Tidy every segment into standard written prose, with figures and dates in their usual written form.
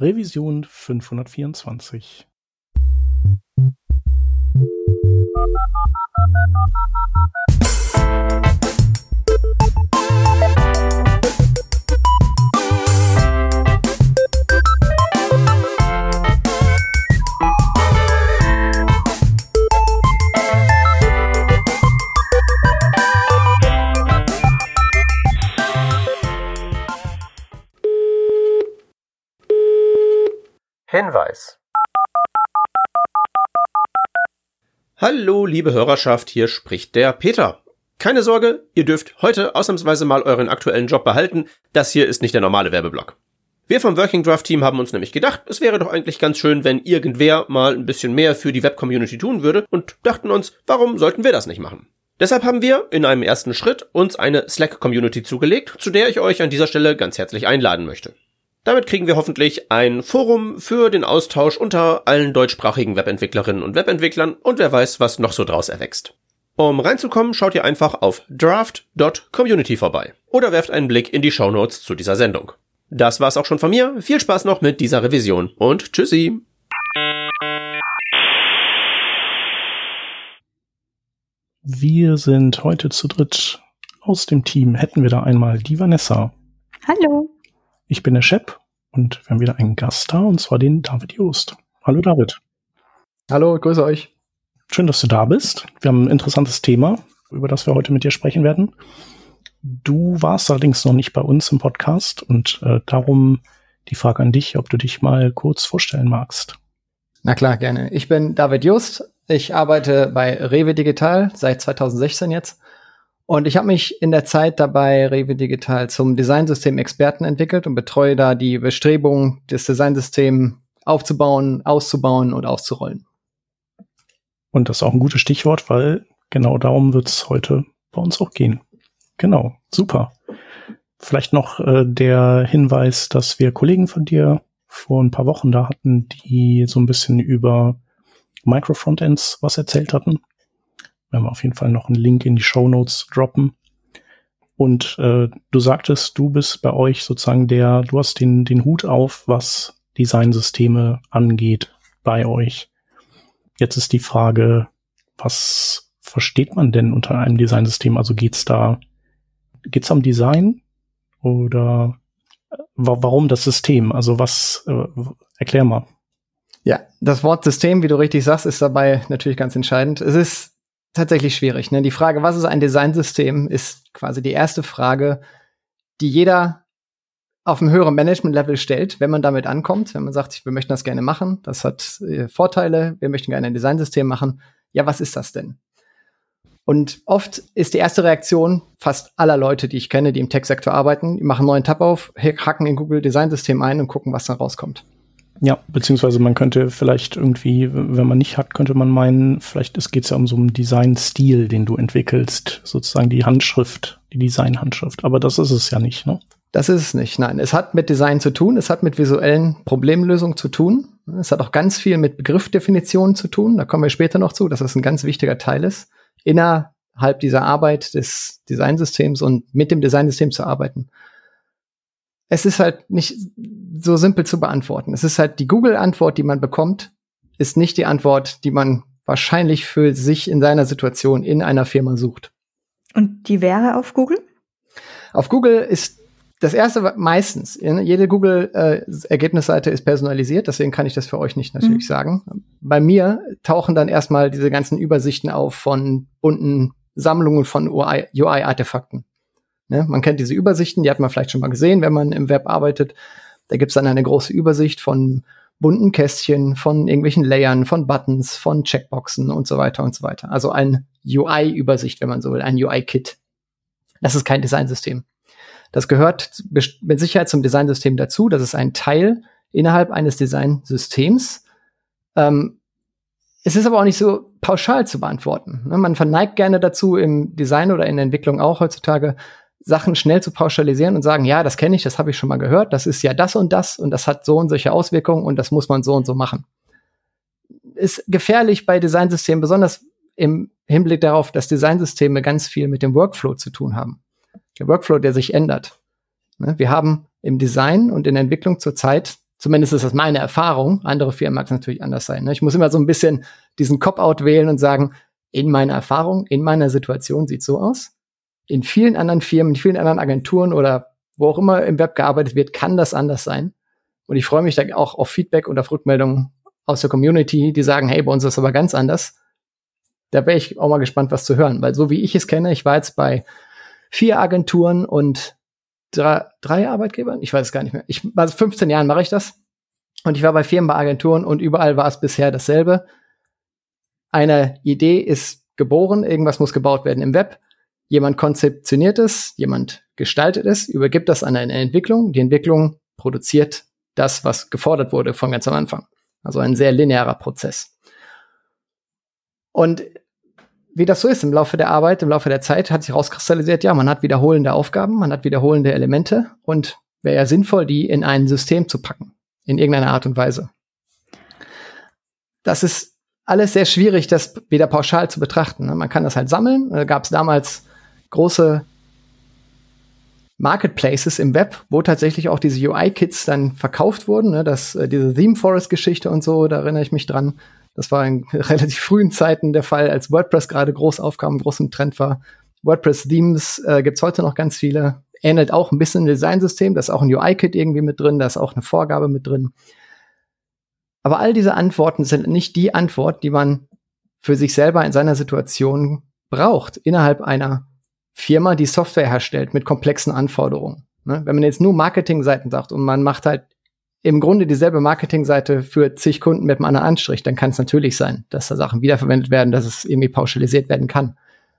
Revision 524. Hinweis. Hallo, liebe Hörerschaft, hier spricht der Peter. Keine Sorge, ihr dürft heute ausnahmsweise mal euren aktuellen Job behalten. Das hier ist nicht der normale Werbeblock. Wir vom Working Draft Team haben uns nämlich gedacht, es wäre doch eigentlich ganz schön, wenn irgendwer mal ein bisschen mehr für die Web-Community tun würde und dachten uns, warum sollten wir das nicht machen? Deshalb haben wir in einem ersten Schritt uns eine Slack-Community zugelegt, zu der ich euch an dieser Stelle ganz herzlich einladen möchte. Damit kriegen wir hoffentlich ein Forum für den Austausch unter allen deutschsprachigen Webentwicklerinnen und Webentwicklern und wer weiß, was noch so draus erwächst. Um reinzukommen, schaut ihr einfach auf draft.community vorbei oder werft einen Blick in die Shownotes zu dieser Sendung. Das war's auch schon von mir. Viel Spaß noch mit dieser Revision und tschüssi! Wir sind heute zu dritt. Aus dem Team hätten wir da einmal die Vanessa. Hallo. Ich bin der Shep und wir haben wieder einen Gast da, und zwar den David Joost. Hallo David. Hallo, grüße euch. Schön, dass du da bist. Wir haben ein interessantes Thema, über das wir heute mit dir sprechen werden. Du warst allerdings noch nicht bei uns im Podcast und darum die Frage an dich, ob du dich mal kurz vorstellen magst. Na klar, gerne. Ich bin David Joost. Ich arbeite bei Rewe Digital seit 2016 jetzt. Und ich habe mich in der Zeit dabei Rewe Digital zum Designsystem-Experten entwickelt und betreue da die Bestrebungen, das Designsystem aufzubauen, auszubauen und auszurollen. Und das ist auch ein gutes Stichwort, weil genau darum wird es heute bei uns auch gehen. Genau, super. Vielleicht noch der Hinweis, dass wir Kollegen von dir vor ein paar Wochen da hatten, die so ein bisschen über Micro-Frontends was erzählt hatten. Wir werden auf jeden Fall noch einen Link in die Shownotes droppen. Und du sagtest, du bist bei euch sozusagen du hast den Hut auf, was Designsysteme angeht bei euch. Jetzt ist die Frage, was versteht man denn unter einem Designsystem? Also geht's am Design oder warum das System? Also erklär mal. Ja, das Wort System, wie du richtig sagst, ist dabei natürlich ganz entscheidend. Es ist tatsächlich schwierig, ne? Die Frage, was ist ein Designsystem, ist quasi die erste Frage, die jeder auf einem höheren Management-Level stellt, wenn man damit ankommt, wenn man sagt, wir möchten das gerne machen, das hat Vorteile, wir möchten gerne ein Designsystem machen. Ja, was ist das denn? Und oft ist die erste Reaktion fast aller Leute, die ich kenne, die im Tech-Sektor arbeiten, die machen einen neuen Tab auf, hacken in Google Designsystem ein und gucken, was dann rauskommt. Ja, beziehungsweise man könnte vielleicht irgendwie, wenn man nicht hackt, könnte man meinen, vielleicht geht es ja um so einen Designstil, den du entwickelst, sozusagen die Handschrift, die Design-Handschrift. Aber das ist es ja nicht, ne? Das ist es nicht, nein. Es hat mit Design zu tun, es hat mit visuellen Problemlösungen zu tun. Es hat auch ganz viel mit Begriffsdefinitionen zu tun, da kommen wir später noch zu, dass das ein ganz wichtiger Teil ist, innerhalb dieser Arbeit des Designsystems und mit dem Designsystem zu arbeiten. Es ist halt nicht so simpel zu beantworten. Es ist halt die Google-Antwort, die man bekommt, ist nicht die Antwort, die man wahrscheinlich für sich in seiner Situation in einer Firma sucht. Und die wäre auf Google? Auf Google ist das erste meistens. Jede Google-Ergebnisseite ist personalisiert, deswegen kann ich das für euch nicht natürlich sagen. Bei mir tauchen dann erstmal diese ganzen Übersichten auf von bunten Sammlungen von UI-Artefakten. Ne? Man kennt diese Übersichten, die hat man vielleicht schon mal gesehen, wenn man im Web arbeitet. Da gibt's dann eine große Übersicht von bunten Kästchen, von irgendwelchen Layern, von Buttons, von Checkboxen und so weiter und so weiter. Also eine UI-Übersicht, wenn man so will, ein UI-Kit. Das ist kein Designsystem. Das gehört mit Sicherheit zum Designsystem dazu. Das ist ein Teil innerhalb eines Designsystems. Es ist aber auch nicht so pauschal zu beantworten. Man verneigt gerne dazu, im Design oder in der Entwicklung auch heutzutage, Sachen schnell zu pauschalisieren und sagen, ja, das kenne ich, das habe ich schon mal gehört, das ist ja das und das hat so und solche Auswirkungen und das muss man so und so machen. Ist gefährlich bei Designsystemen, besonders im Hinblick darauf, dass Designsysteme ganz viel mit dem Workflow zu tun haben. Der Workflow, der sich ändert. Wir haben im Design und in der Entwicklung zurzeit Zumindest ist das meine Erfahrung. Andere Firmen mag es natürlich anders sein. Ne? Ich muss immer so ein bisschen diesen Cop-Out wählen und sagen, in meiner Erfahrung, in meiner Situation sieht es so aus. In vielen anderen Firmen, in vielen anderen Agenturen oder wo auch immer im Web gearbeitet wird, kann das anders sein. Und ich freue mich da auch auf Feedback und auf Rückmeldungen aus der Community, die sagen, hey, bei uns ist das aber ganz anders. Da wäre ich auch mal gespannt, was zu hören. Weil so wie ich es kenne, ich war jetzt bei 4 Agenturen und 3 Arbeitgebern, ich weiß es gar nicht mehr. Also 15 Jahren mache ich das. Und ich war bei Firmen, bei Agenturen und überall war es bisher dasselbe. Eine Idee ist geboren, irgendwas muss gebaut werden im Web. Jemand konzeptioniert es, jemand gestaltet es, übergibt das an eine Entwicklung. Die Entwicklung produziert das, was gefordert wurde von ganz am Anfang. Also ein sehr linearer Prozess. Und wie das so ist im Laufe der Arbeit, im Laufe der Zeit hat sich herauskristallisiert, ja, man hat wiederholende Aufgaben, man hat wiederholende Elemente und wäre ja sinnvoll, die in ein System zu packen, in irgendeiner Art und Weise. Das ist alles sehr schwierig, das wieder pauschal zu betrachten. Man kann das halt sammeln. Da gab es damals große Marketplaces im Web, wo tatsächlich auch diese UI-Kits dann verkauft wurden. Diese Theme Forest-Geschichte und so, da erinnere ich mich dran. Das war in relativ frühen Zeiten der Fall, als WordPress gerade groß aufkam, groß im Trend war. WordPress-Themes gibt's heute noch ganz viele. Ähnelt auch ein bisschen ein Designsystem. Da ist auch ein UI-Kit irgendwie mit drin, da ist auch eine Vorgabe mit drin. Aber all diese Antworten sind nicht die Antwort, die man für sich selber in seiner Situation braucht, innerhalb einer Firma, die Software herstellt mit komplexen Anforderungen. Ne? Wenn man jetzt nur Marketingseiten sagt und man macht halt im Grunde dieselbe Marketingseite für zig Kunden mit einem anderen Anstrich, dann kann es natürlich sein, dass da Sachen wiederverwendet werden, dass es irgendwie pauschalisiert werden kann.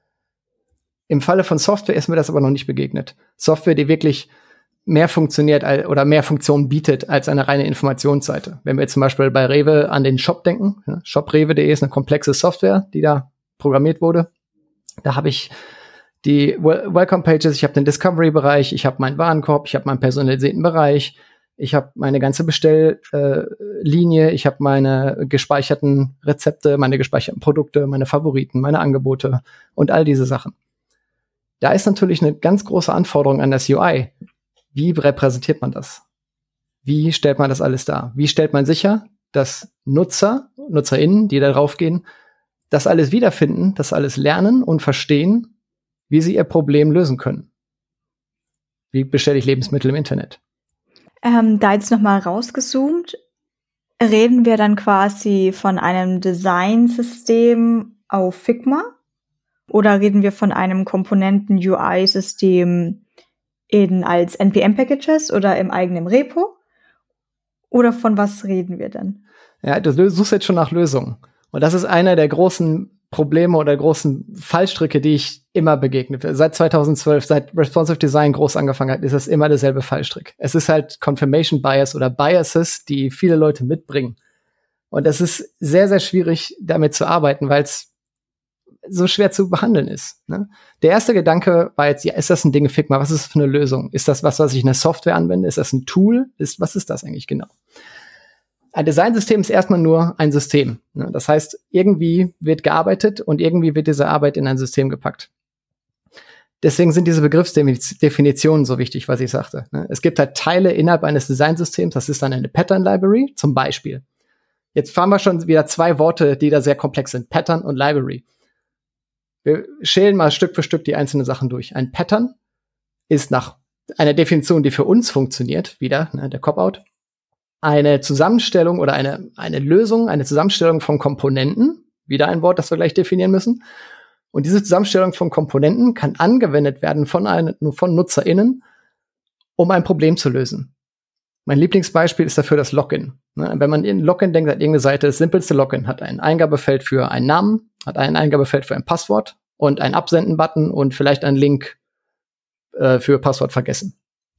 Im Falle von Software ist mir das aber noch nicht begegnet. Software, die wirklich mehr funktioniert oder mehr Funktionen bietet als eine reine Informationsseite. Wenn wir jetzt zum Beispiel bei Rewe an den Shop denken, ja, shopRewe.de ist eine komplexe Software, die da programmiert wurde. Da habe ich die Welcome Pages, ich habe den Discovery-Bereich, ich habe meinen Warenkorb, ich habe meinen personalisierten Bereich, ich habe meine ganze Bestelllinie, ich habe meine gespeicherten Rezepte, meine gespeicherten Produkte, meine Favoriten, meine Angebote und all diese Sachen. Da ist natürlich eine ganz große Anforderung an das UI. Wie repräsentiert man das? Wie stellt man das alles dar? Wie stellt man sicher, dass NutzerInnen, die da draufgehen, das alles wiederfinden, das alles lernen und verstehen, wie sie ihr Problem lösen können? Wie bestelle ich Lebensmittel im Internet? Da jetzt nochmal rausgezoomt, reden wir dann quasi von einem Designsystem auf Figma oder reden wir von einem Komponenten-UI-System als NPM-Packages oder im eigenen Repo? Oder von was reden wir denn? Ja, du suchst jetzt schon nach Lösungen. Und das ist einer der großen Probleme oder großen Fallstricke, die ich immer begegne. Seit 2012, seit Responsive Design groß angefangen hat, ist das immer derselbe Fallstrick. Es ist halt Confirmation Bias oder Biases, die viele Leute mitbringen. Und es ist sehr, sehr schwierig, damit zu arbeiten, weil es so schwer zu behandeln ist. Ne? Der erste Gedanke war jetzt, ja, ist das ein Ding Figma? Was ist das für eine Lösung? Ist das was ich in der Software anwende? Ist das ein Tool? Was ist das eigentlich genau? Ein Designsystem ist erstmal nur ein System. Ne? Das heißt, irgendwie wird gearbeitet und irgendwie wird diese Arbeit in ein System gepackt. Deswegen sind diese Begriffsdefinitionen so wichtig, was ich sagte. Ne? Es gibt halt Teile innerhalb eines Designsystems, das ist dann eine Pattern Library, zum Beispiel. Jetzt fahren wir schon wieder 2 Worte, die da sehr komplex sind. Pattern und Library. Wir schälen mal Stück für Stück die einzelnen Sachen durch. Ein Pattern ist nach einer Definition, die für uns funktioniert, wieder, ne, der Cop-Out, eine Zusammenstellung oder eine Lösung, eine Zusammenstellung von Komponenten, wieder ein Wort, das wir gleich definieren müssen. Und diese Zusammenstellung von Komponenten kann angewendet werden von NutzerInnen, um ein Problem zu lösen. Mein Lieblingsbeispiel ist dafür das Login. Wenn man in Login denkt, hat irgendeine Seite, das simpelste Login hat ein Eingabefeld für einen Namen, hat ein Eingabefeld für ein Passwort und einen Absenden-Button und vielleicht einen Link für Passwort vergessen.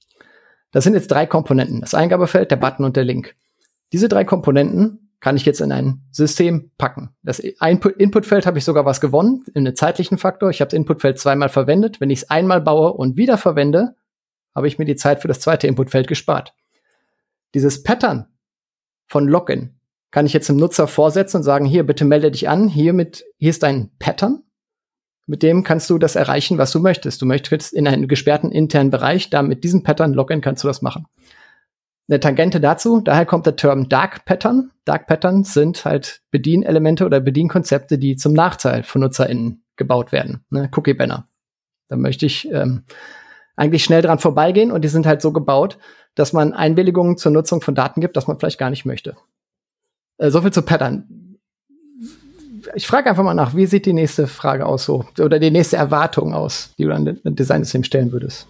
Das sind jetzt 3 Komponenten, das Eingabefeld, der Button und der Link. Diese 3 Komponenten kann ich jetzt in ein System packen. Das Inputfeld habe ich sogar was gewonnen, in einem zeitlichen Faktor. Ich habe das Inputfeld 2-mal verwendet. Wenn ich es einmal baue und wieder verwende, habe ich mir die Zeit für das zweite Inputfeld gespart. Dieses Pattern von Login kann ich jetzt dem Nutzer vorsetzen und sagen, hier, bitte melde dich an, hier ist dein Pattern. Mit dem kannst du das erreichen, was du möchtest. Du möchtest in einen gesperrten internen Bereich, da mit diesem Pattern Login kannst du das machen. Eine Tangente dazu, daher kommt der Term Dark Pattern. Dark Patterns sind halt Bedienelemente oder Bedienkonzepte, die zum Nachteil von NutzerInnen gebaut werden. Ne? Cookie-Banner. Da möchte ich eigentlich schnell dran vorbeigehen und die sind halt so gebaut, dass man Einwilligungen zur Nutzung von Daten gibt, dass man vielleicht gar nicht möchte. So viel zu Pattern. Ich frage einfach mal nach, wie sieht die nächste Frage aus so? Oder die nächste Erwartung aus, die du an ein Designsystem stellen würdest?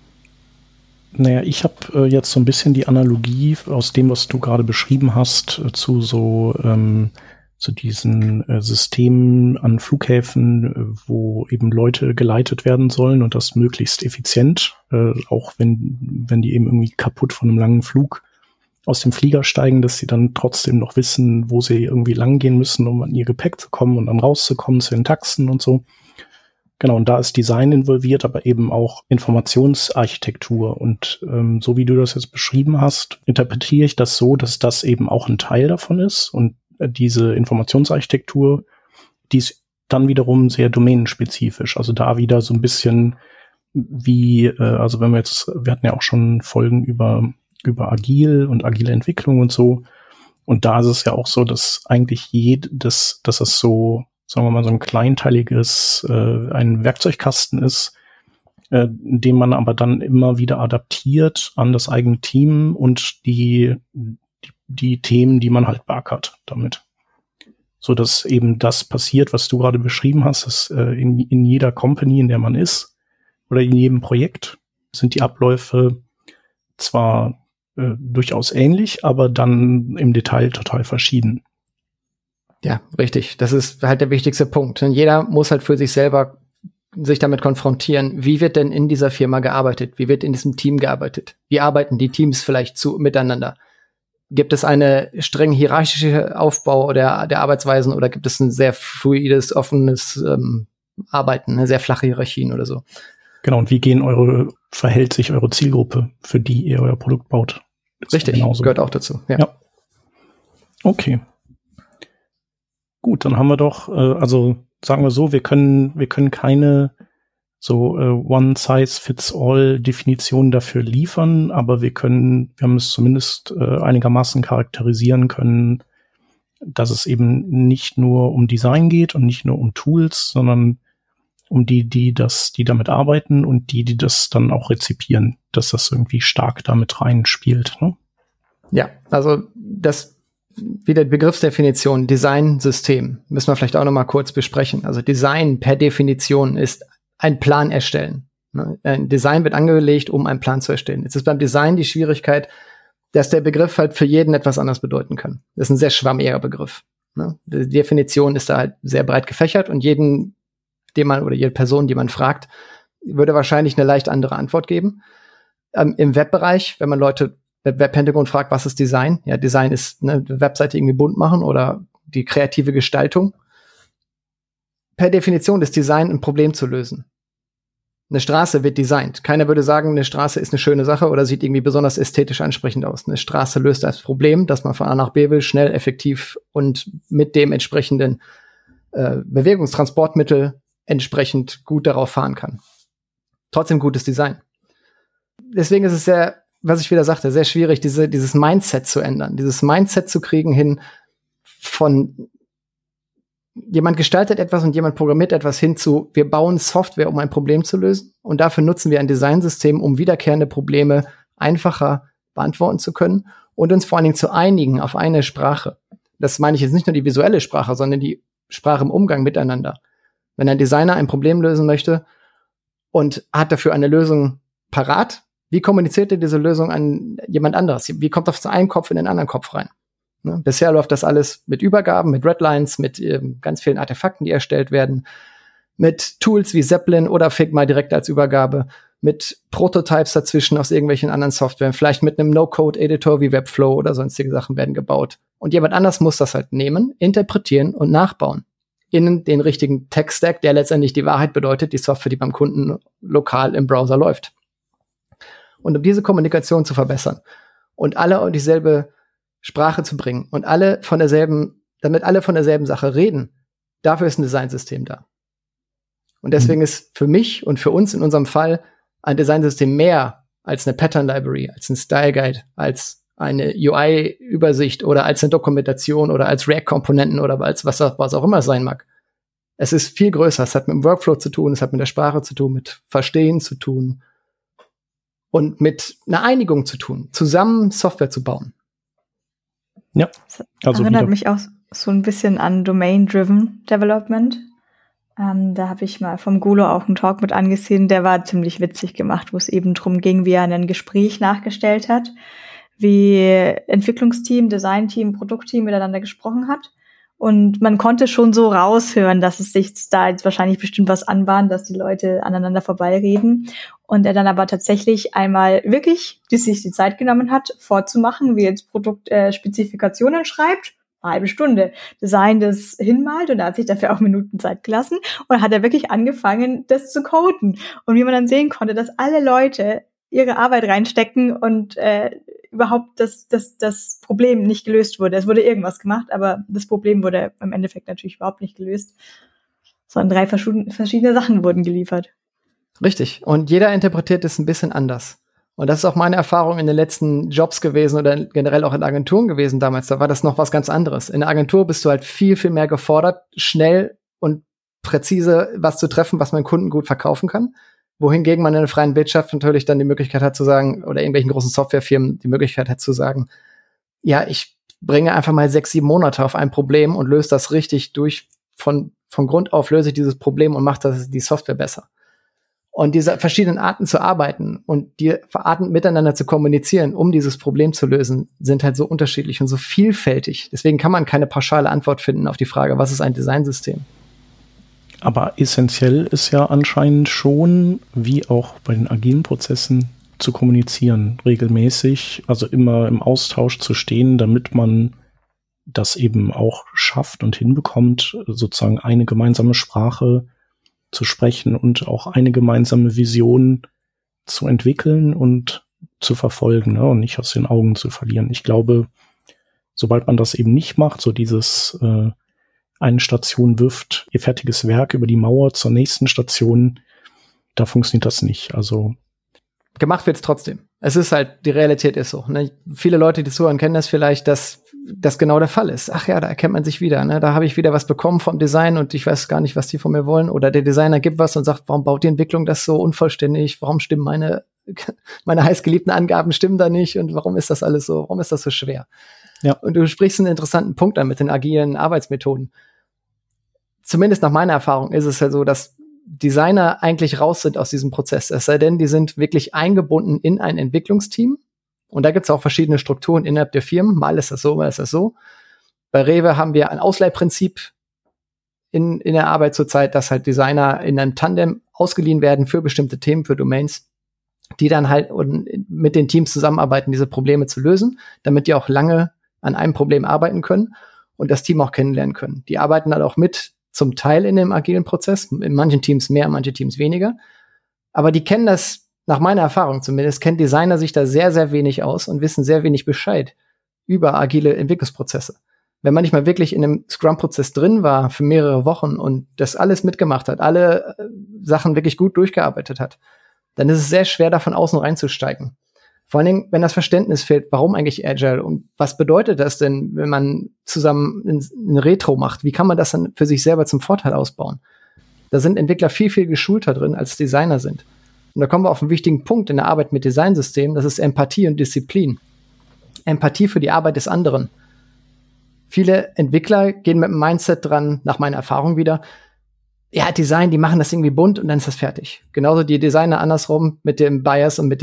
Naja, ich habe jetzt so ein bisschen die Analogie aus dem, was du gerade beschrieben hast, zu so zu diesen Systemen an Flughäfen, wo eben Leute geleitet werden sollen und das möglichst effizient, auch wenn die eben irgendwie kaputt von einem langen Flug aus dem Flieger steigen, dass sie dann trotzdem noch wissen, wo sie irgendwie lang gehen müssen, um an ihr Gepäck zu kommen und dann rauszukommen zu den Taxen und so. Genau, und da ist Design involviert, aber eben auch Informationsarchitektur. Und so wie du das jetzt beschrieben hast, interpretiere ich das so, dass das eben auch ein Teil davon ist. Und diese Informationsarchitektur, die ist dann wiederum sehr domänenspezifisch. Also da wieder so ein bisschen wie, also wenn wir hatten ja auch schon Folgen über Agil und agile Entwicklung und so. Und da ist es ja auch so, dass eigentlich dass es so, sagen wir mal, so ein kleinteiliges, ein Werkzeugkasten ist, den man aber dann immer wieder adaptiert an das eigene Team und die Themen, die man halt beackert damit. So dass eben das passiert, was du gerade beschrieben hast, dass in jeder Company, in der man ist, oder in jedem Projekt sind die Abläufe zwar durchaus ähnlich, aber dann im Detail total verschieden. Ja, richtig. Das ist halt der wichtigste Punkt. Und jeder muss halt für sich selber sich damit konfrontieren, wie wird denn in dieser Firma gearbeitet? Wie wird in diesem Team gearbeitet? Wie arbeiten die Teams vielleicht miteinander? Gibt es eine streng hierarchische Aufbau der Arbeitsweisen oder gibt es ein sehr fluides, offenes Arbeiten, eine sehr flache Hierarchien oder so? Genau, und wie verhält sich eure Zielgruppe, für die ihr euer Produkt baut? Richtig, gehört auch dazu. Ja. Okay. Gut, dann haben wir doch, also sagen wir so, wir können keine so One-Size-Fits-All-Definition dafür liefern, aber wir haben es zumindest einigermaßen charakterisieren können, dass es eben nicht nur um Design geht und nicht nur um Tools, sondern um die damit arbeiten und die das dann auch rezipieren, dass das irgendwie stark damit reinspielt. Ne? Ja, also wieder die Begriffsdefinition, Design-System, müssen wir vielleicht auch noch mal kurz besprechen. Also Design per Definition ist ein Plan erstellen. Ein Design wird angelegt, um einen Plan zu erstellen. Jetzt ist beim Design die Schwierigkeit, dass der Begriff halt für jeden etwas anderes bedeuten kann. Das ist ein sehr schwammiger Begriff. Die Definition ist da halt sehr breit gefächert und jede Person, die man fragt, würde wahrscheinlich eine leicht andere Antwort geben. Im Webbereich, wenn man Leute mit Web-Hintergrund fragt, was ist Design? Ja, Design ist eine Webseite irgendwie bunt machen oder die kreative Gestaltung. Per Definition ist Design ein Problem zu lösen. Eine Straße wird designt. Keiner würde sagen, eine Straße ist eine schöne Sache oder sieht irgendwie besonders ästhetisch ansprechend aus. Eine Straße löst das Problem, dass man von A nach B will, schnell, effektiv und mit dem entsprechenden Bewegungstransportmittel entsprechend gut darauf fahren kann. Trotzdem gutes Design. Deswegen ist es sehr, was ich wieder sagte, sehr schwierig, dieses Mindset zu ändern. Dieses Mindset zu kriegen hin von jemand gestaltet etwas und jemand programmiert etwas hin zu, wir bauen Software, um ein Problem zu lösen. Und dafür nutzen wir ein Designsystem, um wiederkehrende Probleme einfacher beantworten zu können und uns vor allen Dingen zu einigen auf eine Sprache. Das meine ich jetzt nicht nur die visuelle Sprache, sondern die Sprache im Umgang miteinander. Wenn ein Designer ein Problem lösen möchte und hat dafür eine Lösung parat, wie kommuniziert er diese Lösung an jemand anderes? Wie kommt das aus einem Kopf in den anderen Kopf rein? Ne? Bisher läuft das alles mit Übergaben, mit Redlines, mit ganz vielen Artefakten, die erstellt werden, mit Tools wie Zeppelin oder Figma direkt als Übergabe, mit Prototypes dazwischen aus irgendwelchen anderen Softwaren, vielleicht mit einem No-Code-Editor wie Webflow oder sonstige Sachen werden gebaut. Und jemand anders muss das halt nehmen, interpretieren und nachbauen. In den richtigen Tech-Stack, der letztendlich die Wahrheit bedeutet, die Software, die beim Kunden lokal im Browser läuft. Und um diese Kommunikation zu verbessern und alle dieselbe Sprache zu bringen und damit alle von derselben Sache reden, dafür ist ein Designsystem da. Und deswegen ist für mich und für uns in unserem Fall ein Designsystem mehr als eine Pattern Library, als ein Style Guide, als eine UI-Übersicht oder als eine Dokumentation oder als React-Komponenten oder als was auch immer es sein mag. Es ist viel größer. Es hat mit dem Workflow zu tun, es hat mit der Sprache zu tun, mit Verstehen zu tun und mit einer Einigung zu tun, zusammen Software zu bauen. Ja, also erinnert mich auch so ein bisschen an Domain-Driven Development. Da habe ich mal vom Gulo auch einen Talk mit angesehen, der war ziemlich witzig gemacht, wo es eben drum ging, wie er ein Gespräch nachgestellt hat, wie Entwicklungsteam, Designteam, Produktteam miteinander gesprochen hat. Und man konnte schon so raushören, dass es sich da jetzt wahrscheinlich bestimmt was anbahnt, dass die Leute aneinander vorbeireden. Und er dann aber tatsächlich einmal wirklich sich die Zeit genommen hat, vorzumachen, wie jetzt Produktspezifikationen schreibt. Eine halbe Stunde Design das hinmalt und er hat sich dafür auch Minuten Zeit gelassen und dann hat er wirklich angefangen, das zu coden. Und wie man dann sehen konnte, dass alle Leute ihre Arbeit reinstecken und überhaupt das Problem nicht gelöst wurde. Es wurde irgendwas gemacht, aber das Problem wurde im Endeffekt natürlich überhaupt nicht gelöst, sondern 3 verschiedene Sachen wurden geliefert. Richtig. Und jeder interpretiert es ein bisschen anders. Und das ist auch meine Erfahrung in den letzten Jobs gewesen oder generell auch in Agenturen gewesen damals. Da war das noch was ganz anderes. In der Agentur bist du halt viel, viel mehr gefordert, schnell und präzise was zu treffen, was man Kunden gut verkaufen kann. Wohingegen man in der freien Wirtschaft natürlich dann die Möglichkeit hat zu sagen, oder irgendwelchen großen Softwarefirmen die Möglichkeit hat zu sagen, ja, ich bringe einfach mal 6, 7 Monate auf ein Problem und löse das richtig durch. Von Grund auf löse ich dieses Problem und mache die Software besser. Und diese verschiedenen Arten zu arbeiten und die Arten miteinander zu kommunizieren, um dieses Problem zu lösen, sind halt so unterschiedlich und so vielfältig. Deswegen kann man keine pauschale Antwort finden auf die Frage, was ist ein Designsystem? Aber essentiell ist ja anscheinend schon, wie auch bei den agilen Prozessen, zu kommunizieren, regelmäßig, also immer im Austausch zu stehen, damit man das eben auch schafft und hinbekommt, sozusagen eine gemeinsame Sprache zu sprechen und auch eine gemeinsame Vision zu entwickeln und zu verfolgen, ne, und nicht aus den Augen zu verlieren. Ich glaube, sobald man das eben nicht macht, so dieses eine Station wirft ihr fertiges Werk über die Mauer zur nächsten Station, da funktioniert das nicht. Also gemacht wird's trotzdem. Es ist halt, die Realität ist so. Ne? Viele Leute, die zuhören, kennen das vielleicht, dass das genau der Fall ist. Ach ja, da erkennt man sich wieder. Ne? Da habe ich wieder was bekommen vom Design und ich weiß gar nicht, was die von mir wollen. Oder der Designer gibt was und sagt, warum baut die Entwicklung das so unvollständig? Warum stimmen meine heißgeliebten Angaben stimmen da nicht? Und warum ist das alles so? Warum ist das so schwer? Ja. Und du sprichst einen interessanten Punkt an mit den agilen Arbeitsmethoden. Zumindest nach meiner Erfahrung ist es ja so, dass Designer eigentlich raus sind aus diesem Prozess. Es sei denn, die sind wirklich eingebunden in ein Entwicklungsteam. Und da gibt es auch verschiedene Strukturen innerhalb der Firmen. Mal ist das so, mal ist das so. Bei Rewe haben wir ein Ausleihprinzip in der Arbeit zurzeit, dass halt Designer in einem Tandem ausgeliehen werden für bestimmte Themen, für Domains, die dann halt mit den Teams zusammenarbeiten, diese Probleme zu lösen, damit die auch lange an einem Problem arbeiten können und das Team auch kennenlernen können. Die arbeiten dann auch mit zum Teil in dem agilen Prozess, in manchen Teams mehr, in manchen Teams weniger. Aber die kennen das, nach meiner Erfahrung zumindest, kennen Designer sich da sehr, sehr wenig aus und wissen sehr wenig Bescheid über agile Entwicklungsprozesse. Wenn man nicht mal wirklich in einem Scrum-Prozess drin war für mehrere Wochen und das alles mitgemacht hat, alle Sachen wirklich gut durchgearbeitet hat, dann ist es sehr schwer, da von außen reinzusteigen. Vor allen Dingen, wenn das Verständnis fehlt, warum eigentlich Agile und was bedeutet das denn, wenn man zusammen ein Retro macht? Wie kann man das dann für sich selber zum Vorteil ausbauen? Da sind Entwickler viel, viel geschulter drin, als Designer sind. Und da kommen wir auf einen wichtigen Punkt in der Arbeit mit Designsystemen, das ist Empathie und Disziplin. Empathie für die Arbeit des anderen. Viele Entwickler gehen mit dem Mindset dran, nach meiner Erfahrung wieder, ja, Design, die machen das irgendwie bunt und dann ist das fertig. Genauso die Designer andersrum mit dem Bias und mit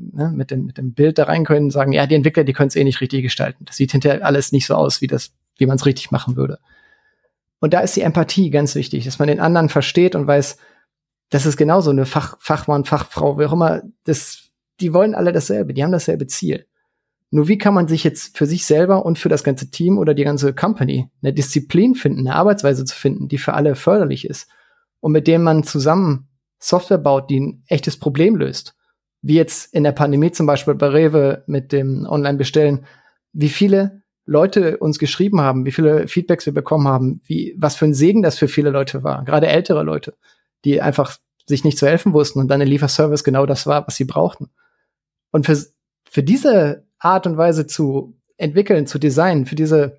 dem Bild da rein können, sagen, ja, die Entwickler, die können es eh nicht richtig gestalten. Das sieht hinterher alles nicht so aus, wie man es richtig machen würde. Und da ist die Empathie ganz wichtig, dass man den anderen versteht und weiß, das ist genauso eine Fachmann, Fachfrau, wie auch immer, die wollen alle dasselbe, die haben dasselbe Ziel. Nur wie kann man sich jetzt für sich selber und für das ganze Team oder die ganze Company eine Disziplin finden, eine Arbeitsweise zu finden, die für alle förderlich ist und mit dem man zusammen Software baut, die ein echtes Problem löst. Wie jetzt in der Pandemie zum Beispiel bei Rewe mit dem Online-Bestellen, wie viele Leute uns geschrieben haben, wie viele Feedbacks wir bekommen haben, was für ein Segen das für viele Leute war, gerade ältere Leute, die einfach sich nicht zu helfen wussten und dann ein Lieferservice genau das war, was sie brauchten. Und für diese Art und Weise zu entwickeln, zu designen für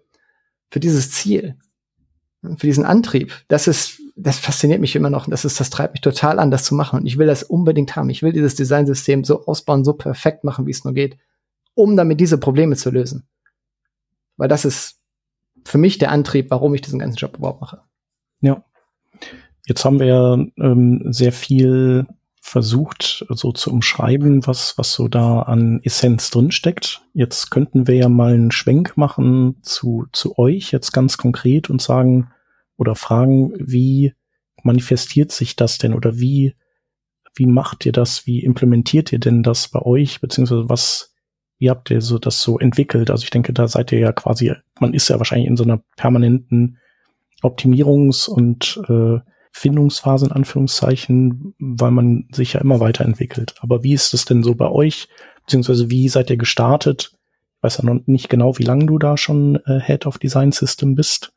dieses Ziel, für diesen Antrieb, das fasziniert mich immer noch und das treibt mich total an, das zu machen. Und ich will das unbedingt haben. Ich will dieses Designsystem so ausbauen, so perfekt machen, wie es nur geht, um damit diese Probleme zu lösen. Weil das ist für mich der Antrieb, warum ich diesen ganzen Job überhaupt mache. Ja. Jetzt haben wir sehr viel versucht, so zu umschreiben, was so da an Essenz drinsteckt. Jetzt könnten wir ja mal einen Schwenk machen zu euch jetzt ganz konkret und sagen oder fragen, wie manifestiert sich das denn oder wie macht ihr das, wie implementiert ihr denn das bei euch, beziehungsweise wie habt ihr das so entwickelt? Also ich denke, da seid ihr ja quasi, man ist ja wahrscheinlich in so einer permanenten Optimierungs- und Findungsphase in Anführungszeichen, weil man sich ja immer weiterentwickelt. Aber wie ist es denn so bei euch? Beziehungsweise wie seid ihr gestartet? Ich weiß ja noch nicht genau, wie lange du da schon Head of Design System bist.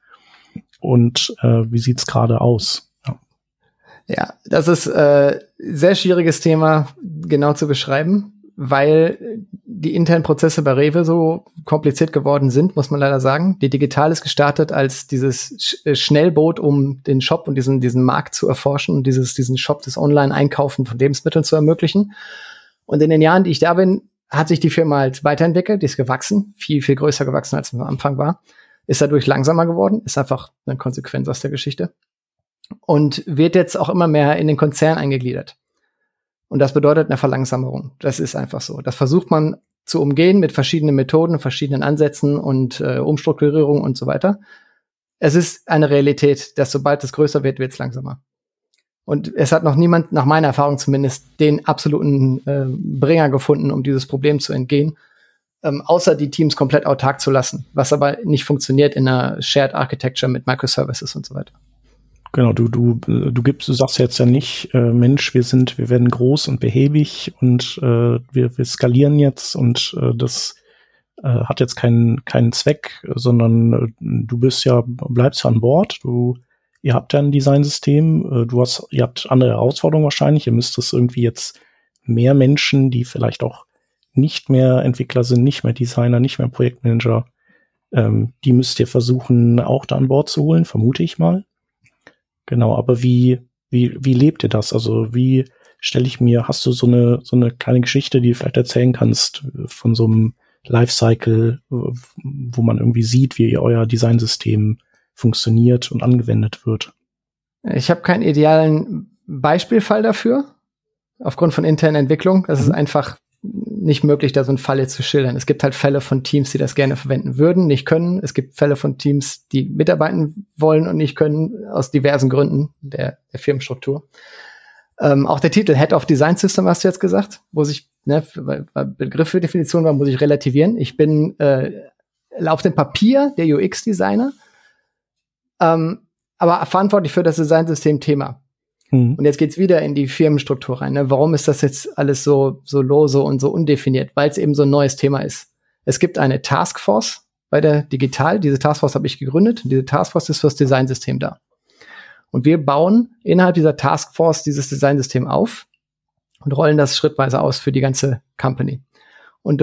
Und wie sieht's gerade aus? Ja, das ist sehr schwieriges Thema genau zu beschreiben, weil die internen Prozesse bei Rewe so kompliziert geworden sind, muss man leider sagen. Die Digital ist gestartet als dieses Schnellboot, um den Shop und diesen Markt zu erforschen und diesen Shop, das Online-Einkaufen von Lebensmitteln zu ermöglichen. Und in den Jahren, die ich da bin, hat sich die Firma halt weiterentwickelt, die ist gewachsen, viel, viel größer gewachsen, als am Anfang war. Ist dadurch langsamer geworden, ist einfach eine Konsequenz aus der Geschichte. Und wird jetzt auch immer mehr in den Konzern eingegliedert. Und das bedeutet eine Verlangsamung. Das ist einfach so. Das versucht man zu umgehen mit verschiedenen Methoden, verschiedenen Ansätzen und Umstrukturierung und so weiter. Es ist eine Realität, dass sobald es größer wird, wird es langsamer. Und es hat noch niemand, nach meiner Erfahrung zumindest, den absoluten Bringer gefunden, um dieses Problem zu entgehen, außer die Teams komplett autark zu lassen, was aber nicht funktioniert in einer Shared Architecture mit Microservices und so weiter. Genau, du sagst jetzt ja nicht, Mensch, wir werden groß und behäbig und wir skalieren jetzt und das hat jetzt keinen Zweck, sondern du bleibst ja an Bord, ihr habt ja ein Designsystem, ihr habt andere Herausforderungen wahrscheinlich, ihr müsst es irgendwie jetzt mehr Menschen, die vielleicht auch nicht mehr Entwickler sind, nicht mehr Designer, nicht mehr Projektmanager, die müsst ihr versuchen auch da an Bord zu holen, vermute ich mal. Genau, aber wie lebt ihr das? Also wie stelle ich mir, hast du so eine kleine Geschichte, die du vielleicht erzählen kannst von so einem Lifecycle, wo man irgendwie sieht, wie euer Designsystem funktioniert und angewendet wird? Ich habe keinen idealen Beispielfall dafür, aufgrund von internen Entwicklung. Das ist einfach nicht möglich, da so einen Fall jetzt zu schildern. Es gibt halt Fälle von Teams, die das gerne verwenden würden, nicht können. Es gibt Fälle von Teams, die mitarbeiten wollen und nicht können, aus diversen Gründen der Firmenstruktur. Auch der Titel Head of Design System, hast du jetzt gesagt, wo sich, weil Begriff für Definition war, muss ich relativieren. Ich bin auf dem Papier der UX-Designer, aber verantwortlich für das Designsystem-Thema. Und jetzt geht's wieder in die Firmenstruktur rein. Ne? Warum ist das jetzt alles so lose und so undefiniert? Weil es eben so ein neues Thema ist. Es gibt eine Taskforce bei der Digital. Diese Taskforce habe ich gegründet. Diese Taskforce ist fürs Designsystem da. Und wir bauen innerhalb dieser Taskforce dieses Designsystem auf und rollen das schrittweise aus für die ganze Company. Und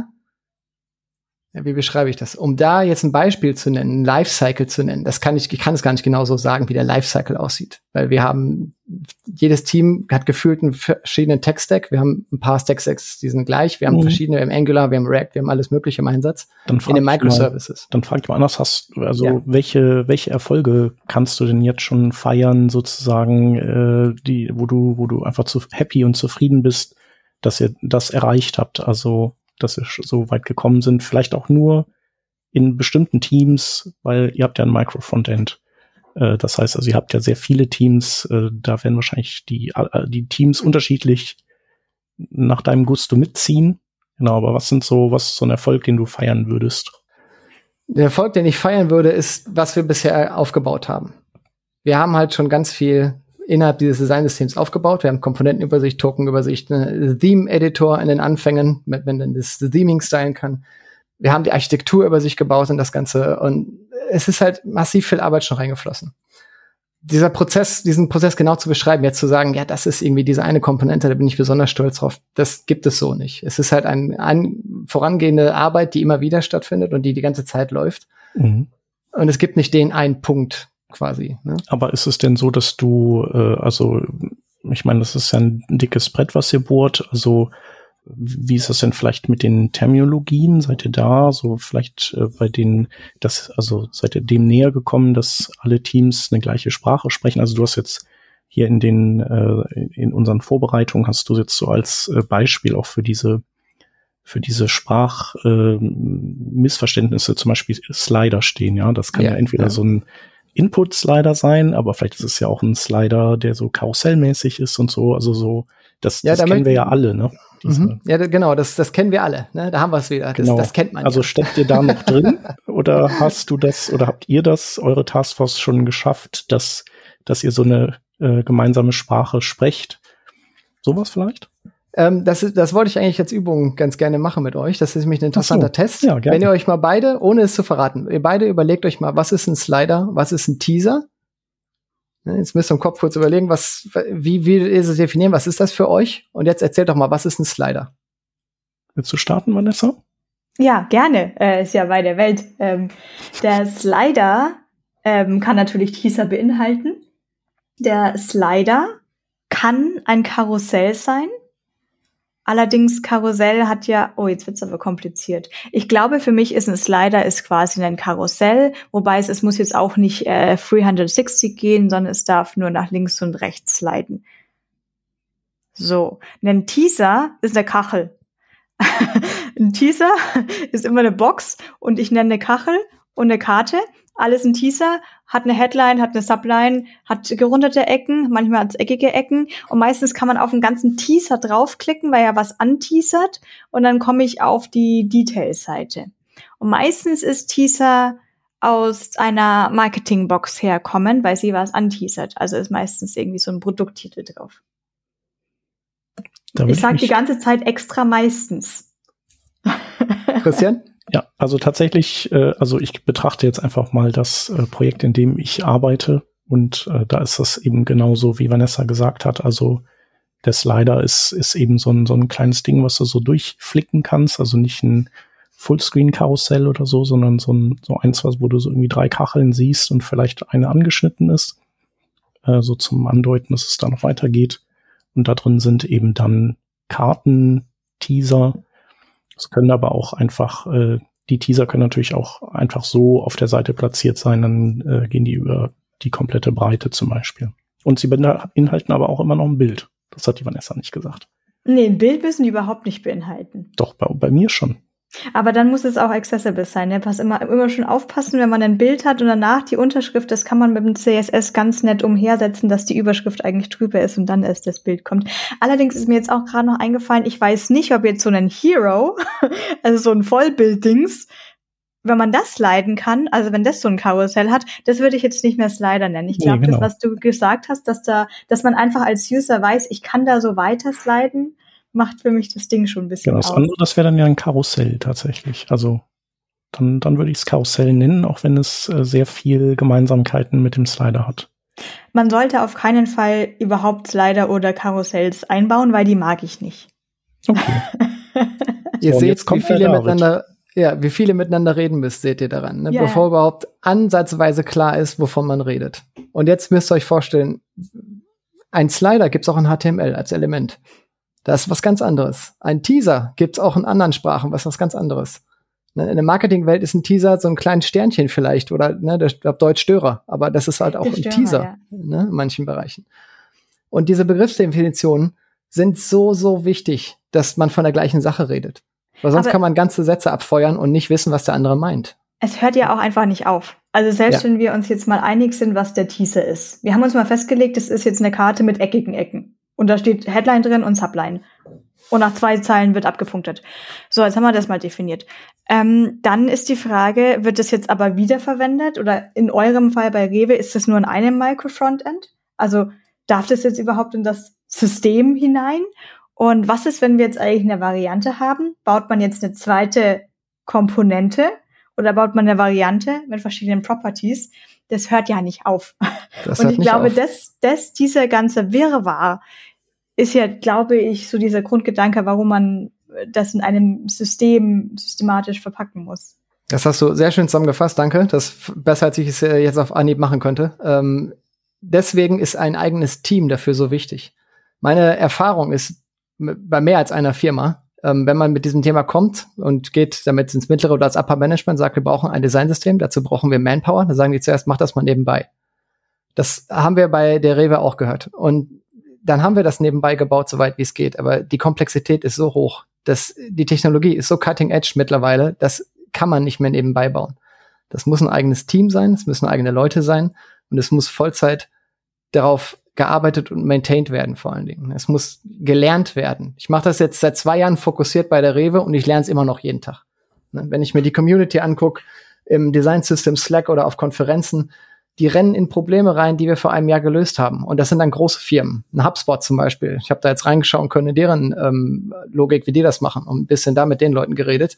wie beschreibe ich das? Um da jetzt ein Beispiel zu nennen, ein Lifecycle zu nennen, ich kann es gar nicht genau so sagen, wie der Lifecycle aussieht. Weil jedes Team hat gefühlt einen verschiedenen Tech-Stack. Wir haben ein paar Tech-Stacks, die sind gleich. Wir haben verschiedene, wir haben Angular, wir haben React, wir haben alles Mögliche im Einsatz. In den Microservices. Dann frag ich mal anders, welche Erfolge kannst du denn jetzt schon feiern, sozusagen, wo du einfach zu happy und zufrieden bist, dass ihr das erreicht habt? Also, dass wir so weit gekommen sind, vielleicht auch nur in bestimmten Teams, weil ihr habt ja ein Micro-Frontend. Das heißt, also ihr habt ja sehr viele Teams, da werden wahrscheinlich die Teams unterschiedlich nach deinem Gusto mitziehen. Genau, aber was ist so ein Erfolg, den du feiern würdest? Der Erfolg, den ich feiern würde, ist, was wir bisher aufgebaut haben. Wir haben halt schon ganz viel innerhalb dieses Designsystems aufgebaut. Wir haben Komponentenübersicht, Tokenübersicht, einen Theme-Editor in den Anfängen, wenn dann das Theming stylen kann. Wir haben die Architekturübersicht gebaut und das Ganze. Und es ist halt massiv viel Arbeit schon reingeflossen. diesen Prozess genau zu beschreiben, jetzt zu sagen, ja, das ist irgendwie diese eine Komponente, da bin ich besonders stolz drauf, das gibt es so nicht. Es ist halt eine vorangehende Arbeit, die immer wieder stattfindet und die ganze Zeit läuft. Mhm. Und es gibt nicht den einen Punkt quasi. Ne? Aber ist es denn so, dass du, ich meine, das ist ja ein dickes Brett, was ihr bohrt, also wie ist das denn vielleicht mit den Terminologien? Seid ihr da so vielleicht seid ihr dem näher gekommen, dass alle Teams eine gleiche Sprache sprechen? Also du hast jetzt hier in unseren Vorbereitungen hast du jetzt so als Beispiel auch für diese Sprachmissverständnisse zum Beispiel Slider stehen, ja. Das kann ja entweder so ein Input-Slider sein, aber vielleicht ist es ja auch ein Slider, der so karussellmäßig ist und so. Also so, das kennen wir ja alle, ne? Ja, genau, das kennen wir alle, ne? Da haben wir es wieder. Das kennt man. Also steckt ihr da noch drin? Oder habt ihr das, eure Taskforce schon geschafft, dass ihr so eine gemeinsame Sprache sprecht? Sowas vielleicht? Das wollte ich eigentlich als Übung ganz gerne machen mit euch. Das ist nämlich ein interessanter Test. Ja, gerne. Wenn ihr euch mal beide, ohne es zu verraten, ihr beide überlegt euch mal, was ist ein Slider, was ist ein Teaser? Jetzt müsst ihr im Kopf kurz überlegen, wie ihr es definieren, was ist das für euch? Und jetzt erzählt doch mal, was ist ein Slider? Willst du starten, Vanessa? Ja, gerne. Ist ja bei der Welt. Der Slider kann natürlich Teaser beinhalten. Der Slider kann ein Karussell sein. Allerdings Karussell hat ja, jetzt wird's aber kompliziert. Ich glaube, für mich ist ein Slider quasi ein Karussell, wobei es muss jetzt auch nicht 360 gehen, sondern es darf nur nach links und rechts sliden. So, ein Teaser ist eine Kachel. Ein Teaser ist immer eine Box und ich nenne eine Kachel und eine Karte. Alles ein Teaser, hat eine Headline, hat eine Subline, hat gerundete Ecken, manchmal hat es eckige Ecken und meistens kann man auf den ganzen Teaser draufklicken, weil er was anteasert und dann komme ich auf die Details-Seite. Und meistens ist Teaser aus einer Marketingbox herkommen, weil sie was anteasert. Also ist meistens irgendwie so ein Produkttitel drauf. Ich sage die ganze Zeit extra meistens. Christian? Ja, also tatsächlich, ich betrachte jetzt einfach mal das Projekt, in dem ich arbeite und da ist das eben genauso, wie Vanessa gesagt hat. Also der Slider ist eben so ein kleines Ding, was du so durchflicken kannst. Also nicht ein Fullscreen-Karussell oder so, sondern so eins, wo du so irgendwie 3 Kacheln siehst und vielleicht eine angeschnitten ist. So zum Andeuten, dass es da noch weitergeht. Und da drin sind eben dann Karten, Teaser. Es können aber auch einfach, die Teaser können natürlich auch einfach so auf der Seite platziert sein, dann gehen die über die komplette Breite zum Beispiel. Und sie beinhalten aber auch immer noch ein Bild. Das hat die Vanessa nicht gesagt. Nee, ein Bild müssen die überhaupt nicht beinhalten. Doch, bei mir schon. Aber dann muss es auch accessible sein. Ne? Immer schon aufpassen, wenn man ein Bild hat und danach die Unterschrift, das kann man mit dem CSS ganz nett umhersetzen, dass die Überschrift eigentlich drüber ist und dann erst das Bild kommt. Allerdings ist mir jetzt auch gerade noch eingefallen, ich weiß nicht, ob jetzt so ein Hero, also so ein Vollbild-Dings, wenn man das sliden kann, also wenn das so ein Karussell hat, das würde ich jetzt nicht mehr Slider nennen. Ich glaube, genau. Das, was du gesagt hast, dass man einfach als User weiß, ich kann da so weiter sliden, macht für mich das Ding schon ein bisschen aus. Das andere, das wäre dann ja ein Karussell tatsächlich. Also dann würde ich es Karussell nennen, auch wenn es sehr viel Gemeinsamkeiten mit dem Slider hat. Man sollte auf keinen Fall überhaupt Slider oder Karussells einbauen, weil die mag ich nicht. Okay. Ihr seht, wie viele miteinander reden müsst, seht ihr daran, ne? Yeah. Bevor überhaupt ansatzweise klar ist, wovon man redet. Und jetzt müsst ihr euch vorstellen, ein Slider gibt's auch in HTML als Element. Das ist was ganz anderes. Ein Teaser gibt's auch in anderen Sprachen, was ganz anderes. In der Marketingwelt ist ein Teaser so ein kleines Sternchen vielleicht oder auf Deutsch Störer, aber das ist halt auch ein Teaser, ne, in manchen Bereichen. Und diese Begriffsdefinitionen sind so wichtig, dass man von der gleichen Sache redet. Weil sonst kann man ganze Sätze abfeuern und nicht wissen, was der andere meint. Es hört ja auch einfach nicht auf. Also selbst wenn wir uns jetzt mal einig sind, was der Teaser ist. Wir haben uns mal festgelegt, das ist jetzt eine Karte mit eckigen Ecken. Und da steht Headline drin und Subline. Und nach 2 Zeilen wird abgepunktet. So, jetzt haben wir das mal definiert. Dann ist die Frage, wird das jetzt aber wiederverwendet? Oder in eurem Fall bei Rewe, ist das nur in einem Micro-Frontend? Also darf das jetzt überhaupt in das System hinein? Und was ist, wenn wir jetzt eigentlich eine Variante haben? Baut man jetzt eine zweite Komponente oder baut man eine Variante mit verschiedenen Properties? Das hört ja nicht auf. Und ich glaube, dieser ganze Wirrwarr ist ja, glaube ich, so dieser Grundgedanke, warum man das in einem System systematisch verpacken muss. Das hast du sehr schön zusammengefasst, danke. Das ist besser, als ich es jetzt auf Anhieb machen könnte. Deswegen ist ein eigenes Team dafür so wichtig. Meine Erfahrung ist bei mehr als einer Firma, wenn man mit diesem Thema kommt und geht damit ins mittlere oder ins Upper Management, sagt, wir brauchen ein Designsystem, dazu brauchen wir Manpower, dann sagen die zuerst, mach das mal nebenbei. Das haben wir bei der Rewe auch gehört. Und dann haben wir das nebenbei gebaut, soweit wie es geht. Aber die Komplexität ist so hoch, dass die Technologie ist so cutting edge mittlerweile, das kann man nicht mehr nebenbei bauen. Das muss ein eigenes Team sein, es müssen eigene Leute sein und es muss Vollzeit darauf gearbeitet und maintained werden vor allen Dingen. Es muss gelernt werden. Ich mache das jetzt seit 2 Jahren fokussiert bei der Rewe und ich lerne es immer noch jeden Tag. Wenn ich mir die Community angucke, im Design System Slack oder auf Konferenzen, die rennen in Probleme rein, die wir vor einem Jahr gelöst haben. Und das sind dann große Firmen. Ein HubSpot zum Beispiel. Ich habe da jetzt reingeschaut können in deren Logik, wie die das machen und ein bisschen da mit den Leuten geredet.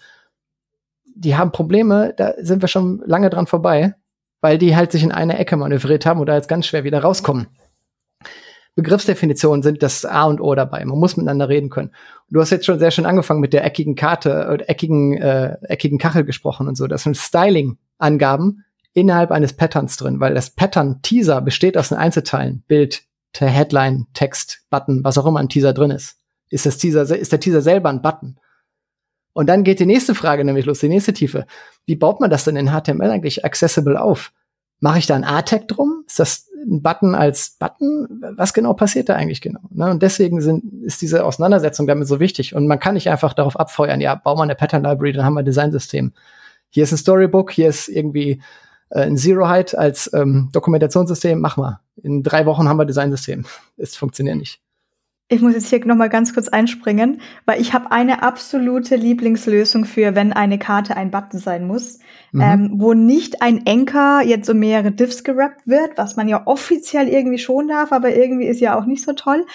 Die haben Probleme, da sind wir schon lange dran vorbei, weil die halt sich in eine Ecke manövriert haben und da jetzt ganz schwer wieder rauskommen. Begriffsdefinitionen sind das A und O dabei. Man muss miteinander reden können. Und du hast jetzt schon sehr schön angefangen mit der eckigen Karte oder eckigen Kachel gesprochen und so. Das sind Styling-Angaben innerhalb eines Patterns drin, weil das Pattern-Teaser besteht aus den Einzelteilen. Bild, Headline, Text, Button, was auch immer ein Teaser drin ist. Ist der Teaser selber ein Button? Und dann geht die nächste Frage nämlich los, die nächste Tiefe. Wie baut man das denn in HTML eigentlich accessible auf? Mache ich da ein A-Tag drum? Ist das ein Button als Button? Was genau passiert da eigentlich genau? Ne? Und deswegen ist diese Auseinandersetzung damit so wichtig. Und man kann nicht einfach darauf abfeuern, ja, bau mal eine Pattern-Library, dann haben wir ein Designsystem. Hier ist ein Storybook, hier ist irgendwie ein Zeroheight als Dokumentationssystem, mach mal. In 3 Wochen haben wir ein Designsystem. Es funktioniert nicht. Ich muss jetzt hier noch mal ganz kurz einspringen, weil ich habe eine absolute Lieblingslösung für, wenn eine Karte ein Button sein muss, wo nicht ein Anchor jetzt um mehrere Diffs gerappt wird, was man ja offiziell irgendwie schon darf, aber irgendwie ist ja auch nicht so toll.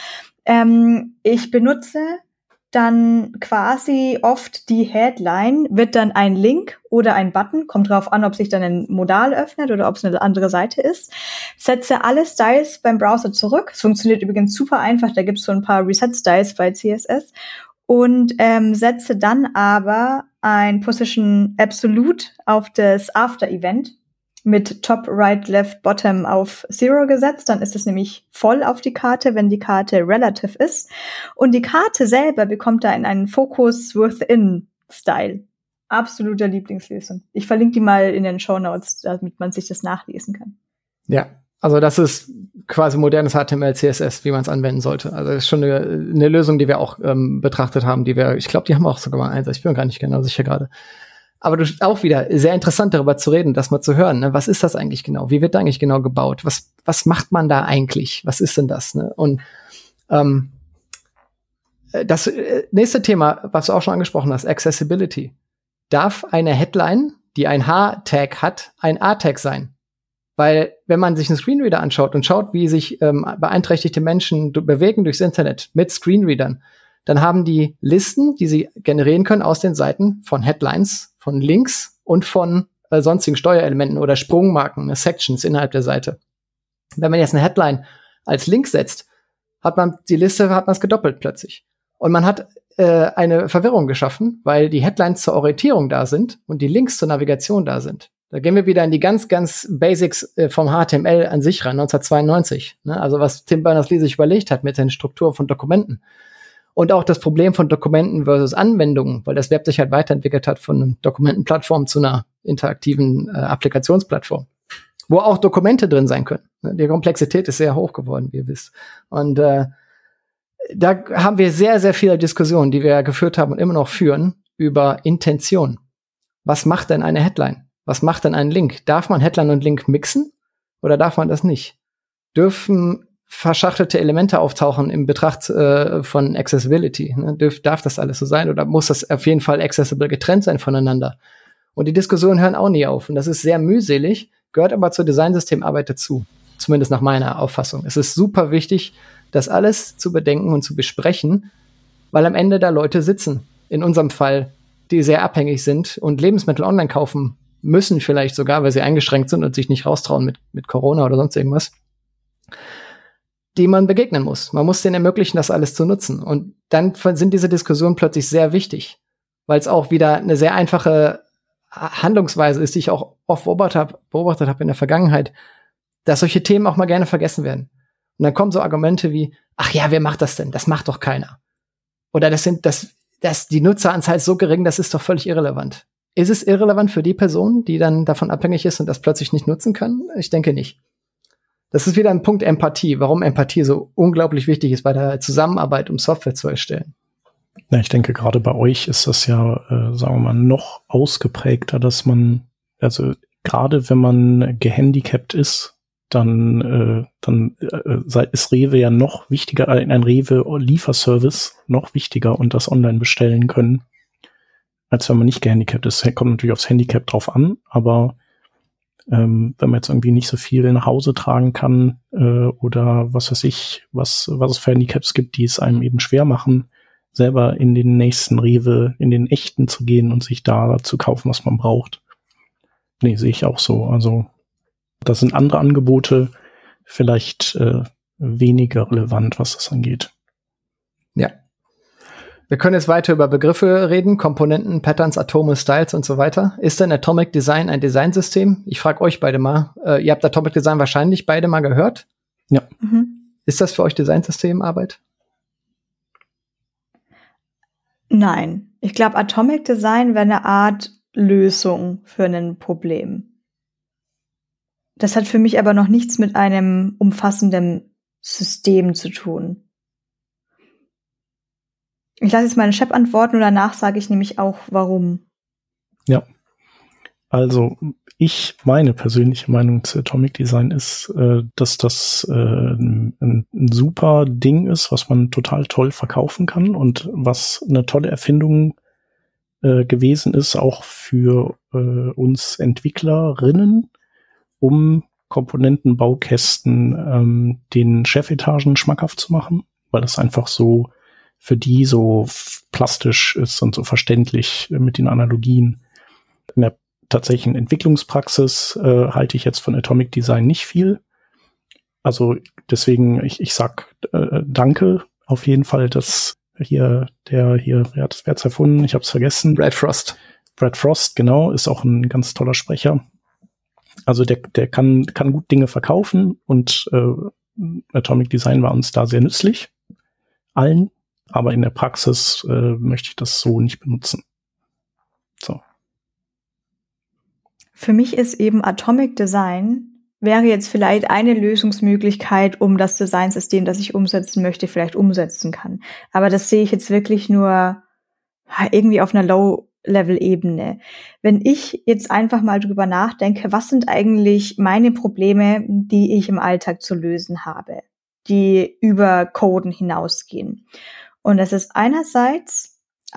Ich benutze dann quasi oft die Headline, wird dann ein Link oder ein Button, kommt drauf an, ob sich dann ein Modal öffnet oder ob es eine andere Seite ist. Setze alle Styles beim Browser zurück. Es funktioniert übrigens super einfach, da gibt es so ein paar Reset-Styles bei CSS. Und setze dann aber ein Position Absolute auf das After-Event mit Top, Right, Left, Bottom auf 0 gesetzt. Dann ist es nämlich voll auf die Karte, wenn die Karte relative ist. Und die Karte selber bekommt da in einen Focus Within-Style. Absoluter Lieblingslösung. Ich verlinke die mal in den Shownotes, damit man sich das nachlesen kann. Ja, also das ist quasi modernes HTML, CSS, wie man es anwenden sollte. Also das ist schon eine Lösung, die wir auch betrachtet haben, ich glaube, die haben wir auch sogar mal Einsatz. Ich bin mir gar nicht genau sicher gerade. Aber du auch wieder sehr interessant darüber zu reden, das mal zu hören. Ne? Was ist das eigentlich genau? Wie wird da eigentlich genau gebaut? Was macht man da eigentlich? Was ist denn das? Ne? Und das nächste Thema, was du auch schon angesprochen hast, Accessibility. Darf eine Headline, die ein H-Tag hat, ein A-Tag sein? Weil wenn man sich einen Screenreader anschaut und schaut, wie sich beeinträchtigte Menschen bewegen durchs Internet mit Screenreadern, dann haben die Listen, die sie generieren können aus den Seiten von Headlines, von Links und von sonstigen Steuerelementen oder Sprungmarken, Sections innerhalb der Seite. Wenn man jetzt eine Headline als Link setzt, hat man es gedoppelt plötzlich. Und man hat eine Verwirrung geschaffen, weil die Headlines zur Orientierung da sind und die Links zur Navigation da sind. Da gehen wir wieder in die ganz, ganz Basics vom HTML an sich ran, 1992. Ne? Also was Tim Berners-Lee sich überlegt hat mit der Struktur von Dokumenten. Und auch das Problem von Dokumenten versus Anwendungen, weil das Web sich halt weiterentwickelt hat von einer Dokumentenplattform zu einer interaktiven Applikationsplattform, wo auch Dokumente drin sein können. Die Komplexität ist sehr hoch geworden, wie ihr wisst. Und da haben wir sehr, sehr viele Diskussionen, die wir geführt haben und immer noch führen, über Intention. Was macht denn eine Headline? Was macht denn ein Link? Darf man Headline und Link mixen oder darf man das nicht? Dürfen verschachtelte Elemente auftauchen im Betracht von Accessibility? Ne? Darf das alles so sein oder muss das auf jeden Fall accessible getrennt sein voneinander? Und die Diskussionen hören auch nie auf. Und das ist sehr mühselig, gehört aber zur Designsystemarbeit dazu. Zumindest nach meiner Auffassung. Es ist super wichtig, das alles zu bedenken und zu besprechen, weil am Ende da Leute sitzen. In unserem Fall, die sehr abhängig sind und Lebensmittel online kaufen müssen vielleicht sogar, weil sie eingeschränkt sind und sich nicht raustrauen mit Corona oder sonst irgendwas, die man begegnen muss. Man muss denen ermöglichen, das alles zu nutzen. Und dann sind diese Diskussionen plötzlich sehr wichtig, weil es auch wieder eine sehr einfache Handlungsweise ist, die ich auch oft beobachtet habe in der Vergangenheit, dass solche Themen auch mal gerne vergessen werden. Und dann kommen so Argumente wie, ach ja, wer macht das denn? Das macht doch keiner. Oder die Nutzeranzahl ist so gering, das ist doch völlig irrelevant. Ist es irrelevant für die Person, die dann davon abhängig ist und das plötzlich nicht nutzen kann? Ich denke nicht. Das ist wieder ein Punkt Empathie, warum Empathie so unglaublich wichtig ist bei der Zusammenarbeit, um Software zu erstellen. Ja, ich denke, gerade bei euch ist das ja, sagen wir mal, noch ausgeprägter, dass man, also gerade wenn man gehandicapt ist, dann ist Rewe ja noch wichtiger, ein Rewe-Lieferservice noch wichtiger und das online bestellen können, als wenn man nicht gehandicapt ist. Das kommt natürlich aufs Handicap drauf an, aber wenn man jetzt irgendwie nicht so viel nach Hause tragen kann oder was weiß ich, was es für Handicaps gibt, die es einem eben schwer machen, selber in den nächsten Rewe, in den echten zu gehen und sich da zu kaufen, was man braucht. Nee, sehe ich auch so. Also das sind andere Angebote vielleicht weniger relevant, was das angeht. Ja. Wir können jetzt weiter über Begriffe reden, Komponenten, Patterns, Atome, Styles und so weiter. Ist denn Atomic Design ein Designsystem? Ich frage euch beide mal. Ihr habt Atomic Design wahrscheinlich beide mal gehört. Ja. Mhm. Ist das für euch Designsystemarbeit? Nein. Ich glaube, Atomic Design wäre eine Art Lösung für ein Problem. Das hat für mich aber noch nichts mit einem umfassenden System zu tun. Ich lasse jetzt meinen Chef antworten und danach sage ich nämlich auch, warum. Ja, also meine persönliche Meinung zu Atomic Design ist, dass das ein super Ding ist, was man total toll verkaufen kann und was eine tolle Erfindung gewesen ist, auch für uns Entwicklerinnen, um Komponentenbaukästen den Chefetagen schmackhaft zu machen, weil das einfach so für die so plastisch ist und so verständlich mit den Analogien. In der tatsächlichen Entwicklungspraxis halte ich jetzt von Atomic Design nicht viel. Also deswegen, ich sag danke auf jeden Fall, dass wer hat's erfunden? Ich habe es vergessen. Brad Frost. Brad Frost, genau, ist auch ein ganz toller Sprecher. Also der kann gut Dinge verkaufen und Atomic Design war uns da sehr nützlich. Allen. Aber in der Praxis möchte ich das so nicht benutzen. So. Für mich ist eben Atomic Design wäre jetzt vielleicht eine Lösungsmöglichkeit, um das Designsystem, das ich umsetzen möchte, vielleicht umsetzen kann. Aber das sehe ich jetzt wirklich nur irgendwie auf einer Low-Level-Ebene. Wenn ich jetzt einfach mal drüber nachdenke, was sind eigentlich meine Probleme, die ich im Alltag zu lösen habe, die über Coden hinausgehen. Und das ist einerseits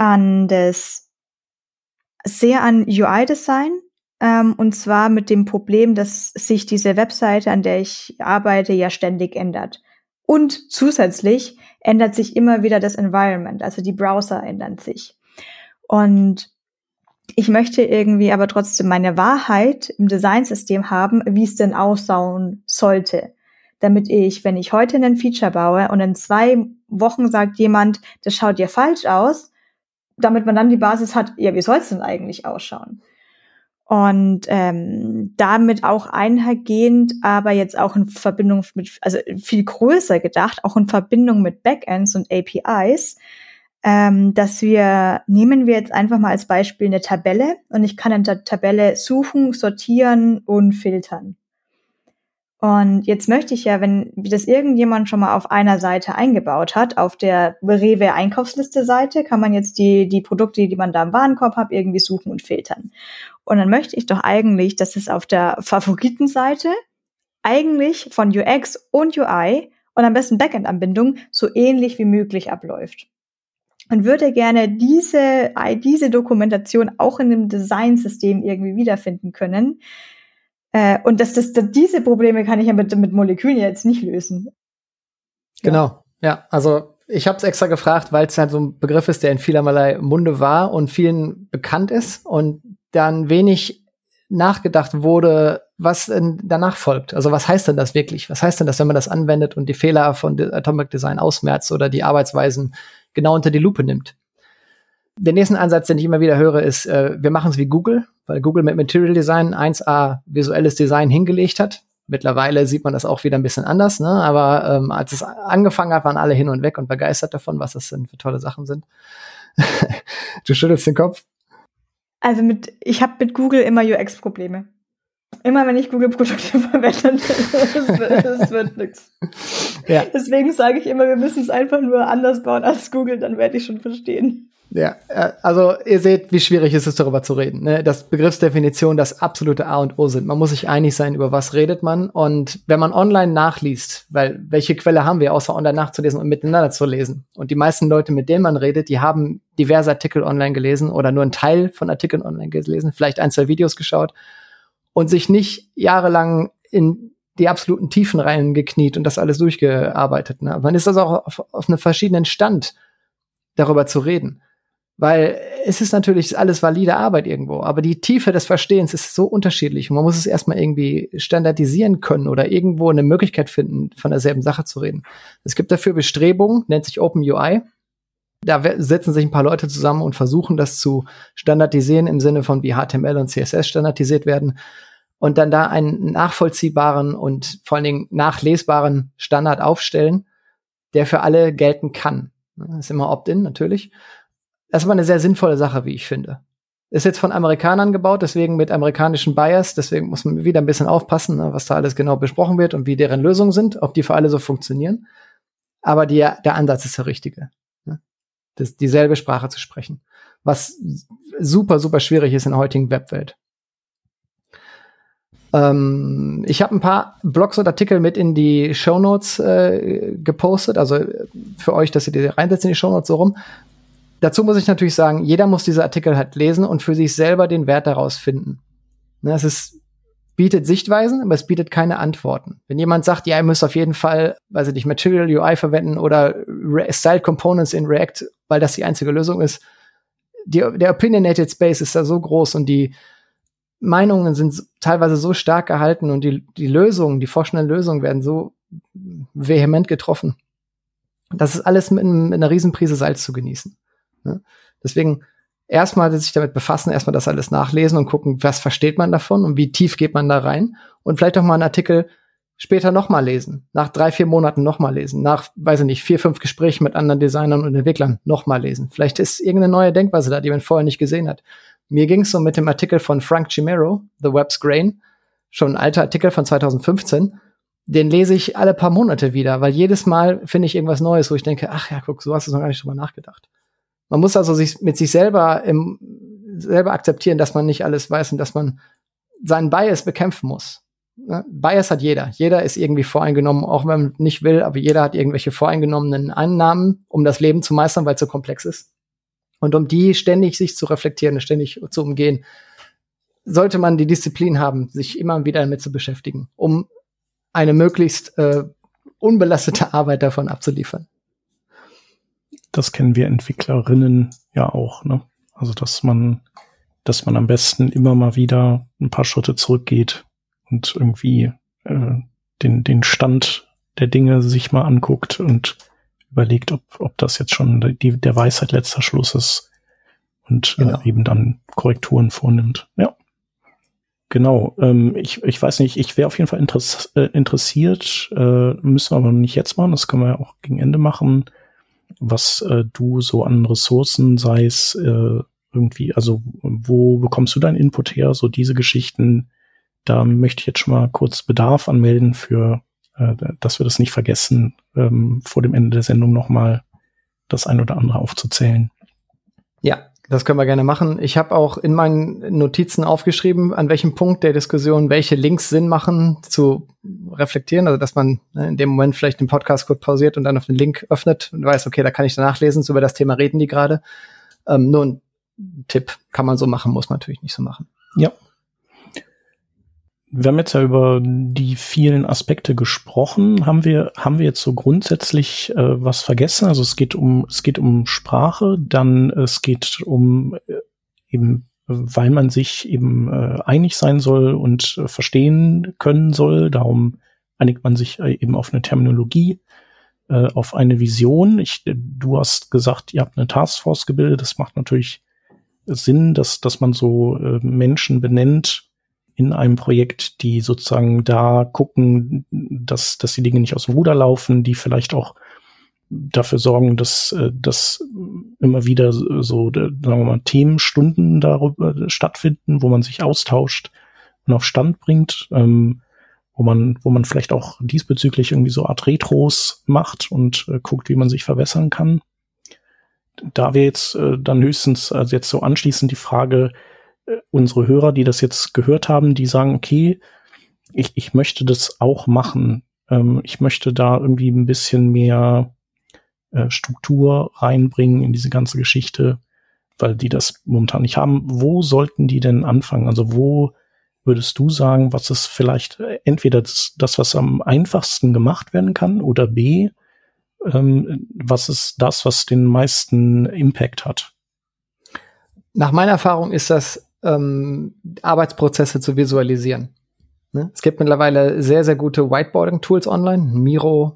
sehr an UI-Design, und zwar mit dem Problem, dass sich diese Webseite, an der ich arbeite, ja ständig ändert. Und zusätzlich ändert sich immer wieder das Environment, also die Browser ändern sich. Und ich möchte irgendwie aber trotzdem meine Wahrheit im Designsystem haben, wie es denn ausschauen sollte. Damit ich, wenn ich heute einen Feature baue und in 2 Wochen sagt jemand, das schaut ja falsch aus, damit man dann die Basis hat, ja, wie soll es denn eigentlich ausschauen? Und damit auch einhergehend, aber jetzt auch in Verbindung mit, also viel größer gedacht, auch in Verbindung mit Backends und APIs, nehmen wir jetzt einfach mal als Beispiel eine Tabelle und ich kann in der Tabelle suchen, sortieren und filtern. Und jetzt möchte ich ja, wenn das irgendjemand schon mal auf einer Seite eingebaut hat, auf der Rewe Einkaufsliste-Seite, kann man jetzt die Produkte, die man da im Warenkorb hat, irgendwie suchen und filtern. Und dann möchte ich doch eigentlich, dass es auf der Favoritenseite eigentlich von UX und UI und am besten Backend-Anbindung so ähnlich wie möglich abläuft. Und würde gerne diese Dokumentation auch in einem Designsystem irgendwie wiederfinden können. Und diese Probleme kann ich ja mit Molekülen jetzt nicht lösen. Genau, ja. Also ich habe es extra gefragt, weil es halt so ein Begriff ist, der in vielerlei Munde war und vielen bekannt ist und dann wenig nachgedacht wurde, was danach folgt. Also was heißt denn das wirklich? Was heißt denn das, wenn man das anwendet und die Fehler von Atomic Design ausmerzt oder die Arbeitsweisen genau unter die Lupe nimmt? Der nächste Ansatz, den ich immer wieder höre, ist, wir machen es wie Google, weil Google mit Material Design 1A visuelles Design hingelegt hat. Mittlerweile sieht man das auch wieder ein bisschen anders, ne? Aber als es angefangen hat, waren alle hin und weg und begeistert davon, was das denn für tolle Sachen sind. Du schüttelst den Kopf. Also ich habe mit Google immer UX-Probleme. Immer wenn ich Google-Produkte verwende, das wird nix. Ja. Deswegen sage ich immer, wir müssen es einfach nur anders bauen als Google, dann werde ich schon verstehen. Ja, also ihr seht, wie schwierig es ist, darüber zu reden. Ne? Das Begriffsdefinition, das absolute A und O sind. Man muss sich einig sein, über was redet man. Und wenn man online nachliest, weil welche Quelle haben wir, außer online nachzulesen und miteinander zu lesen? Und die meisten Leute, mit denen man redet, die haben diverse Artikel online gelesen oder nur einen Teil von Artikeln online gelesen, vielleicht 1, 2 Videos geschaut und sich nicht jahrelang in die absoluten Tiefen reingekniet und das alles durchgearbeitet. Ne? Man ist also auch auf einem verschiedenen Stand, darüber zu reden. Weil es ist natürlich alles valide Arbeit irgendwo, aber die Tiefe des Verstehens ist so unterschiedlich und man muss es erstmal irgendwie standardisieren können oder irgendwo eine Möglichkeit finden, von derselben Sache zu reden. Es gibt dafür Bestrebungen, nennt sich Open UI. Da setzen sich ein paar Leute zusammen und versuchen das zu standardisieren im Sinne von wie HTML und CSS standardisiert werden und dann da einen nachvollziehbaren und vor allen Dingen nachlesbaren Standard aufstellen, der für alle gelten kann. Das ist immer Opt-in natürlich. Das ist aber eine sehr sinnvolle Sache, wie ich finde. Ist jetzt von Amerikanern gebaut, deswegen mit amerikanischen Bias, deswegen muss man wieder ein bisschen aufpassen, ne, was da alles genau besprochen wird und wie deren Lösungen sind, ob die für alle so funktionieren. Aber der Ansatz ist der richtige. Ne? Dieselbe Sprache zu sprechen. Was super, super schwierig ist in der heutigen Webwelt. Ich habe ein paar Blogs und Artikel mit in die Shownotes gepostet, also für euch, dass ihr die reinsetzt in die Shownotes so rum. Dazu muss ich natürlich sagen, jeder muss diese Artikel halt lesen und für sich selber den Wert daraus finden. Ne, bietet Sichtweisen, aber es bietet keine Antworten. Wenn jemand sagt, ja, ihr müsst auf jeden Fall, weiß ich nicht, Material UI verwenden oder Style Components in React, weil das die einzige Lösung ist, der Opinionated Space ist da so groß und die Meinungen sind teilweise so stark gehalten und die Lösungen, die vorstellenden Lösungen werden so vehement getroffen. Das ist alles mit einer riesen Prise Salz zu genießen. Ne? Deswegen erstmal sich damit befassen, erstmal das alles nachlesen und gucken, was versteht man davon und wie tief geht man da rein und vielleicht auch mal einen Artikel später nochmal lesen, nach 3-4 Monaten nochmal lesen, nach, weiß ich nicht, 4-5 Gesprächen mit anderen Designern und Entwicklern nochmal lesen. Vielleicht ist irgendeine neue Denkweise da, die man vorher nicht gesehen hat. Mir ging es so mit dem Artikel von Frank Chimero, The Web's Grain, schon ein alter Artikel von 2015, den lese ich alle paar Monate wieder, weil jedes Mal finde ich irgendwas Neues, wo ich denke, ach ja, guck, so hast du noch gar nicht drüber nachgedacht. Man muss also mit sich selber selber akzeptieren, dass man nicht alles weiß und dass man seinen Bias bekämpfen muss. Ne? Bias hat jeder. Jeder ist irgendwie voreingenommen, auch wenn man nicht will, aber jeder hat irgendwelche voreingenommenen Annahmen, um das Leben zu meistern, weil es so komplex ist. Und um die ständig sich zu reflektieren, ständig zu umgehen, sollte man die Disziplin haben, sich immer wieder damit zu beschäftigen, um eine möglichst unbelastete Arbeit davon abzuliefern. Das kennen wir Entwicklerinnen ja auch, ne? Also, dass man am besten immer mal wieder ein paar Schritte zurückgeht und irgendwie den Stand der Dinge sich mal anguckt und überlegt, ob das jetzt schon der Weisheit letzter Schluss ist und eben dann Korrekturen vornimmt. Ja, genau. Ich weiß nicht, ich wäre auf jeden Fall interessiert, müssen wir aber nicht jetzt machen, das können wir ja auch gegen Ende machen, was du so an Ressourcen, sei es irgendwie, also wo bekommst du deinen Input her, so diese Geschichten, da möchte ich jetzt schon mal kurz Bedarf anmelden für dass wir das nicht vergessen, vor dem Ende der Sendung nochmal das ein oder andere aufzuzählen. Ja, das können wir gerne machen. Ich habe auch in meinen Notizen aufgeschrieben, an welchem Punkt der Diskussion welche Links Sinn machen zu reflektieren. Also, dass man in dem Moment vielleicht den Podcast kurz pausiert und dann auf den Link öffnet und weiß, okay, da kann ich danach lesen, so über das Thema reden die gerade. Nur ein Tipp, kann man so machen, muss man natürlich nicht so machen. Ja. Wir haben jetzt ja über die vielen Aspekte gesprochen. Haben wir jetzt so grundsätzlich was vergessen? Also es geht um Sprache, dann es geht um eben weil man sich eben einig sein soll und verstehen können soll. Darum einigt man sich eben auf eine Terminologie, auf eine Vision. Du hast gesagt, ihr habt eine Taskforce gebildet. Das macht natürlich Sinn, dass man so Menschen benennt in einem Projekt, die sozusagen da gucken, dass die Dinge nicht aus dem Ruder laufen, die vielleicht auch dafür sorgen, dass immer wieder so, sagen wir mal, Themenstunden darüber stattfinden, wo man sich austauscht und auf Stand bringt, wo man vielleicht auch diesbezüglich irgendwie so Art Retros macht und guckt, wie man sich verbessern kann. Da wäre jetzt dann höchstens, also jetzt so anschließend die Frage, unsere Hörer, die das jetzt gehört haben, die sagen, okay, ich möchte das auch machen. Ich möchte da irgendwie ein bisschen mehr Struktur reinbringen in diese ganze Geschichte, weil die das momentan nicht haben. Wo sollten die denn anfangen? Also wo würdest du sagen, was ist vielleicht entweder das, was am einfachsten gemacht werden kann, oder B, was ist das, was den meisten Impact hat? Nach meiner Erfahrung ist das, Arbeitsprozesse zu visualisieren. Ne? Es gibt mittlerweile sehr, sehr gute Whiteboarding-Tools online. Miro,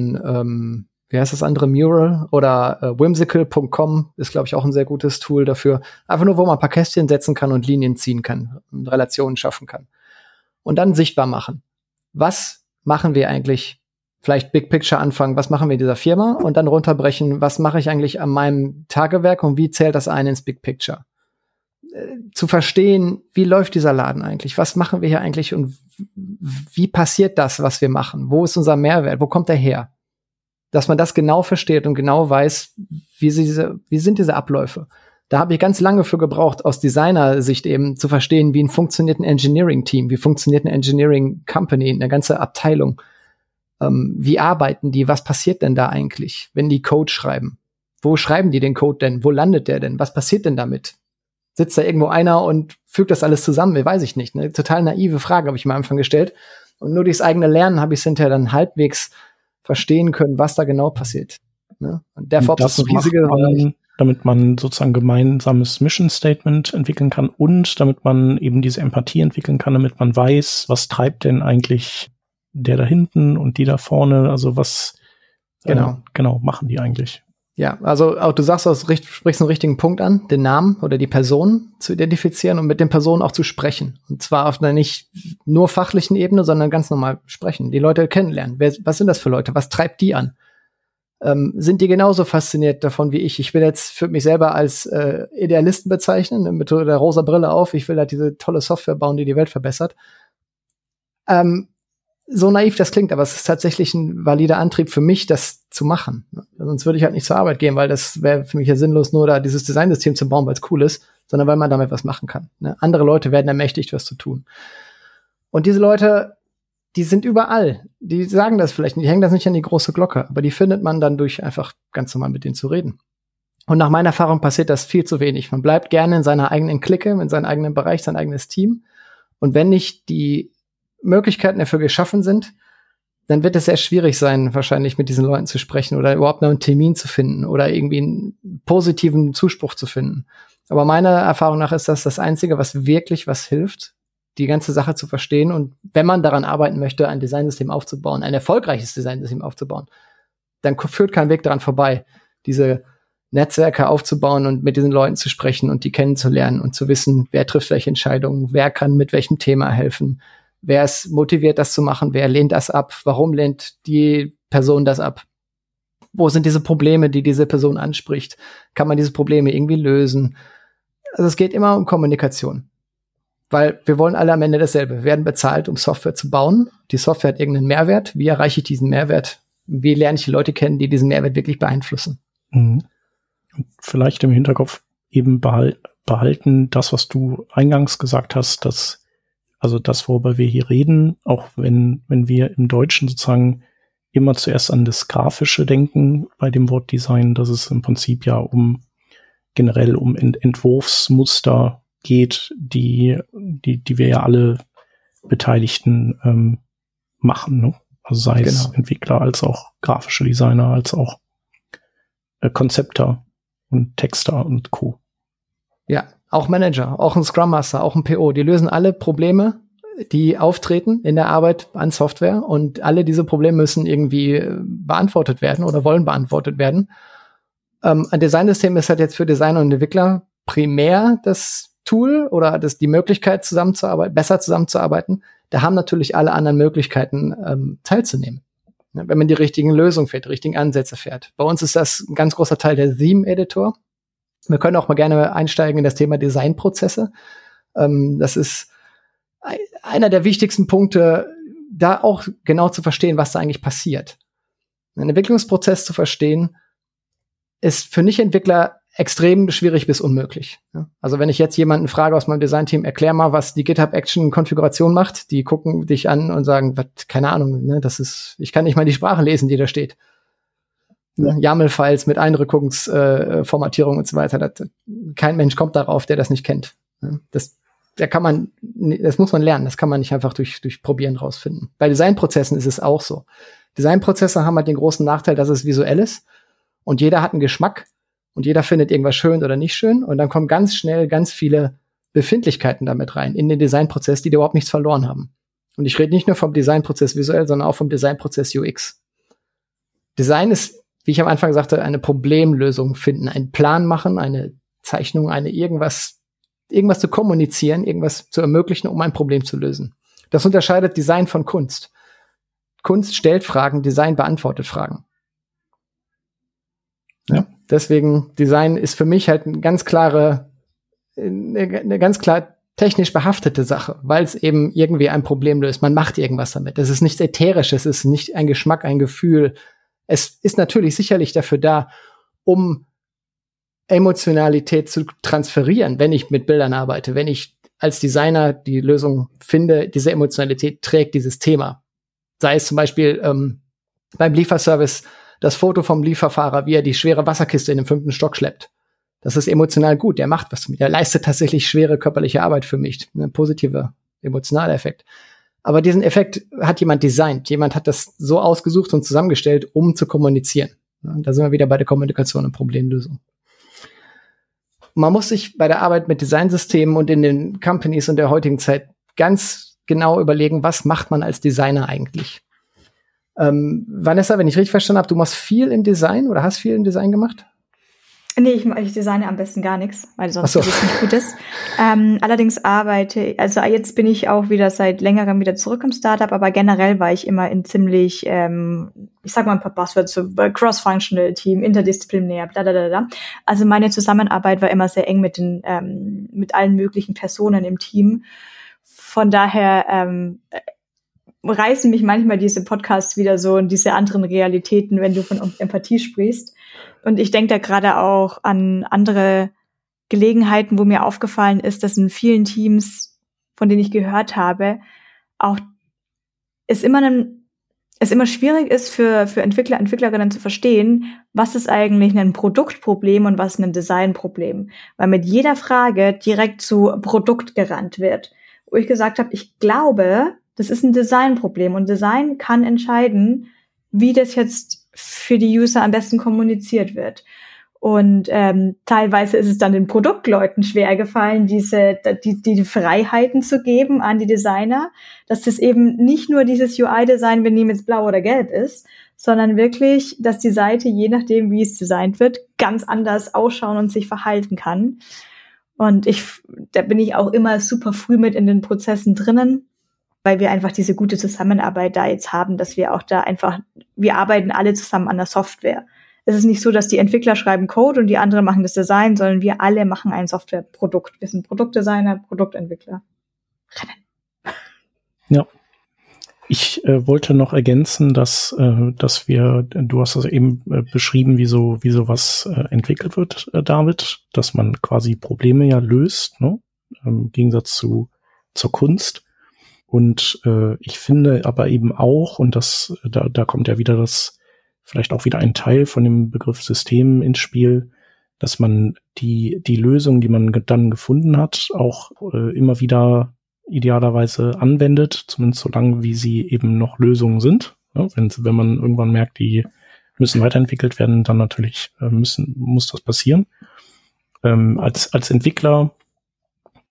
wie heißt das andere? Mural oder whimsical.com ist, glaube ich, auch ein sehr gutes Tool dafür. Einfach nur, wo man ein paar Kästchen setzen kann und Linien ziehen kann und Relationen schaffen kann. Und dann sichtbar machen. Was machen wir eigentlich? Vielleicht Big Picture anfangen, was machen wir in dieser Firma? Und dann runterbrechen, was mache ich eigentlich an meinem Tagewerk und wie zählt das ein ins Big Picture? Zu verstehen, wie läuft dieser Laden eigentlich? Was machen wir hier eigentlich und wie passiert das, was wir machen? Wo ist unser Mehrwert? Wo kommt der her? Dass man das genau versteht und genau weiß, wie sind diese Abläufe. Da habe ich ganz lange für gebraucht, aus Designer-Sicht eben zu verstehen, wie funktioniert ein Engineering-Team, wie funktioniert eine Engineering-Company, eine ganze Abteilung. Wie arbeiten die? Was passiert denn da eigentlich, wenn die Code schreiben? Wo schreiben die den Code denn? Wo landet der denn? Was passiert denn damit? Sitzt da irgendwo einer und fügt das alles zusammen? Weiß ich nicht. Eine total naive Frage habe ich mir am Anfang gestellt. Und nur durchs eigene Lernen habe ich es hinterher dann halbwegs verstehen können, was da genau passiert. Ne? Und DevOps ist ein riesiger Bereich. Damit man sozusagen gemeinsames Mission Statement entwickeln kann und damit man eben diese Empathie entwickeln kann, damit man weiß, was treibt denn eigentlich der da hinten und die da vorne, also was genau machen die eigentlich? Ja, also auch du sprichst einen richtigen Punkt an, den Namen oder die Person zu identifizieren und mit den Personen auch zu sprechen. Und zwar auf einer nicht nur fachlichen Ebene, sondern ganz normal sprechen, die Leute kennenlernen. Was sind das für Leute? Was treibt die an? Sind die genauso fasziniert davon wie ich? Ich will jetzt für mich selber als Idealisten bezeichnen, mit der rosa Brille auf. Ich will halt diese tolle Software bauen, die die Welt verbessert. So naiv das klingt, aber es ist tatsächlich ein valider Antrieb für mich, das zu machen. Sonst würde ich halt nicht zur Arbeit gehen, weil das wäre für mich ja sinnlos, nur da dieses Designsystem zu bauen, weil es cool ist, sondern weil man damit was machen kann. Ne? Andere Leute werden ermächtigt, was zu tun. Und diese Leute, die sind überall. Die sagen das vielleicht nicht, die hängen das nicht an die große Glocke, aber die findet man dann durch einfach ganz normal mit denen zu reden. Und nach meiner Erfahrung passiert das viel zu wenig. Man bleibt gerne in seiner eigenen Clique, in seinem eigenen Bereich, sein eigenes Team. Und wenn nicht die Möglichkeiten dafür geschaffen sind, dann wird es sehr schwierig sein, wahrscheinlich mit diesen Leuten zu sprechen oder überhaupt noch einen Termin zu finden oder irgendwie einen positiven Zuspruch zu finden. Aber meiner Erfahrung nach ist das Einzige, was wirklich was hilft, die ganze Sache zu verstehen und wenn man daran arbeiten möchte, ein Designsystem aufzubauen, ein erfolgreiches Designsystem aufzubauen, dann führt kein Weg daran vorbei, diese Netzwerke aufzubauen und mit diesen Leuten zu sprechen und die kennenzulernen und zu wissen, wer trifft welche Entscheidungen, wer kann mit welchem Thema helfen. Wer ist motiviert, das zu machen? Wer lehnt das ab? Warum lehnt die Person das ab? Wo sind diese Probleme, die diese Person anspricht? Kann man diese Probleme irgendwie lösen? Also es geht immer um Kommunikation. Weil wir wollen alle am Ende dasselbe. Wir werden bezahlt, um Software zu bauen. Die Software hat irgendeinen Mehrwert. Wie erreiche ich diesen Mehrwert? Wie lerne ich die Leute kennen, die diesen Mehrwert wirklich beeinflussen? Mhm. Vielleicht im Hinterkopf eben behalten, das, was du eingangs gesagt hast, dass also das, worüber wir hier reden, auch wenn wir im Deutschen sozusagen immer zuerst an das Grafische denken bei dem Wort Design, dass es im Prinzip ja generell um Entwurfsmuster geht, die wir ja alle Beteiligten machen, ne? Also sei es Entwickler, als auch grafische Designer, als auch Konzepter und Texter und Co. Ja, auch Manager, auch ein Scrum Master, auch ein PO, die lösen alle Probleme, die auftreten in der Arbeit an Software, und alle diese Probleme müssen irgendwie beantwortet werden oder wollen beantwortet werden. Ein Designsystem ist halt jetzt für Designer und Entwickler primär das Tool oder die Möglichkeit, besser zusammenzuarbeiten. Da haben natürlich alle anderen Möglichkeiten, teilzunehmen. Ja, wenn man die richtigen Lösungen fährt, die richtigen Ansätze fährt. Bei uns ist das ein ganz großer Teil der Theme-Editor. Wir können auch mal gerne einsteigen in das Thema Designprozesse. Das ist einer der wichtigsten Punkte, da auch genau zu verstehen, was da eigentlich passiert. Einen Entwicklungsprozess zu verstehen, ist für Nicht-Entwickler extrem schwierig bis unmöglich. Also wenn ich jetzt jemanden frage aus meinem Design-Team, erklär mal, was die GitHub-Action-Konfiguration macht, die gucken dich an und sagen, keine Ahnung, ne, ich kann nicht mal die Sprache lesen, die da steht. Ja. YAML-Files mit Einrückungsformatierung und so weiter. Kein Mensch kommt darauf, der das nicht kennt. Das muss man lernen, das kann man nicht einfach durch Probieren rausfinden. Bei Designprozessen ist es auch so. Designprozesse haben halt den großen Nachteil, dass es visuell ist und jeder hat einen Geschmack und jeder findet irgendwas schön oder nicht schön, und dann kommen ganz schnell ganz viele Befindlichkeiten damit rein in den Designprozess, die überhaupt nichts verloren haben. Und ich rede nicht nur vom Designprozess visuell, sondern auch vom Designprozess UX. Design ist, wie ich am Anfang sagte, eine Problemlösung finden, einen Plan machen, eine Zeichnung, irgendwas zu kommunizieren, irgendwas zu ermöglichen, um ein Problem zu lösen. Das unterscheidet Design von Kunst. Kunst stellt Fragen, Design beantwortet Fragen. Ja. Deswegen, Design ist für mich halt eine ganz klar technisch behaftete Sache, weil es eben irgendwie ein Problem löst. Man macht irgendwas damit. Das ist nichts Ätherisches, es ist nicht ein Geschmack, ein Gefühl. Es ist natürlich sicherlich dafür da, um Emotionalität zu transferieren, wenn ich mit Bildern arbeite, wenn ich als Designer die Lösung finde, diese Emotionalität trägt dieses Thema. Sei es zum Beispiel beim Lieferservice das Foto vom Lieferfahrer, wie er die schwere Wasserkiste in den 5. Stock schleppt. Das ist emotional gut, der macht was für mich, der leistet tatsächlich schwere körperliche Arbeit für mich, ein positiver emotionaler Effekt. Aber diesen Effekt hat jemand designt, jemand hat das so ausgesucht und zusammengestellt, um zu kommunizieren. Da sind wir wieder bei der Kommunikation und Problemlösung. Man muss sich bei der Arbeit mit Designsystemen und in den Companies in der heutigen Zeit ganz genau überlegen, was macht man als Designer eigentlich? Vanessa, wenn ich richtig verstanden habe, du machst viel im Design oder hast viel im Design gemacht? Nee, ich designe am besten gar nichts, weil sonst es nicht gut ist. Allerdings jetzt bin ich auch wieder seit längerem wieder zurück im Startup, aber generell war ich immer in ziemlich, ich sag mal ein paar Buzzwords, so cross-functional Team, interdisziplinär, blablabla. Also meine Zusammenarbeit war immer sehr eng mit allen möglichen Personen im Team. Von daher reißen mich manchmal diese Podcasts wieder so in diese anderen Realitäten, wenn du von Empathie sprichst. Und ich denke da gerade auch an andere Gelegenheiten, wo mir aufgefallen ist, dass in vielen Teams, von denen ich gehört habe, auch es immer schwierig ist für Entwickler, Entwicklerinnen zu verstehen, was ist eigentlich ein Produktproblem und was ist ein Designproblem. Weil mit jeder Frage direkt zu Produkt gerannt wird. Wo ich gesagt habe, ich glaube, das ist ein Designproblem und Design kann entscheiden, wie das jetzt für die User am besten kommuniziert wird. Und teilweise ist es dann den Produktleuten schwer gefallen, die Freiheiten zu geben an die Designer, dass das eben nicht nur dieses UI-Design, wir nehmen jetzt blau oder gelb ist, sondern wirklich, dass die Seite, je nachdem, wie es designt wird, ganz anders ausschauen und sich verhalten kann. Und da bin ich auch immer super früh mit in den Prozessen drinnen, weil wir einfach diese gute Zusammenarbeit da jetzt haben, dass wir auch da wir arbeiten alle zusammen an der Software. Es ist nicht so, dass die Entwickler schreiben Code und die anderen machen das Design, sondern wir alle machen ein Softwareprodukt. Wir sind Produktdesigner, Produktentwickler. Ja. Ich wollte noch ergänzen, dass du hast das eben beschrieben, wie sowas entwickelt wird, David, dass man quasi Probleme ja löst, ne? Im Gegensatz zur Kunst. Und ich finde aber eben auch, und da kommt ja wieder vielleicht auch wieder ein Teil von dem Begriff System ins Spiel, dass man die Lösung, die man dann gefunden hat, auch immer wieder idealerweise anwendet, zumindest so lange, wie sie eben noch Lösungen sind. Ja, wenn man irgendwann merkt, die müssen weiterentwickelt werden, dann natürlich muss das passieren. Als Entwickler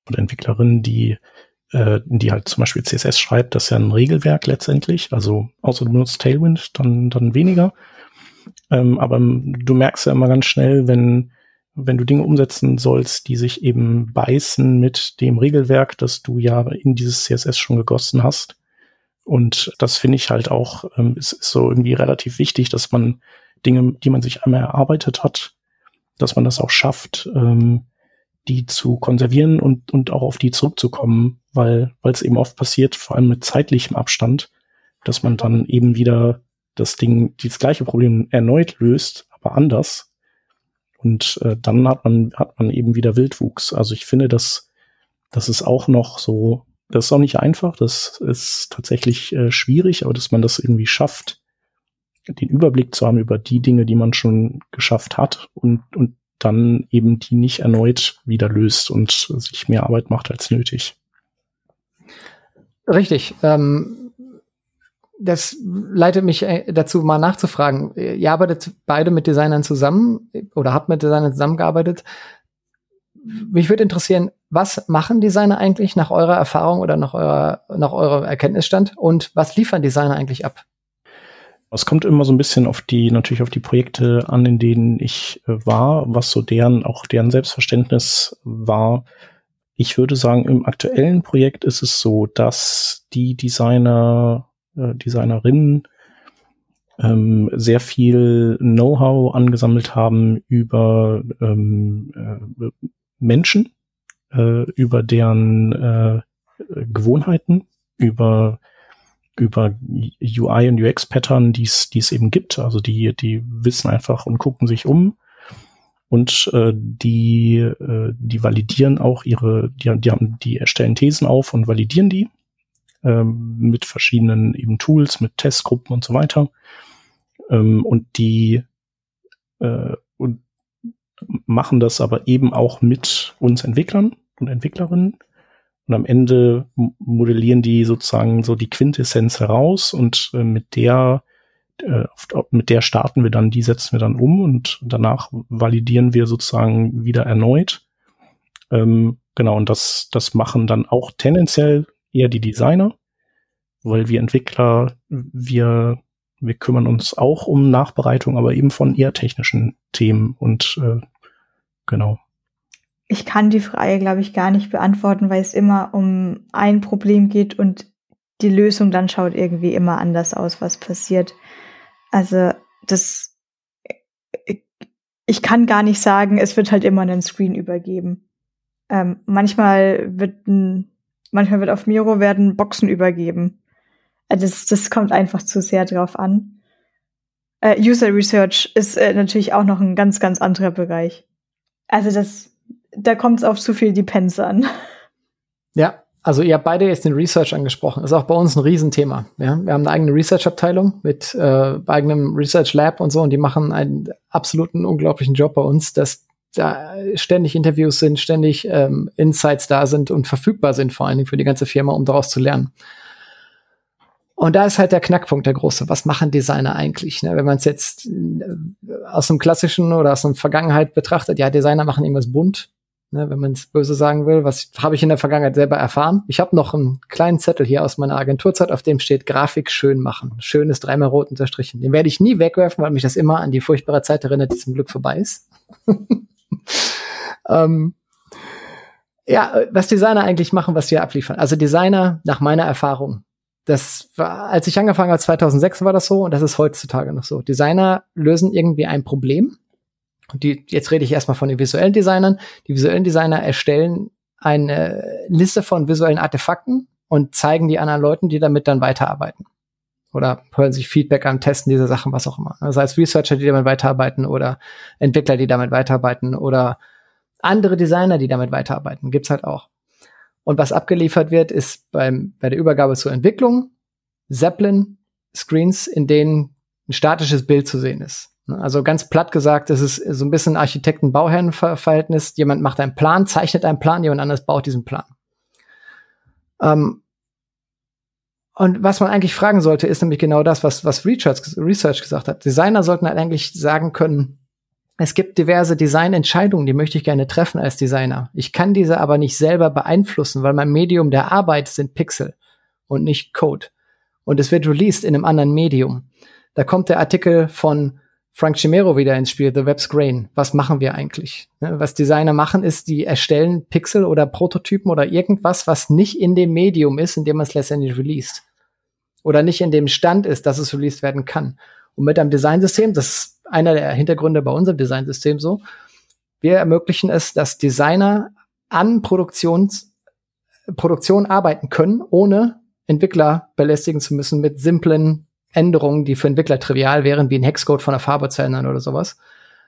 oder Entwicklerin, die halt zum Beispiel CSS schreibt, das ist ja ein Regelwerk letztendlich, also außer du benutzt Tailwind, dann weniger. Aber du merkst ja immer ganz schnell, wenn du Dinge umsetzen sollst, die sich eben beißen mit dem Regelwerk, das du ja in dieses CSS schon gegossen hast. Und das finde ich halt auch, ist so irgendwie relativ wichtig, dass man Dinge, die man sich einmal erarbeitet hat, dass man das auch schafft, die zu konservieren und auch auf die zurückzukommen, weil es eben oft passiert, vor allem mit zeitlichem Abstand, dass man dann eben wieder dieses gleiche Problem erneut löst, aber anders. Und dann hat man eben wieder Wildwuchs. Also ich finde, das ist auch noch so, das ist auch nicht einfach, das ist tatsächlich schwierig, aber dass man das irgendwie schafft, den Überblick zu haben über die Dinge, die man schon geschafft hat und dann eben die nicht erneut wieder löst und sich mehr Arbeit macht als nötig. Richtig. Das leitet mich dazu, mal nachzufragen. Ihr arbeitet beide mit Designern zusammen oder habt mit Designern zusammengearbeitet. Mich würde interessieren, was machen Designer eigentlich nach eurer Erfahrung oder nach eurem Erkenntnisstand und was liefern Designer eigentlich ab? Es kommt immer so ein bisschen natürlich auf die Projekte an, in denen ich war, was so deren Selbstverständnis war. Ich würde sagen, im aktuellen Projekt ist es so, dass die Designerinnen sehr viel Know-how angesammelt haben über Menschen, über deren Gewohnheiten, über UI und UX-Pattern, die es eben gibt. Also die wissen einfach und gucken sich um und die validieren auch die erstellen Thesen auf und validieren die mit verschiedenen eben Tools, mit Testgruppen und so weiter. Und die und machen das aber eben auch mit uns Entwicklern und Entwicklerinnen. Und am Ende modellieren die sozusagen so die Quintessenz heraus und mit der starten wir dann, die setzen wir dann um und danach validieren wir sozusagen wieder erneut. Genau, und das machen dann auch tendenziell eher die Designer, weil wir Entwickler, wir kümmern uns auch um Nachbereitung, aber eben von eher technischen Themen und genau. Ich kann die Frage, glaube ich, gar nicht beantworten, weil es immer um ein Problem geht und die Lösung dann schaut irgendwie immer anders aus, was passiert. Also ich kann gar nicht sagen, es wird halt immer einen Screen übergeben. Manchmal wird auf Miro werden Boxen übergeben. Das kommt einfach zu sehr drauf an. User Research ist natürlich auch noch ein ganz, ganz anderer Bereich. Also da kommt es auf zu viel Depends an. Ja, also ihr habt beide jetzt den Research angesprochen. Ist auch bei uns ein Riesenthema. Ja? Wir haben eine eigene Research-Abteilung mit eigenem Research-Lab und so und die machen einen absoluten unglaublichen Job bei uns, dass da ständig Interviews sind, ständig Insights da sind und verfügbar sind, vor allen Dingen für die ganze Firma, um daraus zu lernen. Und da ist halt der Knackpunkt, der große. Was machen Designer eigentlich? Ne? Wenn man es jetzt aus einem klassischen oder aus einer Vergangenheit betrachtet, ja, Designer machen irgendwas bunt. Ne? Wenn man es böse sagen will, was habe ich in der Vergangenheit selber erfahren? Ich habe noch einen kleinen Zettel hier aus meiner Agenturzeit, auf dem steht Grafik schön machen. Schön ist 3-mal rot unterstrichen. Den werde ich nie wegwerfen, weil mich das immer an die furchtbare Zeit erinnert, die zum Glück vorbei ist. Ja, was Designer eigentlich machen, was wir abliefern. Also Designer, nach meiner Erfahrung, das war, als ich angefangen habe, 2006 war das so und das ist heutzutage noch so. Designer lösen irgendwie ein Problem. Und jetzt rede ich erstmal von den visuellen Designern. Die visuellen Designer erstellen eine Liste von visuellen Artefakten und zeigen die anderen Leuten, die damit dann weiterarbeiten. Oder hören sich Feedback an, testen diese Sachen, was auch immer. Sei es Researcher, die damit weiterarbeiten oder Entwickler, die damit weiterarbeiten oder andere Designer, die damit weiterarbeiten. Gibt's halt auch. Und was abgeliefert wird, ist bei der Übergabe zur Entwicklung Zeppelin-Screens, in denen ein statisches Bild zu sehen ist. Also ganz platt gesagt, das ist so ein bisschen Architekten-Bauherren-Verhältnis. Jemand macht einen Plan, zeichnet einen Plan, jemand anderes baut diesen Plan. Und was man eigentlich fragen sollte, ist nämlich genau das, was Research gesagt hat. Designer sollten halt eigentlich sagen können, Es gibt diverse Designentscheidungen, die möchte ich gerne treffen als Designer. Ich kann diese aber nicht selber beeinflussen, weil mein Medium der Arbeit sind Pixel und nicht Code. Und es wird released in einem anderen Medium. Da kommt der Artikel von Frank Chimero wieder ins Spiel, The Web's Grain. Was machen wir eigentlich? Was Designer machen, ist, die erstellen Pixel oder Prototypen oder irgendwas, was nicht in dem Medium ist, in dem man es letztendlich released. Oder nicht in dem Stand ist, dass es released werden kann. Und mit einem Designsystem, das ist einer der Hintergründe bei unserem Designsystem so, wir ermöglichen es, dass Designer an Produktion arbeiten können, ohne Entwickler belästigen zu müssen mit simplen Änderungen, die für Entwickler trivial wären, wie ein Hexcode von der Farbe zu ändern oder sowas.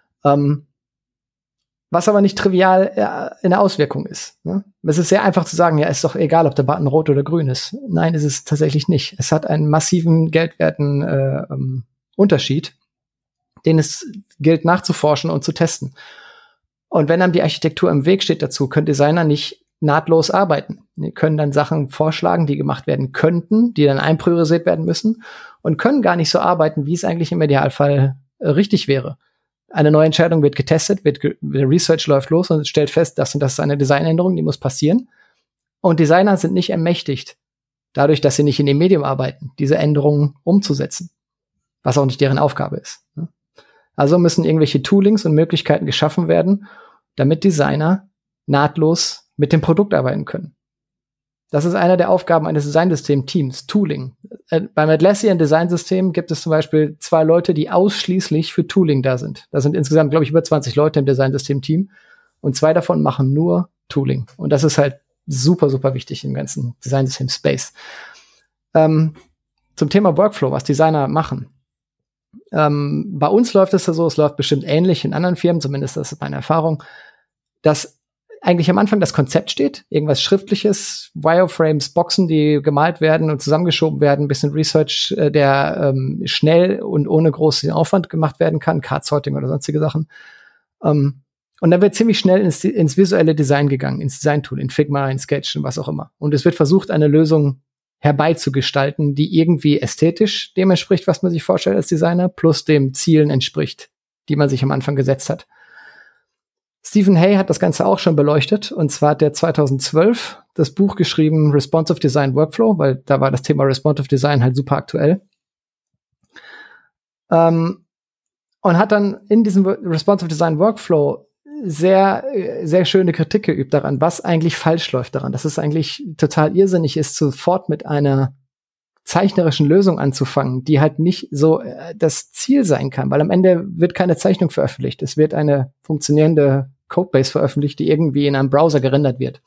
Was aber nicht trivial in der Auswirkung ist. Ne? Es ist sehr einfach zu sagen, ja, ist doch egal, ob der Button rot oder grün ist. Nein, ist es tatsächlich nicht. Es hat einen massiven geldwerten Unterschied, den es gilt nachzuforschen und zu testen. Und wenn einem die Architektur im Weg steht dazu, können Designer nicht nahtlos arbeiten. Die können dann Sachen vorschlagen, die gemacht werden könnten, die dann einpriorisiert werden müssen und können gar nicht so arbeiten, wie es eigentlich im Idealfall richtig wäre. Eine neue Entscheidung wird getestet, der Research läuft los und stellt fest, das und das ist eine Designänderung, die muss passieren. Und Designer sind nicht ermächtigt, dadurch, dass sie nicht in dem Medium arbeiten, diese Änderungen umzusetzen. Was auch nicht deren Aufgabe ist. Also müssen irgendwelche Toolings und Möglichkeiten geschaffen werden, damit Designer nahtlos mit dem Produkt arbeiten können. Das ist eine der Aufgaben eines Designsystem-Teams, Tooling. Beim Atlassian Designsystem gibt es zum Beispiel 2 Leute, die ausschließlich für Tooling da sind. Da sind insgesamt, glaube ich, über 20 Leute im Designsystem-Team und 2 davon machen nur Tooling. Und das ist halt super, super wichtig im ganzen Designsystem-Space. Zum Thema Workflow, was Designer machen. Bei uns läuft es so, es läuft bestimmt ähnlich in anderen Firmen, zumindest das ist meine Erfahrung, dass eigentlich am Anfang das Konzept steht, irgendwas Schriftliches, Wireframes, Boxen, die gemalt werden und zusammengeschoben werden, ein bisschen Research, der schnell und ohne großen Aufwand gemacht werden kann, Card-Sorting oder sonstige Sachen. Und dann wird ziemlich schnell ins visuelle Design gegangen, ins Design-Tool, in Figma, in Sketch und was auch immer. Und es wird versucht, eine Lösung herbeizugestalten, die irgendwie ästhetisch dem entspricht, was man sich vorstellt als Designer, plus dem Zielen entspricht, die man sich am Anfang gesetzt hat. Stephen Hay hat das Ganze auch schon beleuchtet, und zwar hat er 2012 das Buch geschrieben, Responsive Design Workflow, weil da war das Thema Responsive Design halt super aktuell. Und hat dann in diesem Responsive Design Workflow sehr, sehr schöne Kritik geübt daran, was eigentlich falsch läuft daran, dass es eigentlich total irrsinnig ist, sofort mit einer zeichnerischen Lösung anzufangen, die halt nicht so das Ziel sein kann, weil am Ende wird keine Zeichnung veröffentlicht. Es wird eine funktionierende Codebase veröffentlicht, die irgendwie in einem Browser gerendert wird.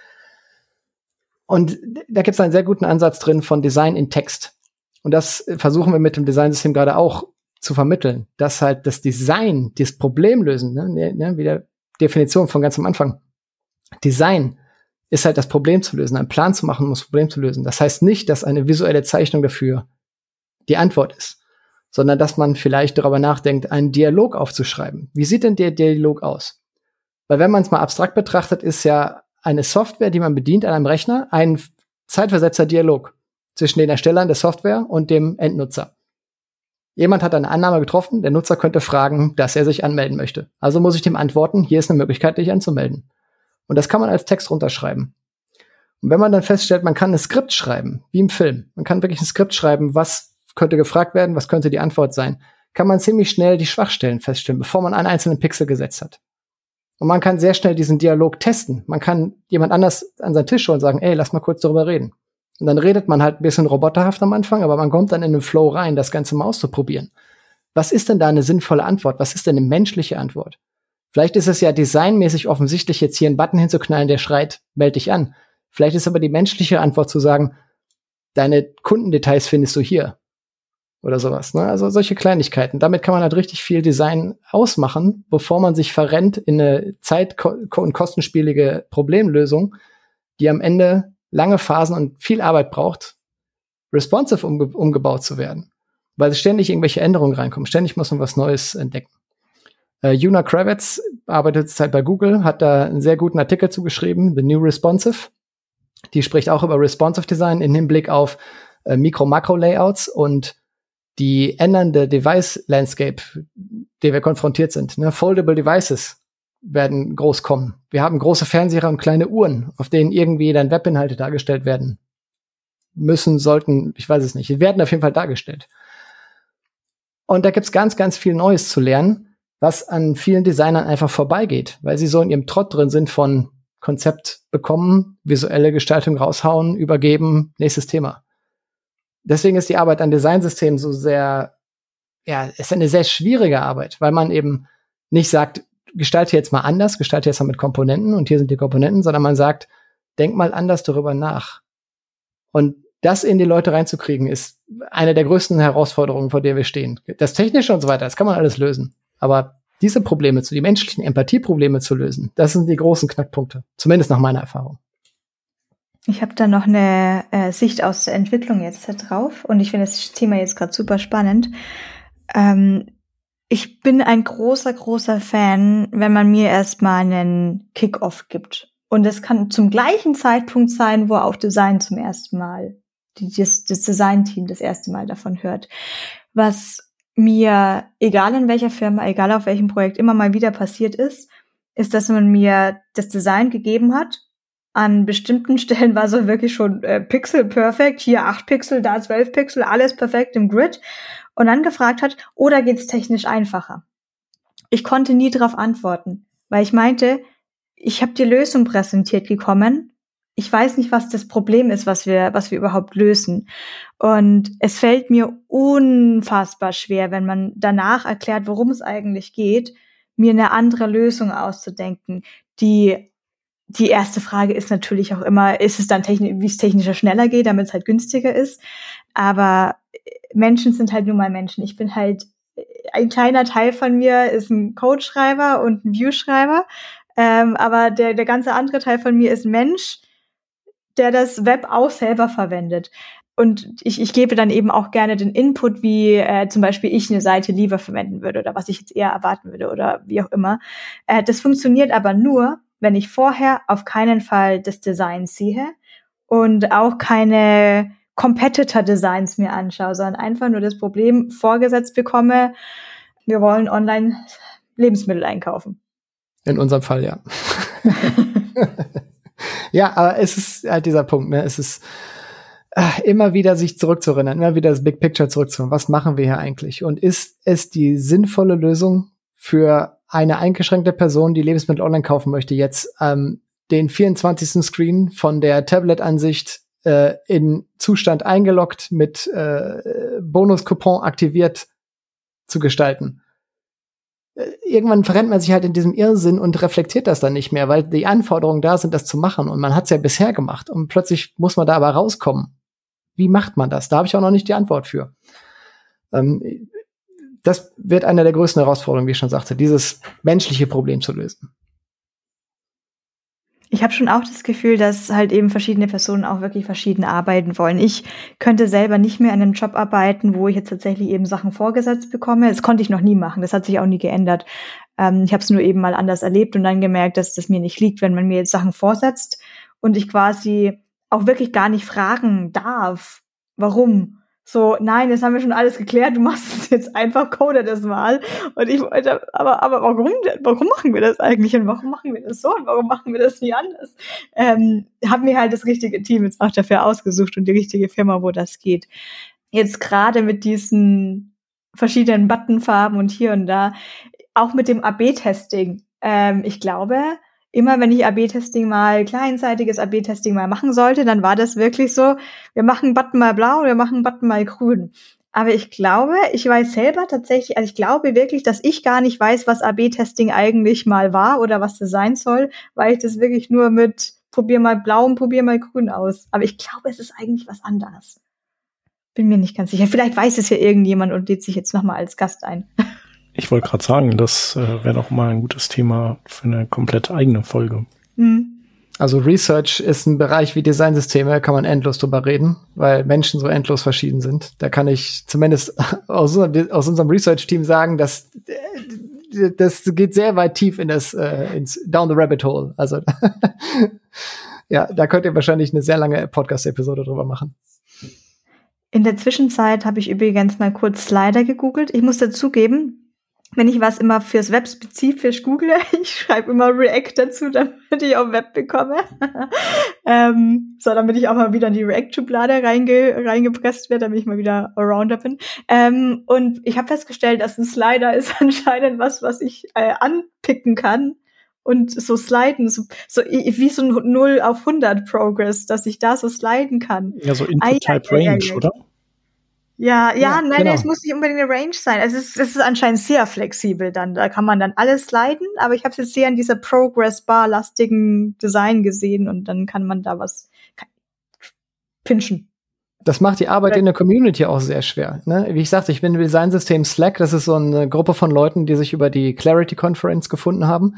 Und da gibt es einen sehr guten Ansatz drin von Design in Text. Und das versuchen wir mit dem Designsystem gerade auch zu vermitteln, dass halt das Design, das Problem lösen, wie der Definition von ganz am Anfang. Design ist halt das Problem zu lösen, einen Plan zu machen, um das Problem zu lösen. Das heißt nicht, dass eine visuelle Zeichnung dafür die Antwort ist, sondern dass man vielleicht darüber nachdenkt, einen Dialog aufzuschreiben. Wie sieht denn der Dialog aus? Weil wenn man es mal abstrakt betrachtet, ist ja eine Software, die man bedient an einem Rechner, ein zeitversetzter Dialog zwischen den Erstellern der Software und dem Endnutzer. Jemand hat eine Annahme getroffen, der Nutzer könnte fragen, dass er sich anmelden möchte. Also muss ich dem antworten, hier ist eine Möglichkeit, dich anzumelden. Und das kann man als Text runterschreiben. Und wenn man dann feststellt, man kann ein Skript schreiben, wie im Film, man kann wirklich ein Skript schreiben, was könnte gefragt werden, was könnte die Antwort sein, kann man ziemlich schnell die Schwachstellen feststellen, bevor man einen einzelnen Pixel gesetzt hat. Und man kann sehr schnell diesen Dialog testen. Man kann jemand anders an seinen Tisch holen und sagen, ey, lass mal kurz darüber reden. Und dann redet man halt ein bisschen roboterhaft am Anfang, aber man kommt dann in den Flow rein, das Ganze mal auszuprobieren. Was ist denn da eine sinnvolle Antwort? Was ist denn eine menschliche Antwort? Vielleicht ist es ja designmäßig offensichtlich, jetzt hier einen Button hinzuknallen, der schreit, meld dich an. Vielleicht ist aber die menschliche Antwort zu sagen, deine Kundendetails findest du hier. Oder sowas. Ne? Also solche Kleinigkeiten. Damit kann man halt richtig viel Design ausmachen, bevor man sich verrennt in eine zeit- und kostenspielige Problemlösung, die am Ende lange Phasen und viel Arbeit braucht, responsive umgebaut zu werden. Weil ständig irgendwelche Änderungen reinkommen. Ständig muss man was Neues entdecken. Una Kravitz arbeitet zurzeit bei Google, hat da einen sehr guten Artikel zugeschrieben, The New Responsive. Die spricht auch über Responsive Design im Hinblick auf Mikro-Makro-Layouts und die ändernde Device-Landscape, der wir konfrontiert sind. Ne? Foldable Devices werden groß kommen. Wir haben große Fernseher und kleine Uhren, auf denen irgendwie dann Webinhalte dargestellt werden müssen, sollten, ich weiß es nicht. Die werden auf jeden Fall dargestellt. Und da gibt's ganz, ganz viel Neues zu lernen, was an vielen Designern einfach vorbeigeht, weil sie so in ihrem Trott drin sind von Konzept bekommen, visuelle Gestaltung raushauen, übergeben, nächstes Thema. Deswegen ist die Arbeit an Designsystemen so sehr, ist eine sehr schwierige Arbeit, weil man eben nicht sagt, gestalte jetzt mal anders, gestalte jetzt mal mit Komponenten und hier sind die Komponenten, sondern man sagt, denk mal anders darüber nach. Und das in die Leute reinzukriegen, ist eine der größten Herausforderungen, vor der wir stehen. Das Technische und so weiter, das kann man alles lösen. Aber diese Probleme, die menschlichen Empathieprobleme zu lösen, das sind die großen Knackpunkte. Zumindest nach meiner Erfahrung. Ich habe da noch eine Sicht aus der Entwicklung jetzt da drauf. Und ich finde das Thema jetzt gerade super spannend. Ich bin ein großer, großer Fan, wenn man mir erstmal einen Kick-Off gibt. Und das kann zum gleichen Zeitpunkt sein, wo auch Design zum ersten Mal, das Design-Team das erste Mal davon hört. Was mir, egal in welcher Firma, egal auf welchem Projekt, immer mal wieder passiert ist, dass man mir das Design gegeben hat. An bestimmten Stellen war so wirklich schon Pixel perfekt, hier 8 Pixel, da 12 Pixel, alles perfekt im Grid. Und dann gefragt hat, oder geht's technisch einfacher? Ich konnte nie darauf antworten, weil ich meinte, ich habe die Lösung präsentiert bekommen. Ich weiß nicht, was das Problem ist, was wir überhaupt lösen. Und es fällt mir unfassbar schwer, wenn man danach erklärt, worum es eigentlich geht, mir eine andere Lösung auszudenken. Die erste Frage ist natürlich auch immer, ist es dann wie es technischer schneller geht, damit es halt günstiger ist. Aber Menschen sind halt nun mal Menschen. Ich bin halt, ein kleiner Teil von mir ist ein Codeschreiber und ein Viewschreiber. Aber der ganze andere Teil von mir ist ein Mensch, der das Web auch selber verwendet. Und ich gebe dann eben auch gerne den Input, wie zum Beispiel ich eine Seite lieber verwenden würde oder was ich jetzt eher erwarten würde oder wie auch immer. Das funktioniert aber nur, wenn ich vorher auf keinen Fall das Design sehe und auch keine Competitor-Designs mir anschaue, sondern einfach nur das Problem vorgesetzt bekomme, wir wollen online Lebensmittel einkaufen. In unserem Fall, ja. Ja, aber es ist halt dieser Punkt, ne? Es ist immer wieder sich zurückzuerinnern, immer wieder das Big Picture zurückzuholen. Was machen wir hier eigentlich? Und ist es die sinnvolle Lösung für eine eingeschränkte Person, die Lebensmittel online kaufen möchte, jetzt den 24. Screen von der Tablet-Ansicht in Zustand eingeloggt mit Bonus-Coupon aktiviert zu gestalten? Irgendwann verrennt man sich halt in diesem Irrsinn und reflektiert das dann nicht mehr, weil die Anforderungen da sind, das zu machen. Und man hat es ja bisher gemacht. Und plötzlich muss man da aber rauskommen. Wie macht man das? Da habe ich auch noch nicht die Antwort für. Das wird eine der größten Herausforderungen, wie ich schon sagte, dieses menschliche Problem zu lösen. Ich habe schon auch das Gefühl, dass halt eben verschiedene Personen auch wirklich verschieden arbeiten wollen. Ich könnte selber nicht mehr an einem Job arbeiten, wo ich jetzt tatsächlich eben Sachen vorgesetzt bekomme. Das konnte ich noch nie machen. Das hat sich auch nie geändert. Ich habe es nur eben mal anders erlebt und dann gemerkt, dass das mir nicht liegt, wenn man mir jetzt Sachen vorsetzt und ich quasi auch wirklich gar nicht fragen darf, warum. So, nein, das haben wir schon alles geklärt, du machst es jetzt einfach, code das mal. Und ich wollte, aber warum machen wir das eigentlich und warum machen wir das so und warum machen wir das nie anders? Hab mir halt das richtige Team jetzt auch dafür ausgesucht und die richtige Firma, wo das geht. Jetzt gerade mit diesen verschiedenen Buttonfarben und hier und da, auch mit dem AB-Testing. Ich glaube, immer wenn ich AB-Testing mal, kleinseitiges AB-Testing mal machen sollte, dann war das wirklich so, wir machen Button mal blau, wir machen Button mal grün. Aber ich glaube, ich weiß selber tatsächlich, also ich glaube wirklich, dass ich gar nicht weiß, was AB-Testing eigentlich mal war oder was das sein soll, weil ich das wirklich nur mit probier mal blau und probier mal grün aus. Aber ich glaube, es ist eigentlich was anderes. Bin mir nicht ganz sicher. Vielleicht weiß es ja irgendjemand und lädt sich jetzt nochmal als Gast ein. Ich wollte gerade sagen, das wäre doch mal ein gutes Thema für eine komplett eigene Folge. Mhm. Also Research ist ein Bereich wie Designsysteme, da kann man endlos drüber reden, weil Menschen so endlos verschieden sind. Da kann ich zumindest aus unserem Research-Team sagen, dass das geht sehr weit tief in ins Down the Rabbit Hole. Also ja, da könnt ihr wahrscheinlich eine sehr lange Podcast-Episode drüber machen. In der Zwischenzeit habe ich übrigens mal kurz Slider gegoogelt. Ich muss dazugeben, wenn ich was immer fürs Web spezifisch google, ich schreibe immer React dazu, damit ich auch Web bekomme. Damit ich auch mal wieder in die React-Schublade reingepresst werde, damit ich mal wieder Allrounder bin. Und ich habe festgestellt, dass ein Slider ist anscheinend was ich anpicken kann und so sliden, so wie so ein 0 auf 100 Progress, dass ich da so sliden kann. Ja, so Input-Type-Range, oder? Ja, nein, genau. Es muss nicht unbedingt eine Range sein. Es ist anscheinend sehr flexibel dann. Da kann man dann alles sliden, aber ich habe es jetzt sehr in dieser Progress-Bar-lastigen Design gesehen und dann kann man da was pinchen. Das macht die Arbeit in der Community auch sehr schwer. Ne? Wie ich sagte, ich bin im Designsystem Slack. Das ist so eine Gruppe von Leuten, die sich über die Clarity Conference gefunden haben.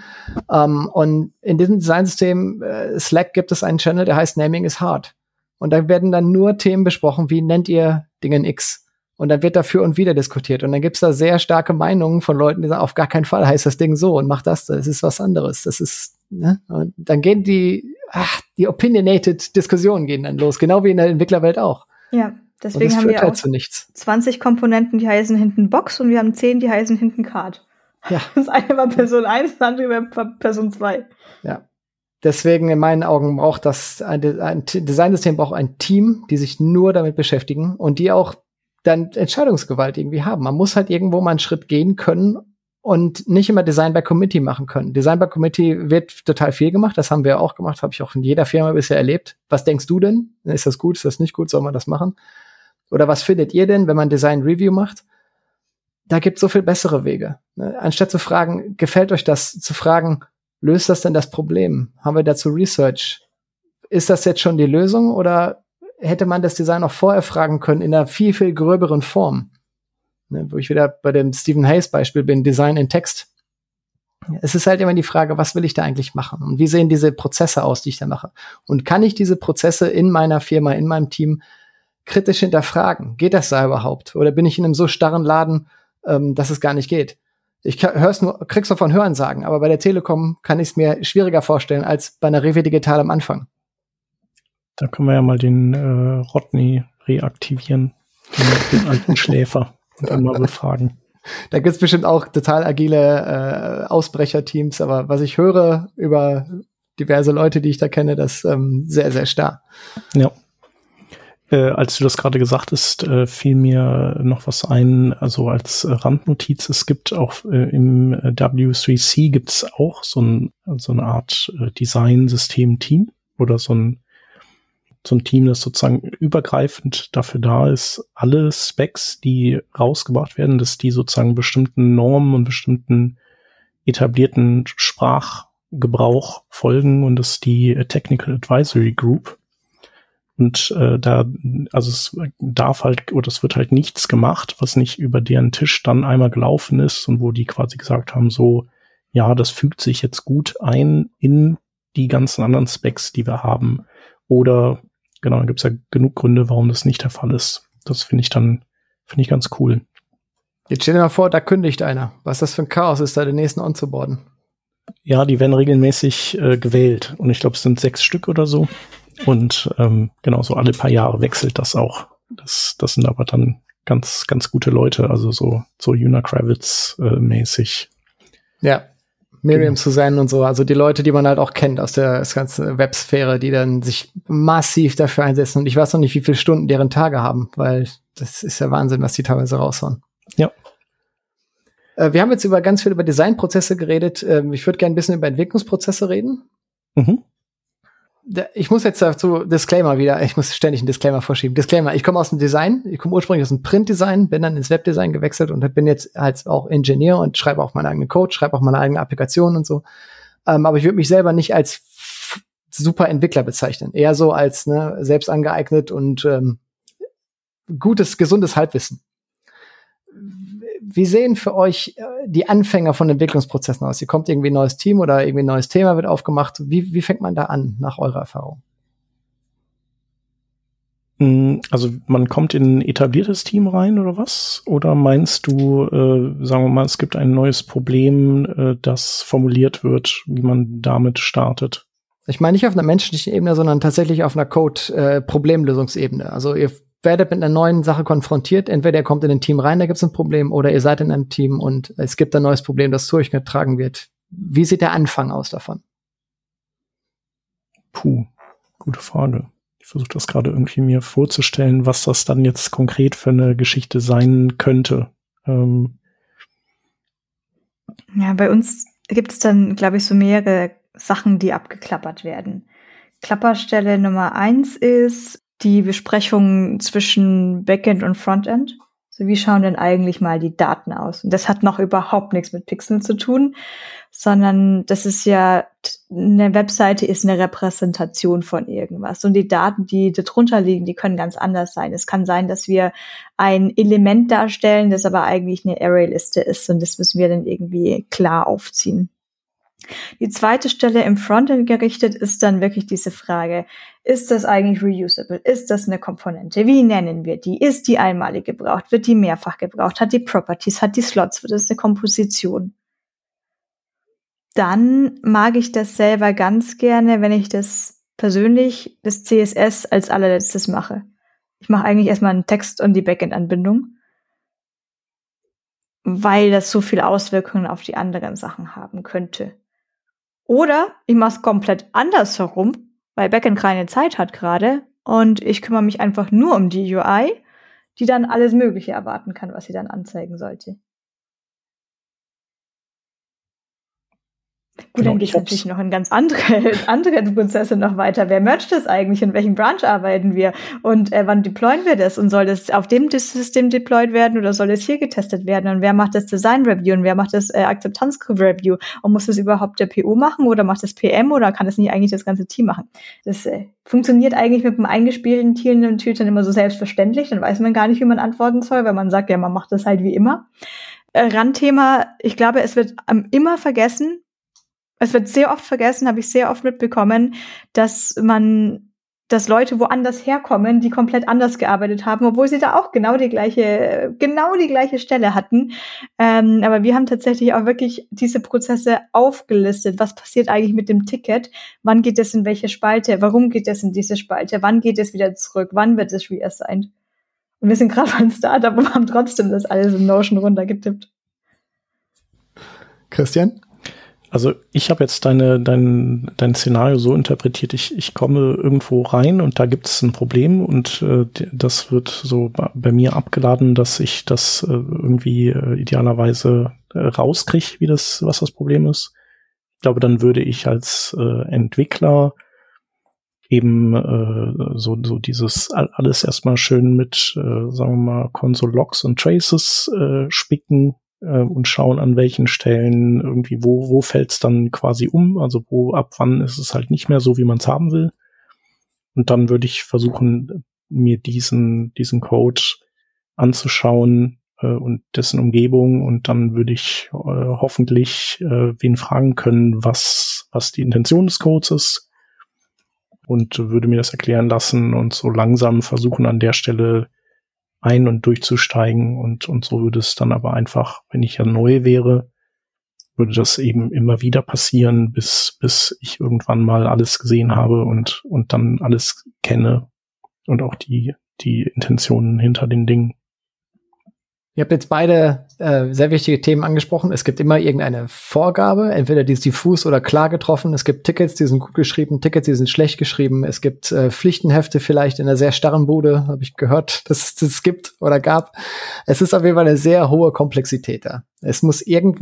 Und in diesem Designsystem Slack gibt es einen Channel, der heißt Naming is Hard. Und da werden dann nur Themen besprochen, wie nennt ihr Dingen X? Und dann wird dafür und wieder diskutiert. Und dann gibt's da sehr starke Meinungen von Leuten, die sagen, auf gar keinen Fall heißt das Ding so und macht das ist was anderes. Das ist, ne? Und dann gehen die opinionated Diskussionen gehen dann los, genau wie in der Entwicklerwelt auch. Ja, deswegen haben wir auch zu nichts. 20 Komponenten, die heißen hinten Box und wir haben 10, die heißen hinten Card. Ja. Das eine war Person 1, das andere war Person 2. Ja. Deswegen in meinen Augen braucht das ein Designsystem braucht ein Team, die sich nur damit beschäftigen und die auch dann Entscheidungsgewalt irgendwie haben. Man muss halt irgendwo mal einen Schritt gehen können und nicht immer Design by Committee machen können. Design by Committee wird total viel gemacht, das haben wir auch gemacht, habe ich auch in jeder Firma bisher erlebt. Was denkst du denn? Ist das gut, ist das nicht gut, soll man das machen? Oder was findet ihr denn, wenn man Design Review macht? Da gibt es so viel bessere Wege. Ne? Anstatt zu fragen, gefällt euch das, zu fragen, löst das denn das Problem? Haben wir dazu Research? Ist das jetzt schon die Lösung oder hätte man das Design auch vorher fragen können in einer viel, viel gröberen Form? Ne, wo ich wieder bei dem Stephen Hayes Beispiel bin, Design in Text. Es ist halt immer die Frage, was will ich da eigentlich machen? Und wie sehen diese Prozesse aus, die ich da mache? Und kann ich diese Prozesse in meiner Firma, in meinem Team kritisch hinterfragen? Geht das da überhaupt? Oder bin ich in einem so starren Laden, dass es gar nicht geht? Ich krieg's nur von Hörensagen, aber bei der Telekom kann ich es mir schwieriger vorstellen als bei einer Rewe Digital am Anfang. Da können wir ja mal den Rodney reaktivieren, den alten Schläfer, und ihn mal befragen. Da gibt's bestimmt auch total agile Ausbrecherteams, aber was ich höre über diverse Leute, die ich da kenne, das sehr, sehr starr. Ja. Als du das gerade gesagt hast, fiel mir noch was ein, also als Randnotiz, es gibt auch im W3C gibt's auch so eine Art Design-System-Team oder so ein Team, das sozusagen übergreifend dafür da ist, alle Specs, die rausgebracht werden, dass die sozusagen bestimmten Normen und bestimmten etablierten Sprachgebrauch folgen und das ist die Technical Advisory Group. Und es darf halt, oder es wird halt nichts gemacht, was nicht über deren Tisch dann einmal gelaufen ist und wo die quasi gesagt haben, so, ja, das fügt sich jetzt gut ein in die ganzen anderen Specs, die wir haben. Oder, genau, dann gibt's ja genug Gründe, warum das nicht der Fall ist. Das finde ich ganz cool. Jetzt stell dir mal vor, da kündigt einer. Was das für ein Chaos ist, da den nächsten onzuboarden. Ja, die werden regelmäßig gewählt. Und ich glaube, es sind 6 Stück oder so. Und genau, so alle paar Jahre wechselt das auch. Das sind aber dann ganz, ganz gute Leute, also so Una Kravitz mäßig. Ja, Miriam Suzanne und so, also die Leute, die man halt auch kennt aus der ganzen Websphäre, die dann sich massiv dafür einsetzen. Und ich weiß noch nicht, wie viele Stunden deren Tage haben, weil das ist ja Wahnsinn, was die teilweise raushauen. Ja. Wir haben jetzt ganz viel über Designprozesse geredet. Ich würde gerne ein bisschen über Entwicklungsprozesse reden. Mhm. Ich muss jetzt dazu Disclaimer wieder, ich muss ständig einen Disclaimer vorschieben. Disclaimer, ich komme aus dem Design, ich komme ursprünglich aus dem Printdesign, bin dann ins Webdesign gewechselt und bin jetzt halt auch Ingenieur und schreibe auch meinen eigenen Code, schreibe auch meine eigene Applikation und so. Aber ich würde mich selber nicht als super Entwickler bezeichnen, eher so als selbst angeeignet und gutes, gesundes Halbwissen. Wie sehen für euch die Anfänger von Entwicklungsprozessen aus? Hier kommt irgendwie ein neues Team oder irgendwie ein neues Thema wird aufgemacht. Wie fängt man da an, nach eurer Erfahrung? Also man kommt in ein etabliertes Team rein oder was? Oder meinst du, sagen wir mal, es gibt ein neues Problem, das formuliert wird, wie man damit startet? Ich meine nicht auf einer menschlichen Ebene, sondern tatsächlich auf einer Code-Problemlösungsebene. Also ihr werdet mit einer neuen Sache konfrontiert. Entweder ihr kommt in ein Team rein, da gibt es ein Problem, oder ihr seid in einem Team und es gibt ein neues Problem, das zu euch getragen wird. Wie sieht der Anfang aus davon? Puh, gute Frage. Ich versuche das gerade irgendwie mir vorzustellen, was das dann jetzt konkret für eine Geschichte sein könnte. Ja, bei uns gibt es dann, glaube ich, so mehrere Sachen, die abgeklappert werden. Klapperstelle Nummer 1 ist die Besprechung zwischen Backend und Frontend. So, wie schauen denn eigentlich mal die Daten aus? Und das hat noch überhaupt nichts mit Pixeln zu tun, sondern das ist ja, eine Webseite ist eine Repräsentation von irgendwas. Und die Daten, die darunter liegen, die können ganz anders sein. Es kann sein, dass wir ein Element darstellen, das aber eigentlich eine Array-Liste ist. Und das müssen wir dann irgendwie klar aufziehen. Die zweite Stelle im Frontend gerichtet ist dann wirklich diese Frage, ist das eigentlich reusable? Ist das eine Komponente? Wie nennen wir die? Ist die einmalig gebraucht? Wird die mehrfach gebraucht? Hat die Properties? Hat die Slots? Wird das eine Komposition? Dann mag ich das selber ganz gerne, wenn ich das persönlich, das CSS als allerletztes mache. Ich mache eigentlich erstmal einen Text und die Backend-Anbindung, weil das so viele Auswirkungen auf die anderen Sachen haben könnte. Oder ich mache es komplett andersherum, weil Backend keine Zeit hat gerade und ich kümmere mich einfach nur um die UI, die dann alles Mögliche erwarten kann, was sie dann anzeigen sollte. Gut, Genau, dann geht es natürlich noch in ganz andere Prozesse noch weiter. Wer mercht das eigentlich? In welchem Branch arbeiten wir? Und wann deployen wir das? Und soll das auf dem System deployed werden oder soll es hier getestet werden? Und wer macht das Design-Review? Und wer macht das Akzeptanz-Review? Und muss das überhaupt der PO machen oder macht das PM oder kann das nicht eigentlich das ganze Team machen? Das funktioniert eigentlich mit einem eingespielten Tütern immer so selbstverständlich. Dann weiß man gar nicht, wie man antworten soll, weil man sagt, ja, man macht das halt wie immer. Randthema, ich glaube, es wird immer vergessen. Es wird sehr oft vergessen, habe ich sehr oft mitbekommen, dass Leute woanders herkommen, die komplett anders gearbeitet haben, obwohl sie da auch genau die gleiche Stelle hatten. Aber wir haben tatsächlich auch wirklich diese Prozesse aufgelistet. Was passiert eigentlich mit dem Ticket? Wann geht es in welche Spalte? Warum geht es in diese Spalte? Wann geht es wieder zurück? Wann wird es reassigned? Und wir sind gerade ein Startup und haben trotzdem das alles in Notion runtergetippt. Christian? Also ich habe jetzt dein Szenario so interpretiert, ich komme irgendwo rein und da gibt es ein Problem und das wird so bei mir abgeladen, dass ich das irgendwie idealerweise rauskriege, was das Problem ist. Ich glaube, dann würde ich als Entwickler eben so dieses alles erstmal schön mit, sagen wir mal, Console Logs und Traces spicken und schauen, an welchen Stellen irgendwie, wo fällt es dann quasi um, also ab wann ist es halt nicht mehr so, wie man es haben will. Und dann würde ich versuchen, mir diesen Code anzuschauen und dessen Umgebung und dann würde ich hoffentlich wen fragen können, was die Intention des Codes ist und würde mir das erklären lassen und so langsam versuchen, an der Stelle ein- und durchzusteigen und so würde es dann aber einfach, wenn ich ja neu wäre, würde das eben immer wieder passieren, bis ich irgendwann mal alles gesehen habe und dann alles kenne und auch die Intentionen hinter den Dingen. Ihr habt jetzt beide sehr wichtige Themen angesprochen. Es gibt immer irgendeine Vorgabe, entweder die ist diffus oder klar getroffen. Es gibt Tickets, die sind gut geschrieben, Tickets, die sind schlecht geschrieben. Es gibt Pflichtenhefte vielleicht in einer sehr starren Bude, habe ich gehört, dass es das gibt oder gab. Es ist auf jeden Fall eine sehr hohe Komplexität da. Es muss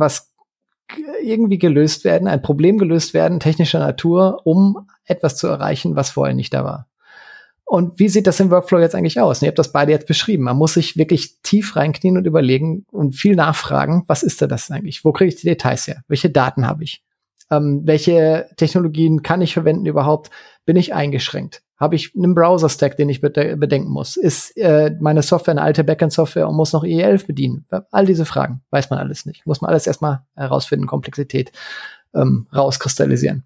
irgendwie gelöst werden, ein Problem gelöst werden, technischer Natur, um etwas zu erreichen, was vorher nicht da war. Und wie sieht das im Workflow jetzt eigentlich aus? Ihr habt das beide jetzt beschrieben. Man muss sich wirklich tief reinknien und überlegen und viel nachfragen, was ist denn das eigentlich? Wo kriege ich die Details her? Welche Daten habe ich? Welche Technologien kann ich verwenden überhaupt? Bin ich eingeschränkt? Habe ich einen Browser-Stack, den ich bedenken muss? Ist meine Software eine alte Backend-Software und muss noch IE11 bedienen? All diese Fragen weiß man alles nicht. Muss man alles erstmal herausfinden, Komplexität rauskristallisieren.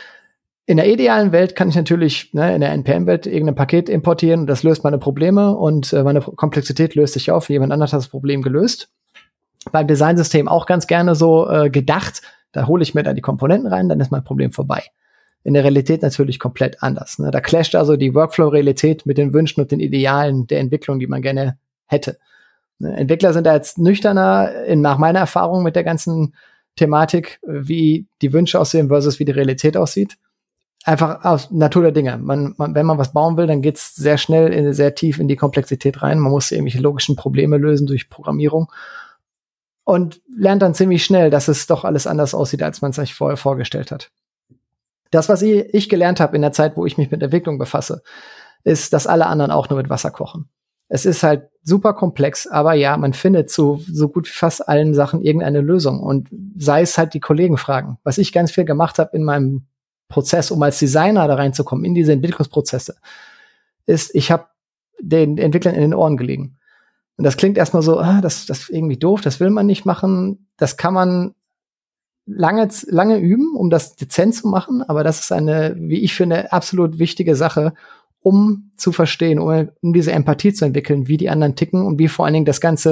In der idealen Welt kann ich natürlich in der NPM-Welt irgendein Paket importieren und das löst meine Probleme und meine Komplexität löst sich auf. Jemand anderes hat das Problem gelöst. Beim Designsystem auch ganz gerne so gedacht. Da hole ich mir dann die Komponenten rein, dann ist mein Problem vorbei. In der Realität natürlich komplett anders. Ne? Da clasht also die Workflow-Realität mit den Wünschen und den Idealen der Entwicklung, die man gerne hätte. Ne? Entwickler sind da jetzt nüchterner, nach meiner Erfahrung mit der ganzen Thematik, wie die Wünsche aussehen versus wie die Realität aussieht. Einfach aus Natur der Dinge. Wenn man was bauen will, dann geht's sehr schnell sehr tief in die Komplexität rein. Man muss irgendwelche logischen Probleme lösen durch Programmierung und lernt dann ziemlich schnell, dass es doch alles anders aussieht, als man es sich vorher vorgestellt hat. Das, was ich gelernt habe in der Zeit, wo ich mich mit Entwicklung befasse, ist, dass alle anderen auch nur mit Wasser kochen. Es ist halt super komplex, aber ja, man findet zu so gut wie fast allen Sachen irgendeine Lösung. Und sei es halt die Kollegen fragen. Was ich ganz viel gemacht habe in meinem Prozess, um als Designer da reinzukommen, in diese Entwicklungsprozesse, ist, ich habe den Entwicklern in den Ohren gelegen. Und das klingt erstmal so, das ist irgendwie doof, das will man nicht machen. Das kann man lange üben, um das dezent zu machen, aber das ist eine, wie ich finde, absolut wichtige Sache, um zu verstehen, um diese Empathie zu entwickeln, wie die anderen ticken und wie vor allen Dingen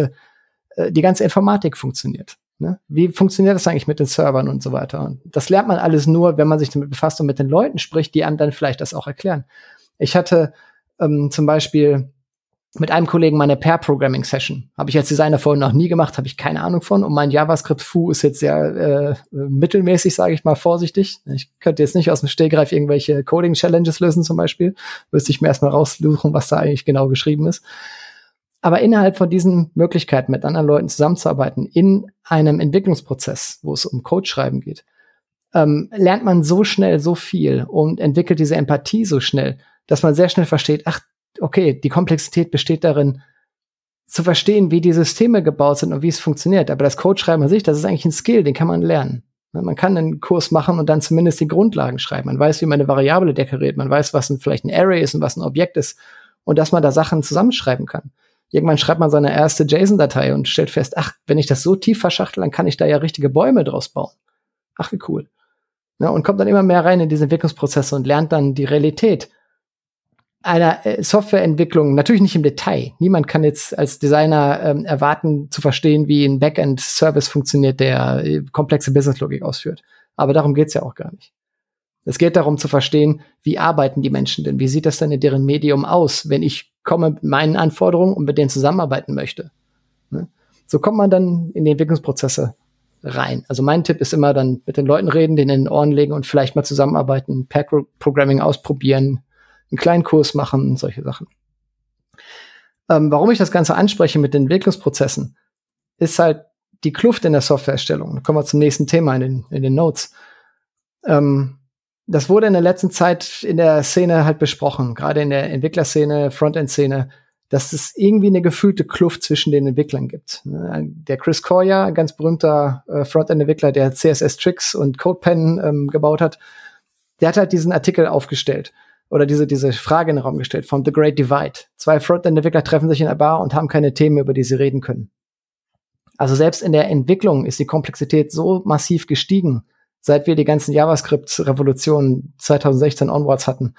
die ganze Informatik funktioniert. Ne? Wie funktioniert das eigentlich mit den Servern und so weiter? Und das lernt man alles nur, wenn man sich damit befasst und mit den Leuten spricht, die einem dann vielleicht das auch erklären. Ich hatte zum Beispiel mit einem Kollegen meine Pair-Programming-Session. Habe ich als Designer vorhin noch nie gemacht, habe ich keine Ahnung von. Und mein JavaScript-Fu ist jetzt sehr mittelmäßig, sage ich mal vorsichtig. Ich könnte jetzt nicht aus dem Stegreif irgendwelche Coding-Challenges lösen zum Beispiel. Müsste ich mir erstmal raussuchen, was da eigentlich genau geschrieben ist. Aber innerhalb von diesen Möglichkeiten, mit anderen Leuten zusammenzuarbeiten, in einem Entwicklungsprozess, wo es um Codeschreiben geht, lernt man so schnell so viel und entwickelt diese Empathie so schnell, dass man sehr schnell versteht, okay, die Komplexität besteht darin, zu verstehen, wie die Systeme gebaut sind und wie es funktioniert. Aber das Codeschreiben an sich, das ist eigentlich ein Skill, den kann man lernen. Man kann einen Kurs machen und dann zumindest die Grundlagen schreiben. Man weiß, wie man eine Variable deklariert. Man weiß, was vielleicht ein Array ist und was ein Objekt ist. Und dass man da Sachen zusammenschreiben kann. Irgendwann schreibt man seine erste JSON-Datei und stellt fest, wenn ich das so tief verschachtel, dann kann ich da ja richtige Bäume draus bauen. Ach, wie cool. Ja, und kommt dann immer mehr rein in diese Entwicklungsprozesse und lernt dann die Realität einer Softwareentwicklung, natürlich nicht im Detail. Niemand kann jetzt als Designer erwarten, zu verstehen, wie ein Backend-Service funktioniert, der komplexe Businesslogik ausführt. Aber darum geht's ja auch gar nicht. Es geht darum zu verstehen, wie arbeiten die Menschen denn? Wie sieht das denn in deren Medium aus, wenn ich komme mit meinen Anforderungen und mit denen zusammenarbeiten möchte? Ne? So kommt man dann in die Entwicklungsprozesse rein. Also mein Tipp ist immer dann mit den Leuten reden, denen in den Ohren legen und vielleicht mal zusammenarbeiten, Pair-Programming ausprobieren, einen kleinen Kurs machen, solche Sachen. Warum ich das Ganze anspreche mit den Entwicklungsprozessen, ist halt die Kluft in der Softwareerstellung. Da kommen wir zum nächsten Thema in den Notes. Das wurde in der letzten Zeit in der Szene halt besprochen, gerade in der Entwicklerszene, Frontend-Szene, dass es irgendwie eine gefühlte Kluft zwischen den Entwicklern gibt. Der Chris Corya, ein ganz berühmter Frontend-Entwickler, der CSS-Tricks und CodePen gebaut hat, der hat halt diesen Artikel aufgestellt oder diese Frage in den Raum gestellt von The Great Divide. 2 Frontend-Entwickler treffen sich in einer Bar und haben keine Themen, über die sie reden können. Also selbst in der Entwicklung ist die Komplexität so massiv gestiegen, seit wir die ganzen JavaScript-Revolutionen 2016 onwards hatten,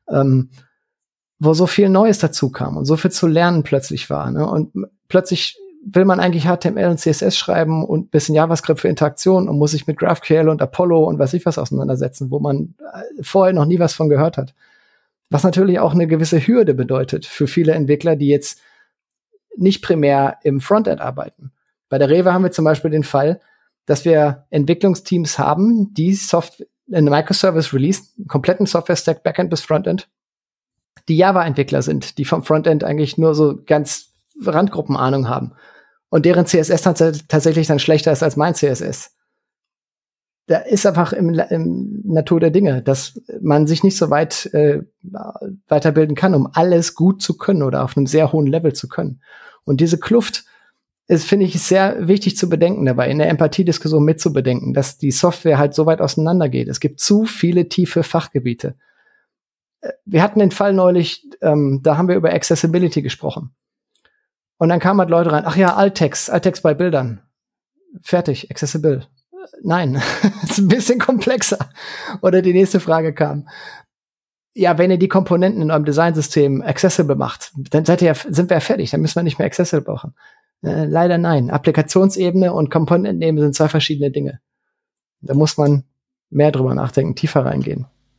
wo so viel Neues dazu kam und so viel zu lernen plötzlich war. Ne? Und plötzlich will man eigentlich HTML und CSS schreiben und ein bisschen JavaScript für Interaktion und muss sich mit GraphQL und Apollo und weiß ich was auseinandersetzen, wo man vorher noch nie was von gehört hat. Was natürlich auch eine gewisse Hürde bedeutet für viele Entwickler, die jetzt nicht primär im Frontend arbeiten. Bei der Rewe haben wir zum Beispiel den Fall, dass wir Entwicklungsteams haben, die einen Microservice releasen, einen kompletten Software-Stack, Backend bis Frontend, die Java-Entwickler sind, die vom Frontend eigentlich nur so ganz Randgruppenahnung haben und deren CSS tatsächlich dann schlechter ist als mein CSS. Da ist einfach im Natur der Dinge, dass man sich nicht so weit weiterbilden kann, um alles gut zu können oder auf einem sehr hohen Level zu können. Und diese Kluft ist, finde ich, sehr wichtig zu bedenken dabei, in der Empathiediskussion mitzubedenken, dass die Software halt so weit auseinandergeht. Es gibt zu viele tiefe Fachgebiete. Wir hatten den Fall neulich, da haben wir über Accessibility gesprochen. Und dann kamen halt Leute rein, ach ja, Alttext bei Bildern. Fertig, accessible. Nein, ist ein bisschen komplexer. Oder die nächste Frage kam, ja, wenn ihr die Komponenten in eurem Designsystem accessible macht, dann sind wir ja fertig, dann müssen wir nicht mehr accessible brauchen. Leider nein. Applikationsebene und Komponentenebene sind 2 verschiedene Dinge. Da muss man mehr drüber nachdenken, tiefer reingehen.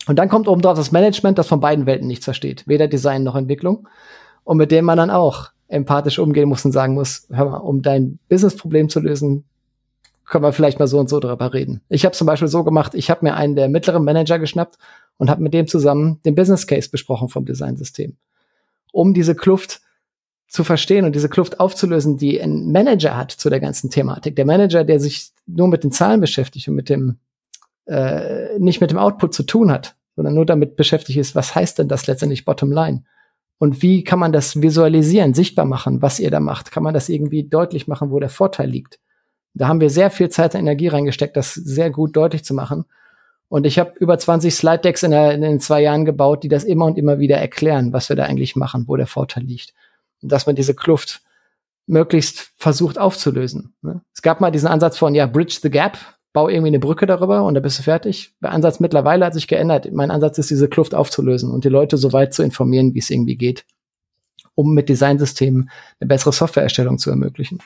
Und dann kommt oben drauf das Management, das von beiden Welten nichts versteht. Weder Design noch Entwicklung. Und mit dem man dann auch empathisch umgehen muss und sagen muss, hör mal, um dein Businessproblem zu lösen, können wir vielleicht mal so und so drüber reden. Ich habe zum Beispiel so gemacht, ich habe mir einen der mittleren Manager geschnappt und habe mit dem zusammen den Business Case besprochen vom Designsystem. Um diese Kluft zu verstehen und diese Kluft aufzulösen, die ein Manager hat zu der ganzen Thematik. Der Manager, der sich nur mit den Zahlen beschäftigt und mit dem nicht mit dem Output zu tun hat, sondern nur damit beschäftigt ist, was heißt denn das letztendlich Bottom Line? Und wie kann man das visualisieren, sichtbar machen, was ihr da macht? Kann man das irgendwie deutlich machen, wo der Vorteil liegt? Da haben wir sehr viel Zeit und Energie reingesteckt, das sehr gut deutlich zu machen. Und ich habe über 20 Slide-Decks in den 2 Jahren gebaut, die das immer und immer wieder erklären, was wir da eigentlich machen, wo der Vorteil liegt. Und dass man diese Kluft möglichst versucht aufzulösen. Es gab mal diesen Ansatz von, bridge the gap, bau irgendwie eine Brücke darüber und dann bist du fertig. Der Ansatz mittlerweile hat sich geändert. Mein Ansatz ist, diese Kluft aufzulösen und die Leute so weit zu informieren, wie es irgendwie geht, um mit Designsystemen eine bessere Softwareerstellung zu ermöglichen.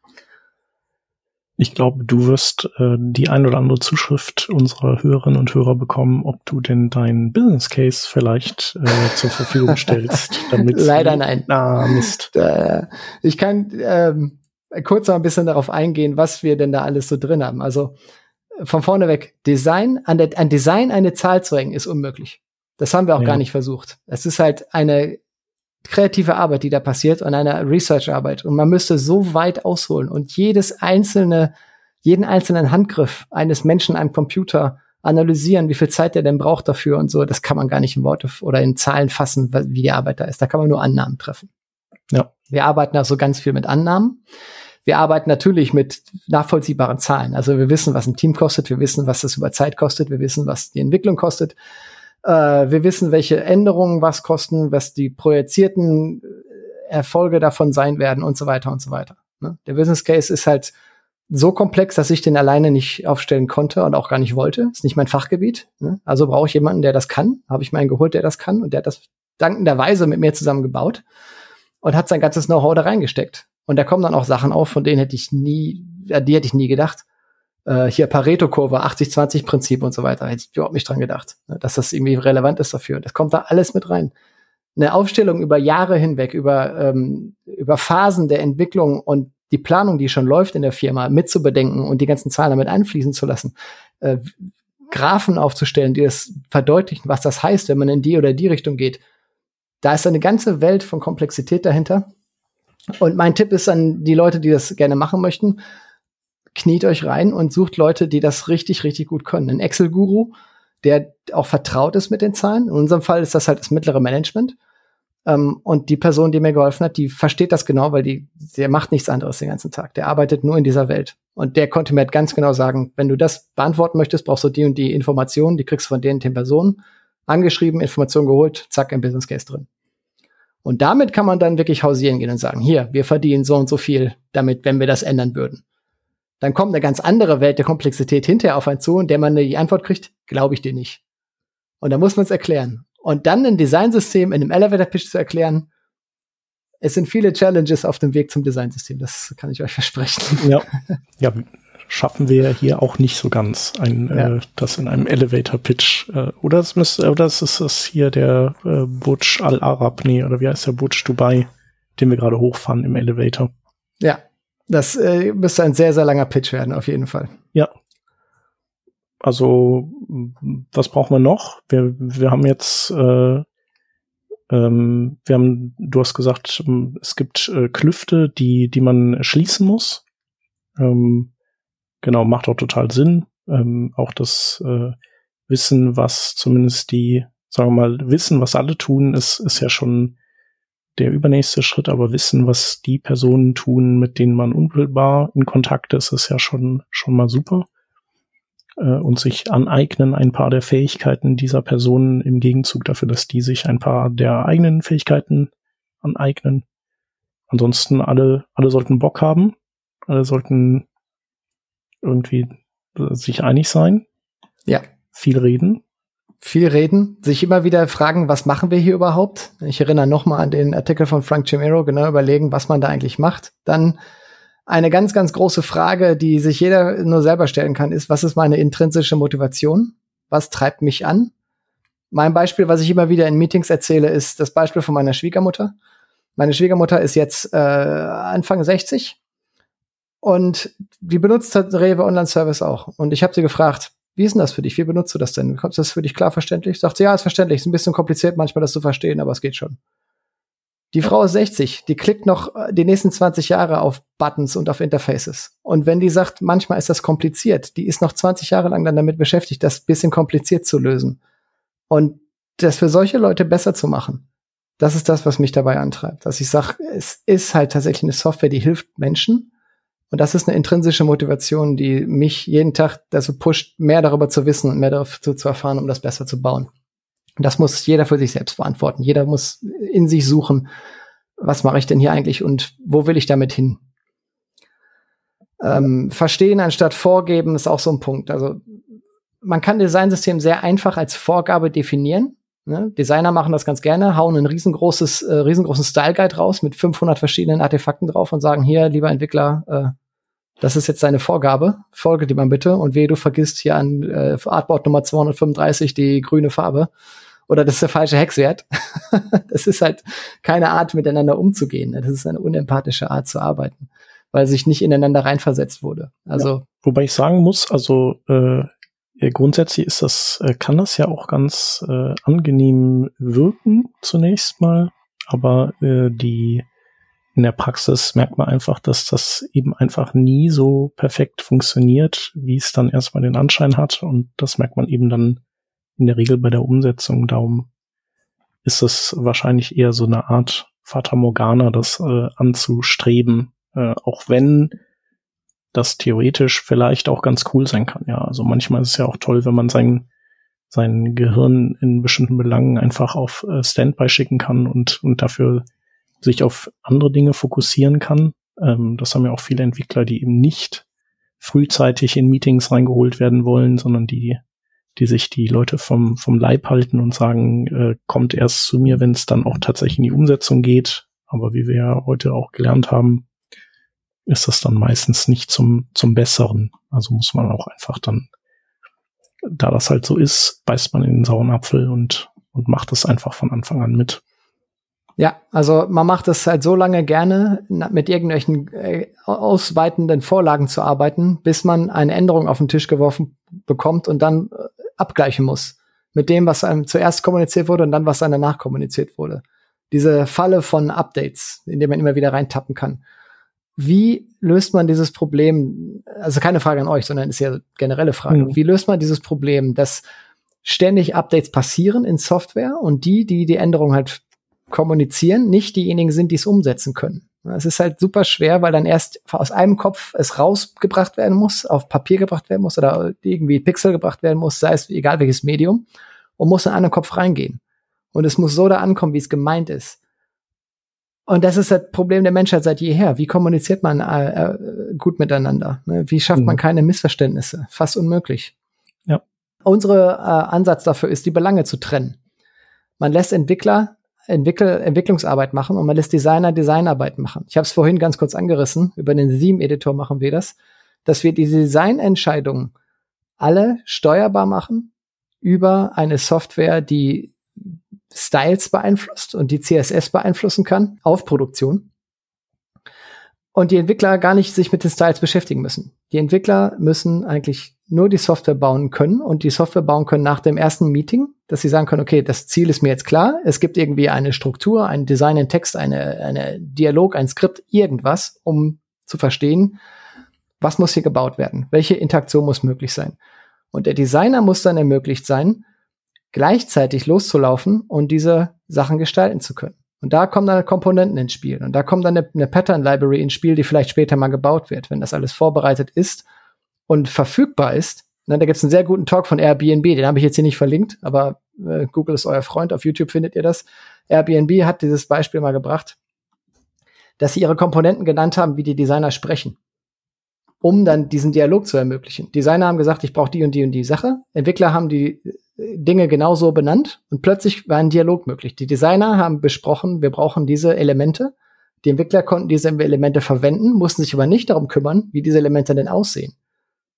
Ich glaube, du wirst die ein oder andere Zuschrift unserer Hörerinnen und Hörer bekommen, ob du denn deinen Business Case vielleicht zur Verfügung stellst. Damit Leider nein. Mist. Ich kann kurz noch ein bisschen darauf eingehen, was wir denn da alles so drin haben. Also von vorne weg, an Design eine Zahl zu hängen, ist unmöglich. Das haben wir auch gar nicht versucht. Es ist halt eine kreative Arbeit, die da passiert und eine Research-Arbeit. Und man müsste so weit ausholen und jeden einzelnen Handgriff eines Menschen am Computer analysieren, wie viel Zeit der denn braucht dafür und so. Das kann man gar nicht in Worte oder in Zahlen fassen, wie die Arbeit da ist. Da kann man nur Annahmen treffen. Ja. Wir arbeiten also ganz viel mit Annahmen. Wir arbeiten natürlich mit nachvollziehbaren Zahlen. Also wir wissen, was ein Team kostet. Wir wissen, was das über Zeit kostet. Wir wissen, was die Entwicklung kostet. Wir wissen, welche Änderungen was kosten, was die projizierten Erfolge davon sein werden und so weiter und so weiter. Der Business Case ist halt so komplex, dass ich den alleine nicht aufstellen konnte und auch gar nicht wollte. Ist nicht mein Fachgebiet. Also brauche ich jemanden, der das kann. Habe ich mir einen geholt, der das kann. Und der hat das dankenderweise mit mir zusammen gebaut und hat sein ganzes Know-how da reingesteckt. Und da kommen dann auch Sachen auf, von denen hätte ich nie gedacht. Hier Pareto-Kurve, 80-20-Prinzip und so weiter. Hätte ich überhaupt nicht dran gedacht, dass das irgendwie relevant ist dafür. Das kommt da alles mit rein. Eine Aufstellung über Jahre hinweg, über Phasen der Entwicklung und die Planung, die schon läuft in der Firma, mitzubedenken und die ganzen Zahlen damit einfließen zu lassen. Graphen aufzustellen, die das verdeutlichen, was das heißt, wenn man in die oder die Richtung geht. Da ist eine ganze Welt von Komplexität dahinter. Und mein Tipp ist an die Leute, die das gerne machen möchten, kniet euch rein und sucht Leute, die das richtig, richtig gut können. Ein Excel-Guru, der auch vertraut ist mit den Zahlen. In unserem Fall ist das halt das mittlere Management. Und die Person, die mir geholfen hat, die versteht das genau, weil der macht nichts anderes den ganzen Tag. Der arbeitet nur in dieser Welt. Und der konnte mir halt ganz genau sagen, wenn du das beantworten möchtest, brauchst du die und die Informationen, die kriegst du von den Personen. Angeschrieben, Informationen geholt, zack, im Business Case drin. Und damit kann man dann wirklich hausieren gehen und sagen, hier, wir verdienen so und so viel damit, wenn wir das ändern würden. Dann kommt eine ganz andere Welt der Komplexität hinterher auf einen zu, in der man die Antwort kriegt, glaube ich dir nicht. Und da muss man es erklären. Und dann ein Designsystem in einem Elevator-Pitch zu erklären, es sind viele Challenges auf dem Weg zum Designsystem, das kann ich euch versprechen. Ja, schaffen wir hier auch nicht so ganz, das in einem Elevator-Pitch. Oder es ist das hier der Burj Al Arab, oder wie heißt der Burj Dubai, den wir gerade hochfahren im Elevator. Ja, das müsste ein sehr, sehr langer Pitch werden, auf jeden Fall. Ja. Also, was brauchen wir noch? Wir haben jetzt, du hast gesagt, es gibt Klüfte, die man schließen muss. Genau, macht auch total Sinn. Auch das Wissen, was zumindest Wissen, was alle tun, ist ja schon der übernächste Schritt, aber Wissen, was die Personen tun, mit denen man unmittelbar in Kontakt ist ja schon mal super. Und sich aneignen ein paar der Fähigkeiten dieser Personen im Gegenzug dafür, dass die sich ein paar der eigenen Fähigkeiten aneignen. Ansonsten alle sollten Bock haben. Alle sollten irgendwie sich einig sein. Ja. Viel reden. Sich immer wieder fragen, was machen wir hier überhaupt? Ich erinnere nochmal an den Artikel von Frank Chimero, genau überlegen, was man da eigentlich macht. Dann eine ganz, ganz große Frage, die sich jeder nur selber stellen kann, ist, was ist meine intrinsische Motivation? Was treibt mich an? Mein Beispiel, was ich immer wieder in Meetings erzähle, ist das Beispiel von meiner Schwiegermutter. Meine Schwiegermutter ist jetzt Anfang 60 und die benutzt Rewe Online Service auch. Und ich habe sie gefragt, wie ist denn das für dich? Wie benutzt du das denn? Ist das für dich klar verständlich? Sagt sie, ja, ist verständlich. Ist ein bisschen kompliziert manchmal, das zu verstehen, aber es geht schon. Die Frau ist 60, die klickt noch die nächsten 20 Jahre auf Buttons und auf Interfaces. Und wenn die sagt, manchmal ist das kompliziert, die ist noch 20 Jahre lang dann damit beschäftigt, das bisschen kompliziert zu lösen. Und das für solche Leute besser zu machen, das ist das, was mich dabei antreibt. Dass ich sage, es ist halt tatsächlich eine Software, die hilft Menschen. Und das ist eine intrinsische Motivation, die mich jeden Tag dazu pusht, mehr darüber zu wissen und mehr dazu zu erfahren, um das besser zu bauen. Und das muss jeder für sich selbst beantworten. Jeder muss in sich suchen, was mache ich denn hier eigentlich und wo will ich damit hin? Verstehen anstatt vorgeben ist auch so ein Punkt. Also man kann Designsystem sehr einfach als Vorgabe definieren. Ne? Designer machen das ganz gerne, hauen einen riesengroßen Style Guide raus mit 500 verschiedenen Artefakten drauf und sagen, hier, lieber Entwickler, das ist jetzt deine Vorgabe, folge dir mal bitte und wehe, du vergisst hier an Artboard Nummer 235 die grüne Farbe oder das ist der falsche Hexwert. Das ist halt keine Art, miteinander umzugehen. Das ist eine unempathische Art zu arbeiten, weil sich nicht ineinander reinversetzt wurde. Also ja, wobei ich sagen muss, also grundsätzlich ist das, kann das ja auch ganz angenehm wirken zunächst mal, aber in der Praxis merkt man einfach, dass das eben einfach nie so perfekt funktioniert, wie es dann erstmal den Anschein hat, und das merkt man eben dann in der Regel bei der Umsetzung. Darum ist es wahrscheinlich eher so eine Art Fata Morgana, das anzustreben, auch wenn das theoretisch vielleicht auch ganz cool sein kann. Ja, also manchmal ist es ja auch toll, wenn man sein Gehirn in bestimmten Belangen einfach auf Standby schicken kann und dafür sich auf andere Dinge fokussieren kann. Das haben ja auch viele Entwickler, die eben nicht frühzeitig in Meetings reingeholt werden wollen, sondern die sich die Leute vom Leib halten und sagen, kommt erst zu mir, wenn es dann auch tatsächlich in die Umsetzung geht. Aber wie wir ja heute auch gelernt haben, ist das dann meistens nicht zum Besseren. Also muss man auch einfach dann, da das halt so ist, beißt man in den sauren Apfel und macht es einfach von Anfang an mit. ja, also man macht es halt so lange gerne, mit irgendwelchen ausweitenden Vorlagen zu arbeiten, bis man eine Änderung auf den Tisch geworfen bekommt und dann abgleichen muss mit dem, was einem zuerst kommuniziert wurde und dann, was einem danach kommuniziert wurde. Diese Falle von Updates, in der man immer wieder reintappen kann. Wie löst man dieses Problem, also keine Frage an euch, sondern ist ja eine generelle Frage, wie löst man dieses Problem, dass ständig Updates passieren in Software und die Änderung halt kommunizieren, nicht diejenigen sind, die es umsetzen können. Es ist halt super schwer, weil dann erst aus einem Kopf es rausgebracht werden muss, auf Papier gebracht werden muss oder irgendwie Pixel gebracht werden muss, sei es egal welches Medium, und muss in einen Kopf reingehen. Und es muss so da ankommen, wie es gemeint ist. Und das ist das Problem der Menschheit seit jeher. Wie kommuniziert man gut miteinander? Wie schafft man keine Missverständnisse? Fast unmöglich. Ja. Unsere Ansatz dafür ist, die Belange zu trennen. Man lässt Entwickler Entwicklungsarbeit machen und man lässt Designer Designarbeit machen. Ich habe es vorhin ganz kurz angerissen, über den Theme-Editor machen wir das, dass wir die Designentscheidungen alle steuerbar machen über eine Software, die Styles beeinflusst und die CSS beeinflussen kann auf Produktion. Und die Entwickler gar nicht sich mit den Styles beschäftigen müssen. Die Entwickler müssen eigentlich nur die Software bauen können und die Software bauen können nach dem ersten Meeting, dass sie sagen können, okay, das Ziel ist mir jetzt klar, es gibt irgendwie eine Struktur, ein Design, ein Text, eine Dialog, ein Skript, irgendwas, um zu verstehen, was muss hier gebaut werden, welche Interaktion muss möglich sein. Und der Designer muss dann ermöglicht sein, gleichzeitig loszulaufen und diese Sachen gestalten zu können. Und da kommen dann Komponenten ins Spiel. Und da kommt dann eine Pattern-Library ins Spiel, die vielleicht später mal gebaut wird, wenn das alles vorbereitet ist und verfügbar ist. Da gibt es einen sehr guten Talk von Airbnb, den habe ich jetzt hier nicht verlinkt, aber Google ist euer Freund, auf YouTube findet ihr das. Airbnb hat dieses Beispiel mal gebracht, dass sie ihre Komponenten genannt haben, wie die Designer sprechen, um dann diesen Dialog zu ermöglichen. Designer haben gesagt, ich brauche die und die und die Sache. Entwickler haben die Dinge genauso benannt und plötzlich war ein Dialog möglich. Die Designer haben besprochen, wir brauchen diese Elemente. Die Entwickler konnten diese Elemente verwenden, mussten sich aber nicht darum kümmern, wie diese Elemente denn aussehen.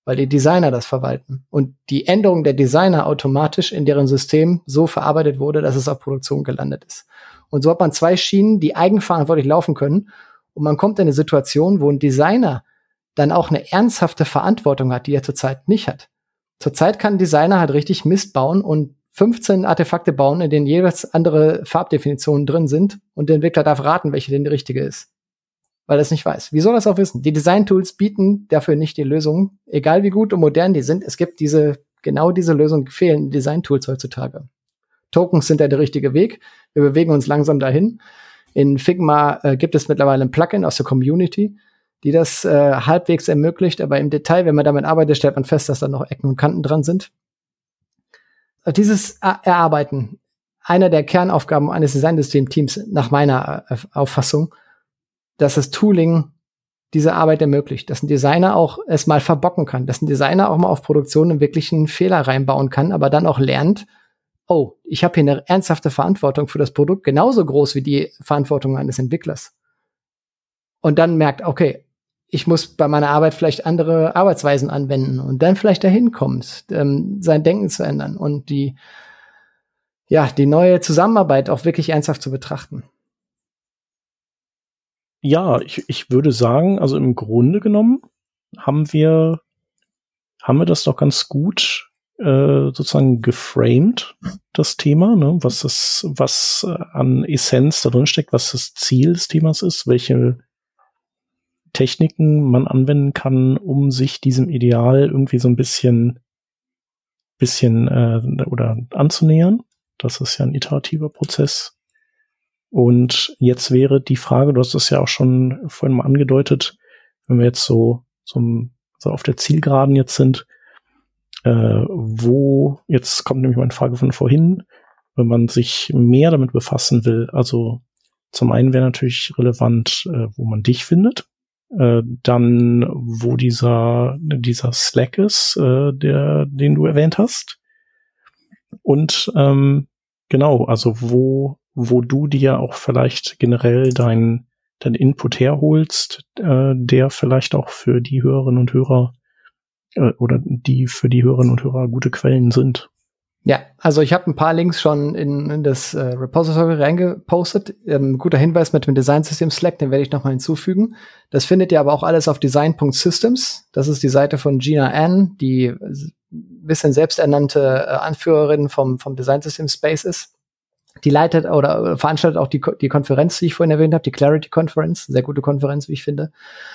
weil die Designer das verwalten und die Änderung der Designer automatisch in deren System so verarbeitet wurde, dass es auf Produktion gelandet ist. Und so hat man 2 Schienen, die eigenverantwortlich laufen können und man kommt in eine Situation, wo ein Designer dann auch eine ernsthafte Verantwortung hat, die er zurzeit nicht hat. Zurzeit kann ein Designer halt richtig Mist bauen und 15 Artefakte bauen, in denen jeweils andere Farbdefinitionen drin sind und der Entwickler darf raten, welche denn die richtige ist. Weil er es nicht weiß. Wie soll er es auch wissen? Die Design-Tools bieten dafür nicht die Lösung, egal wie gut und modern die sind. Es gibt genau diese Lösung fehlen Design-Tools heutzutage. Tokens sind ja der richtige Weg. Wir bewegen uns langsam dahin. In Figma gibt es mittlerweile ein Plugin aus der Community, die das halbwegs ermöglicht. Aber im Detail, wenn man damit arbeitet, stellt man fest, dass da noch Ecken und Kanten dran sind. Dieses Erarbeiten, einer der Kernaufgaben eines Designsystem-Teams nach meiner Auffassung, dass das Tooling diese Arbeit ermöglicht, dass ein Designer auch es mal verbocken kann, dass ein Designer auch mal auf Produktion einen wirklichen Fehler reinbauen kann, aber dann auch lernt, oh, ich habe hier eine ernsthafte Verantwortung für das Produkt, genauso groß wie die Verantwortung eines Entwicklers. Und dann merkt, okay, ich muss bei meiner Arbeit vielleicht andere Arbeitsweisen anwenden und dann vielleicht dahin kommt, sein Denken zu ändern und die neue Zusammenarbeit auch wirklich ernsthaft zu betrachten. Ja, ich würde sagen, also im Grunde genommen haben wir das doch ganz gut sozusagen geframed, das Thema, ne? Was an Essenz da drin steckt, was das Ziel des Themas ist, welche Techniken man anwenden kann, um sich diesem Ideal irgendwie so ein bisschen oder anzunähern. Das ist ja ein iterativer Prozess. Und jetzt wäre die Frage, du hast es ja auch schon vorhin mal angedeutet, wenn wir jetzt so auf der Zielgeraden jetzt sind, jetzt kommt nämlich meine Frage von vorhin, wenn man sich mehr damit befassen will, also zum einen wäre natürlich relevant, wo man dich findet, dann wo dieser Slack ist, den du erwähnt hast, und genau, also wo du dir auch vielleicht generell dein Input herholst, der vielleicht auch für die Hörerinnen und Hörer oder die für die Hörerinnen und Hörer gute Quellen sind. Ja, also ich habe ein paar Links schon in das Repository reingepostet. Guter Hinweis mit dem Design-System Slack, den werde ich nochmal hinzufügen. Das findet ihr aber auch alles auf design.systems. Das ist die Seite von Gina Ann, die ein bisschen selbsternannte Anführerin vom Design-System Space ist. Die leitet oder veranstaltet auch die Konferenz, die ich vorhin erwähnt habe, die Clarity Conference. Sehr gute Konferenz, wie ich finde.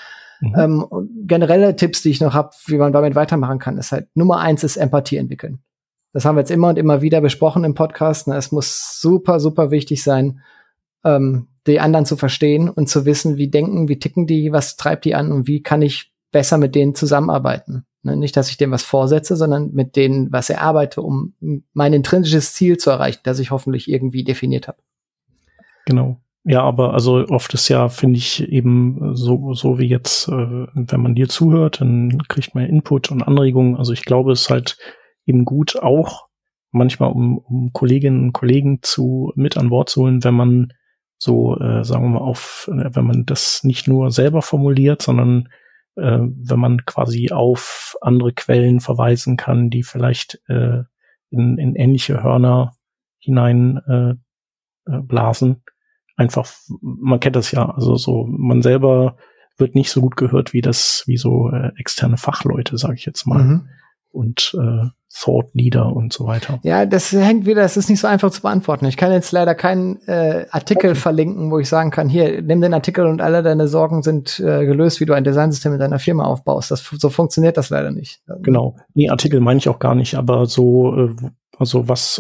Generelle Tipps, die ich noch habe, wie man damit weitermachen kann, ist halt Nummer 1 ist Empathie entwickeln. Das haben wir jetzt immer und immer wieder besprochen im Podcast. Es muss super, super wichtig sein, die anderen zu verstehen und zu wissen, wie denken, wie ticken die, was treibt die an und wie kann ich besser mit denen zusammenarbeiten. Nicht, dass ich dem was vorsetze, sondern mit denen was erarbeite, um mein intrinsisches Ziel zu erreichen, das ich hoffentlich irgendwie definiert habe. Genau. Ja, aber also oft ist ja, finde ich, eben so wie jetzt, wenn man dir zuhört, dann kriegt man Input und Anregungen. Also ich glaube, es ist halt eben gut, auch manchmal um Kolleginnen und Kollegen mit an Bord zu holen, wenn man so, sagen wir mal, wenn man das nicht nur selber formuliert, sondern wenn man quasi auf andere Quellen verweisen kann, die vielleicht in ähnliche Hörner hinein blasen. Einfach, man kennt das ja, also so, man selber wird nicht so gut gehört wie so externe Fachleute, sage ich jetzt mal. Und Thought Leader und so weiter. Ja, das ist nicht so einfach zu beantworten. Ich kann jetzt leider keinen Artikel verlinken, wo ich sagen kann, hier, nimm den Artikel und alle deine Sorgen sind gelöst, wie du ein Designsystem in deiner Firma aufbaust. So funktioniert das leider nicht. Genau. Nee, Artikel meine ich auch gar nicht, aber so, was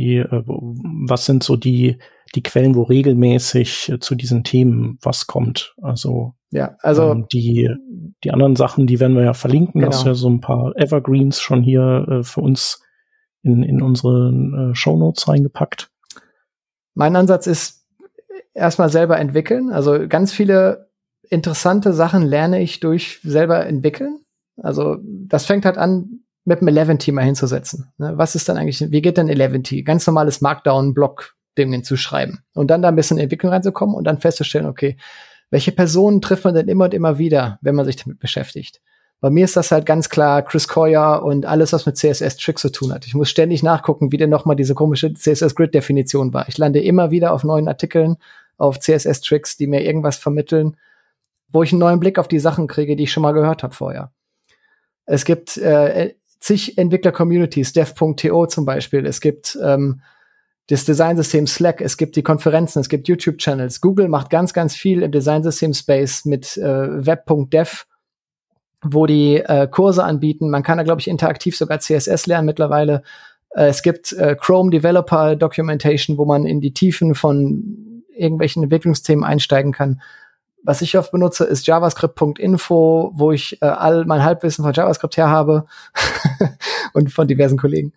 sind so die Quellen, wo regelmäßig zu diesen Themen was kommt? Also die anderen Sachen, die werden wir ja verlinken. Genau. Das ist ja so ein paar Evergreens schon hier für uns in unsere Shownotes reingepackt. Mein Ansatz ist erstmal selber entwickeln. Also ganz viele interessante Sachen lerne ich durch selber entwickeln. Also das fängt halt an, mit dem Eleventy mal hinzusetzen. Was ist dann eigentlich, wie geht denn Eleventy? Ganz normales Markdown-Block-Dingen zu schreiben. Und dann da ein bisschen in Entwicklung reinzukommen und dann festzustellen, okay, welche Personen trifft man denn immer und immer wieder, wenn man sich damit beschäftigt? Bei mir ist das halt ganz klar Chris Coyier und alles, was mit CSS-Tricks zu tun hat. Ich muss ständig nachgucken, wie denn nochmal diese komische CSS-Grid-Definition war. Ich lande immer wieder auf neuen Artikeln, auf CSS-Tricks, die mir irgendwas vermitteln, wo ich einen neuen Blick auf die Sachen kriege, die ich schon mal gehört habe vorher. Es gibt zig Entwickler-Communities, dev.to zum Beispiel. Es gibt das Designsystem Slack, es gibt die Konferenzen, es gibt YouTube-Channels. Google macht ganz, ganz viel im Designsystem-Space mit web.dev, wo die Kurse anbieten. Man kann da, glaube ich, interaktiv sogar CSS lernen mittlerweile. Es gibt Chrome Developer Documentation, wo man in die Tiefen von irgendwelchen Entwicklungsthemen einsteigen kann. Was ich oft benutze, ist javascript.info, wo ich all mein Halbwissen von JavaScript her habe und von diversen Kollegen.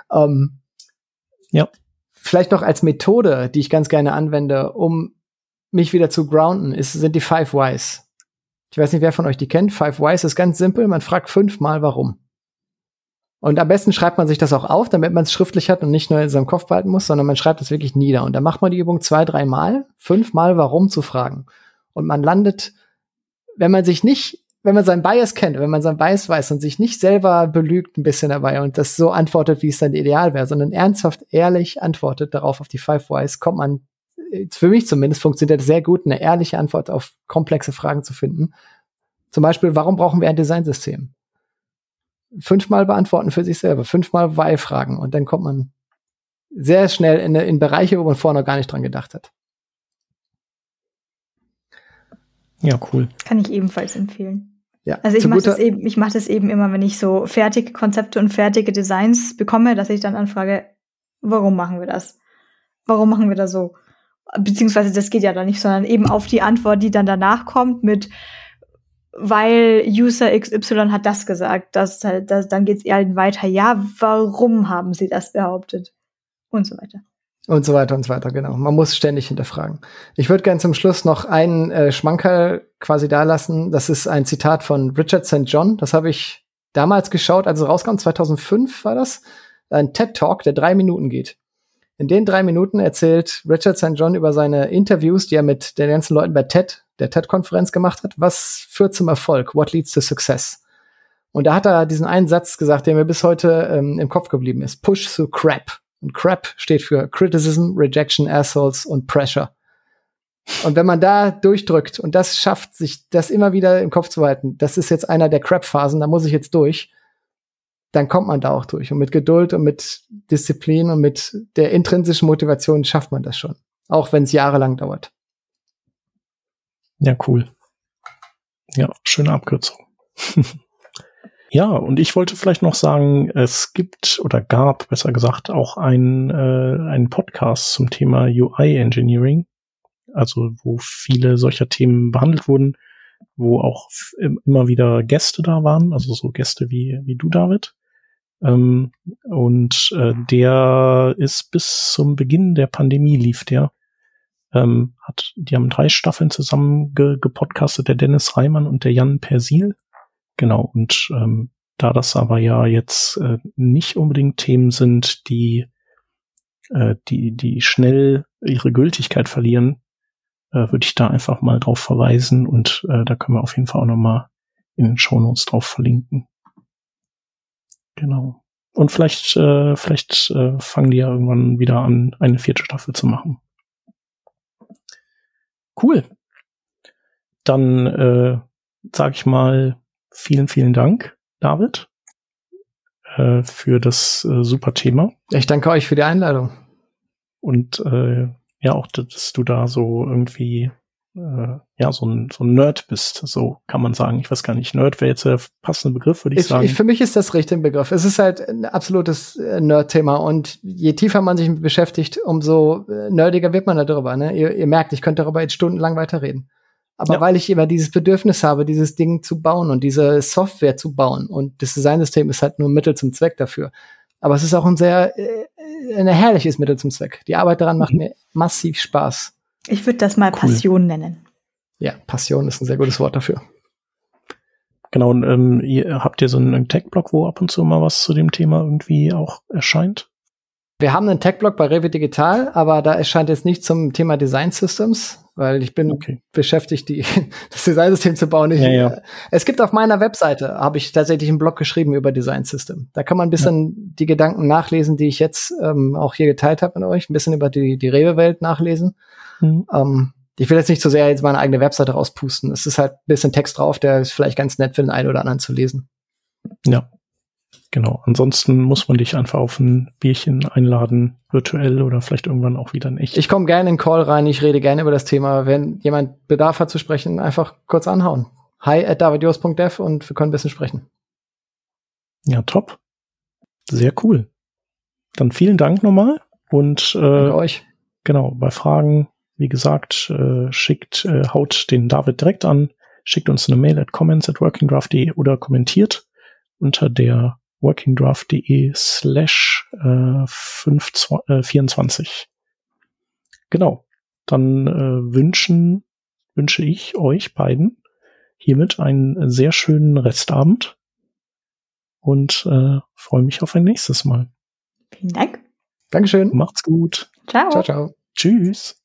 Ja. Vielleicht noch als Methode, die ich ganz gerne anwende, um mich wieder zu grounden, sind die 5 Whys. Ich weiß nicht, wer von euch die kennt. 5 Whys ist ganz simpel. Man fragt 5-mal warum. Und am besten schreibt man sich das auch auf, damit man es schriftlich hat und nicht nur in seinem Kopf behalten muss, sondern man schreibt es wirklich nieder. Und dann macht man die Übung 2-3 Mal, 5-mal warum zu fragen. Und man landet, wenn man seinen Bias kennt, wenn man seinen Bias weiß und sich nicht selber belügt ein bisschen dabei und das so antwortet, wie es dann ideal wäre, sondern ernsthaft, ehrlich antwortet darauf auf die 5 Whys, kommt man, für mich zumindest, funktioniert sehr gut, eine ehrliche Antwort auf komplexe Fragen zu finden. Zum Beispiel, warum brauchen wir ein Designsystem? 5-mal beantworten für sich selber, 5-mal Why fragen und dann kommt man sehr schnell in Bereiche, wo man vorher noch gar nicht dran gedacht hat. Ja, cool. Kann ich ebenfalls empfehlen. Ja, also ich mache das eben immer, wenn ich so fertige Konzepte und fertige Designs bekomme, dass ich dann anfrage, warum machen wir das? Warum machen wir das so? Beziehungsweise das geht ja dann nicht, sondern eben auf die Antwort, die dann danach kommt mit weil User XY hat das gesagt, dann geht's eher weiter. Ja, warum haben sie das behauptet? Und so weiter. Und so weiter und so weiter, genau. Man muss ständig hinterfragen. Ich würde gerne zum Schluss noch einen Schmankerl quasi da lassen. Das ist ein Zitat von Richard St. John. Das habe ich damals geschaut, als es rauskam, 2005 war das. Ein TED-Talk, der 3 Minuten geht. In den 3 Minuten erzählt Richard St. John über seine Interviews, die er mit den ganzen Leuten bei der TED-Konferenz gemacht hat. Was führt zum Erfolg? What leads to success? Und da hat er diesen einen Satz gesagt, der mir bis heute im Kopf geblieben ist. Push through crap. Und crap steht für Criticism, Rejection, Assholes und Pressure. Und wenn man da durchdrückt und das schafft, sich das immer wieder im Kopf zu halten, das ist jetzt einer der Crap-Phasen, da muss ich jetzt durch, dann kommt man da auch durch. Und mit Geduld und mit Disziplin und mit der intrinsischen Motivation schafft man das schon. Auch wenn es jahrelang dauert. Ja, cool. Ja, schöne Abkürzung. Ja, und ich wollte vielleicht noch sagen, es gibt oder gab, besser gesagt, auch einen Podcast zum Thema UI-Engineering, also wo viele solcher Themen behandelt wurden, wo auch immer wieder Gäste da waren, also so Gäste wie du, David. Der ist bis zum Beginn der Pandemie lief der. Die haben 3 Staffeln zusammen gepodcastet, der Dennis Reimann und der Jan Persil. Genau, und da das aber ja jetzt nicht unbedingt Themen sind, die schnell ihre Gültigkeit verlieren, würde ich da einfach mal drauf verweisen und da können wir auf jeden Fall auch nochmal in den Shownotes drauf verlinken. Genau. Und vielleicht fangen die ja irgendwann wieder an, eine 4. Staffel zu machen. Cool. Dann sage ich mal vielen, vielen Dank, David, für das super Thema. Ich danke euch für die Einladung. Und ja, auch, dass du da so irgendwie so ein Nerd bist, so kann man sagen. Ich weiß gar nicht, Nerd wäre jetzt der passende Begriff, würde ich sagen. Für mich ist das richtig ein Begriff. Es ist halt ein absolutes Nerd-Thema und je tiefer man sich mit beschäftigt, umso nerdiger wird man darüber. Ne? Ihr merkt, ich könnte darüber jetzt stundenlang weiterreden. Aber weil ich immer dieses Bedürfnis habe, dieses Ding zu bauen und diese Software zu bauen und das Designsystem ist halt nur ein Mittel zum Zweck dafür. Aber es ist auch ein herrliches Mittel zum Zweck. Die Arbeit daran macht mir massiv Spaß. Ich würde das mal Passion nennen. Ja, Passion ist ein sehr gutes Wort dafür. Genau, und habt ihr so einen Tech-Blog, wo ab und zu mal was zu dem Thema irgendwie auch erscheint? Wir haben einen Tech-Blog bei Rewe Digital, aber da erscheint jetzt nicht zum Thema Design Systems, weil ich bin beschäftigt, das Designsystem zu bauen. Es gibt auf meiner Webseite, habe ich tatsächlich einen Blog geschrieben über Design System. Da kann man ein bisschen die Gedanken nachlesen, die ich jetzt auch hier geteilt habe mit euch, ein bisschen über die Rewe-Welt nachlesen. Ich will jetzt nicht so sehr jetzt meine eigene Webseite rauspusten. Es ist halt ein bisschen Text drauf, der ist vielleicht ganz nett für den einen oder anderen zu lesen. Ja. Genau, ansonsten muss man dich einfach auf ein Bierchen einladen, virtuell oder vielleicht irgendwann auch wieder in echt. Ich komme gerne in den Call rein, ich rede gerne über das Thema. Wenn jemand Bedarf hat zu sprechen, einfach kurz anhauen. hi@davidjos.dev und wir können ein bisschen sprechen. Ja, top. Sehr cool. Dann vielen Dank nochmal und danke euch. Genau, bei Fragen, wie gesagt, haut den David direkt an, schickt uns eine Mail at comments@workingdraft.de oder kommentiert unter der workingdraft.de/24. Genau. Dann wünsche ich euch beiden hiermit einen sehr schönen Restabend und freue mich auf ein nächstes Mal. Vielen Dank. Dankeschön. Macht's gut. Ciao. Ciao, ciao. Tschüss.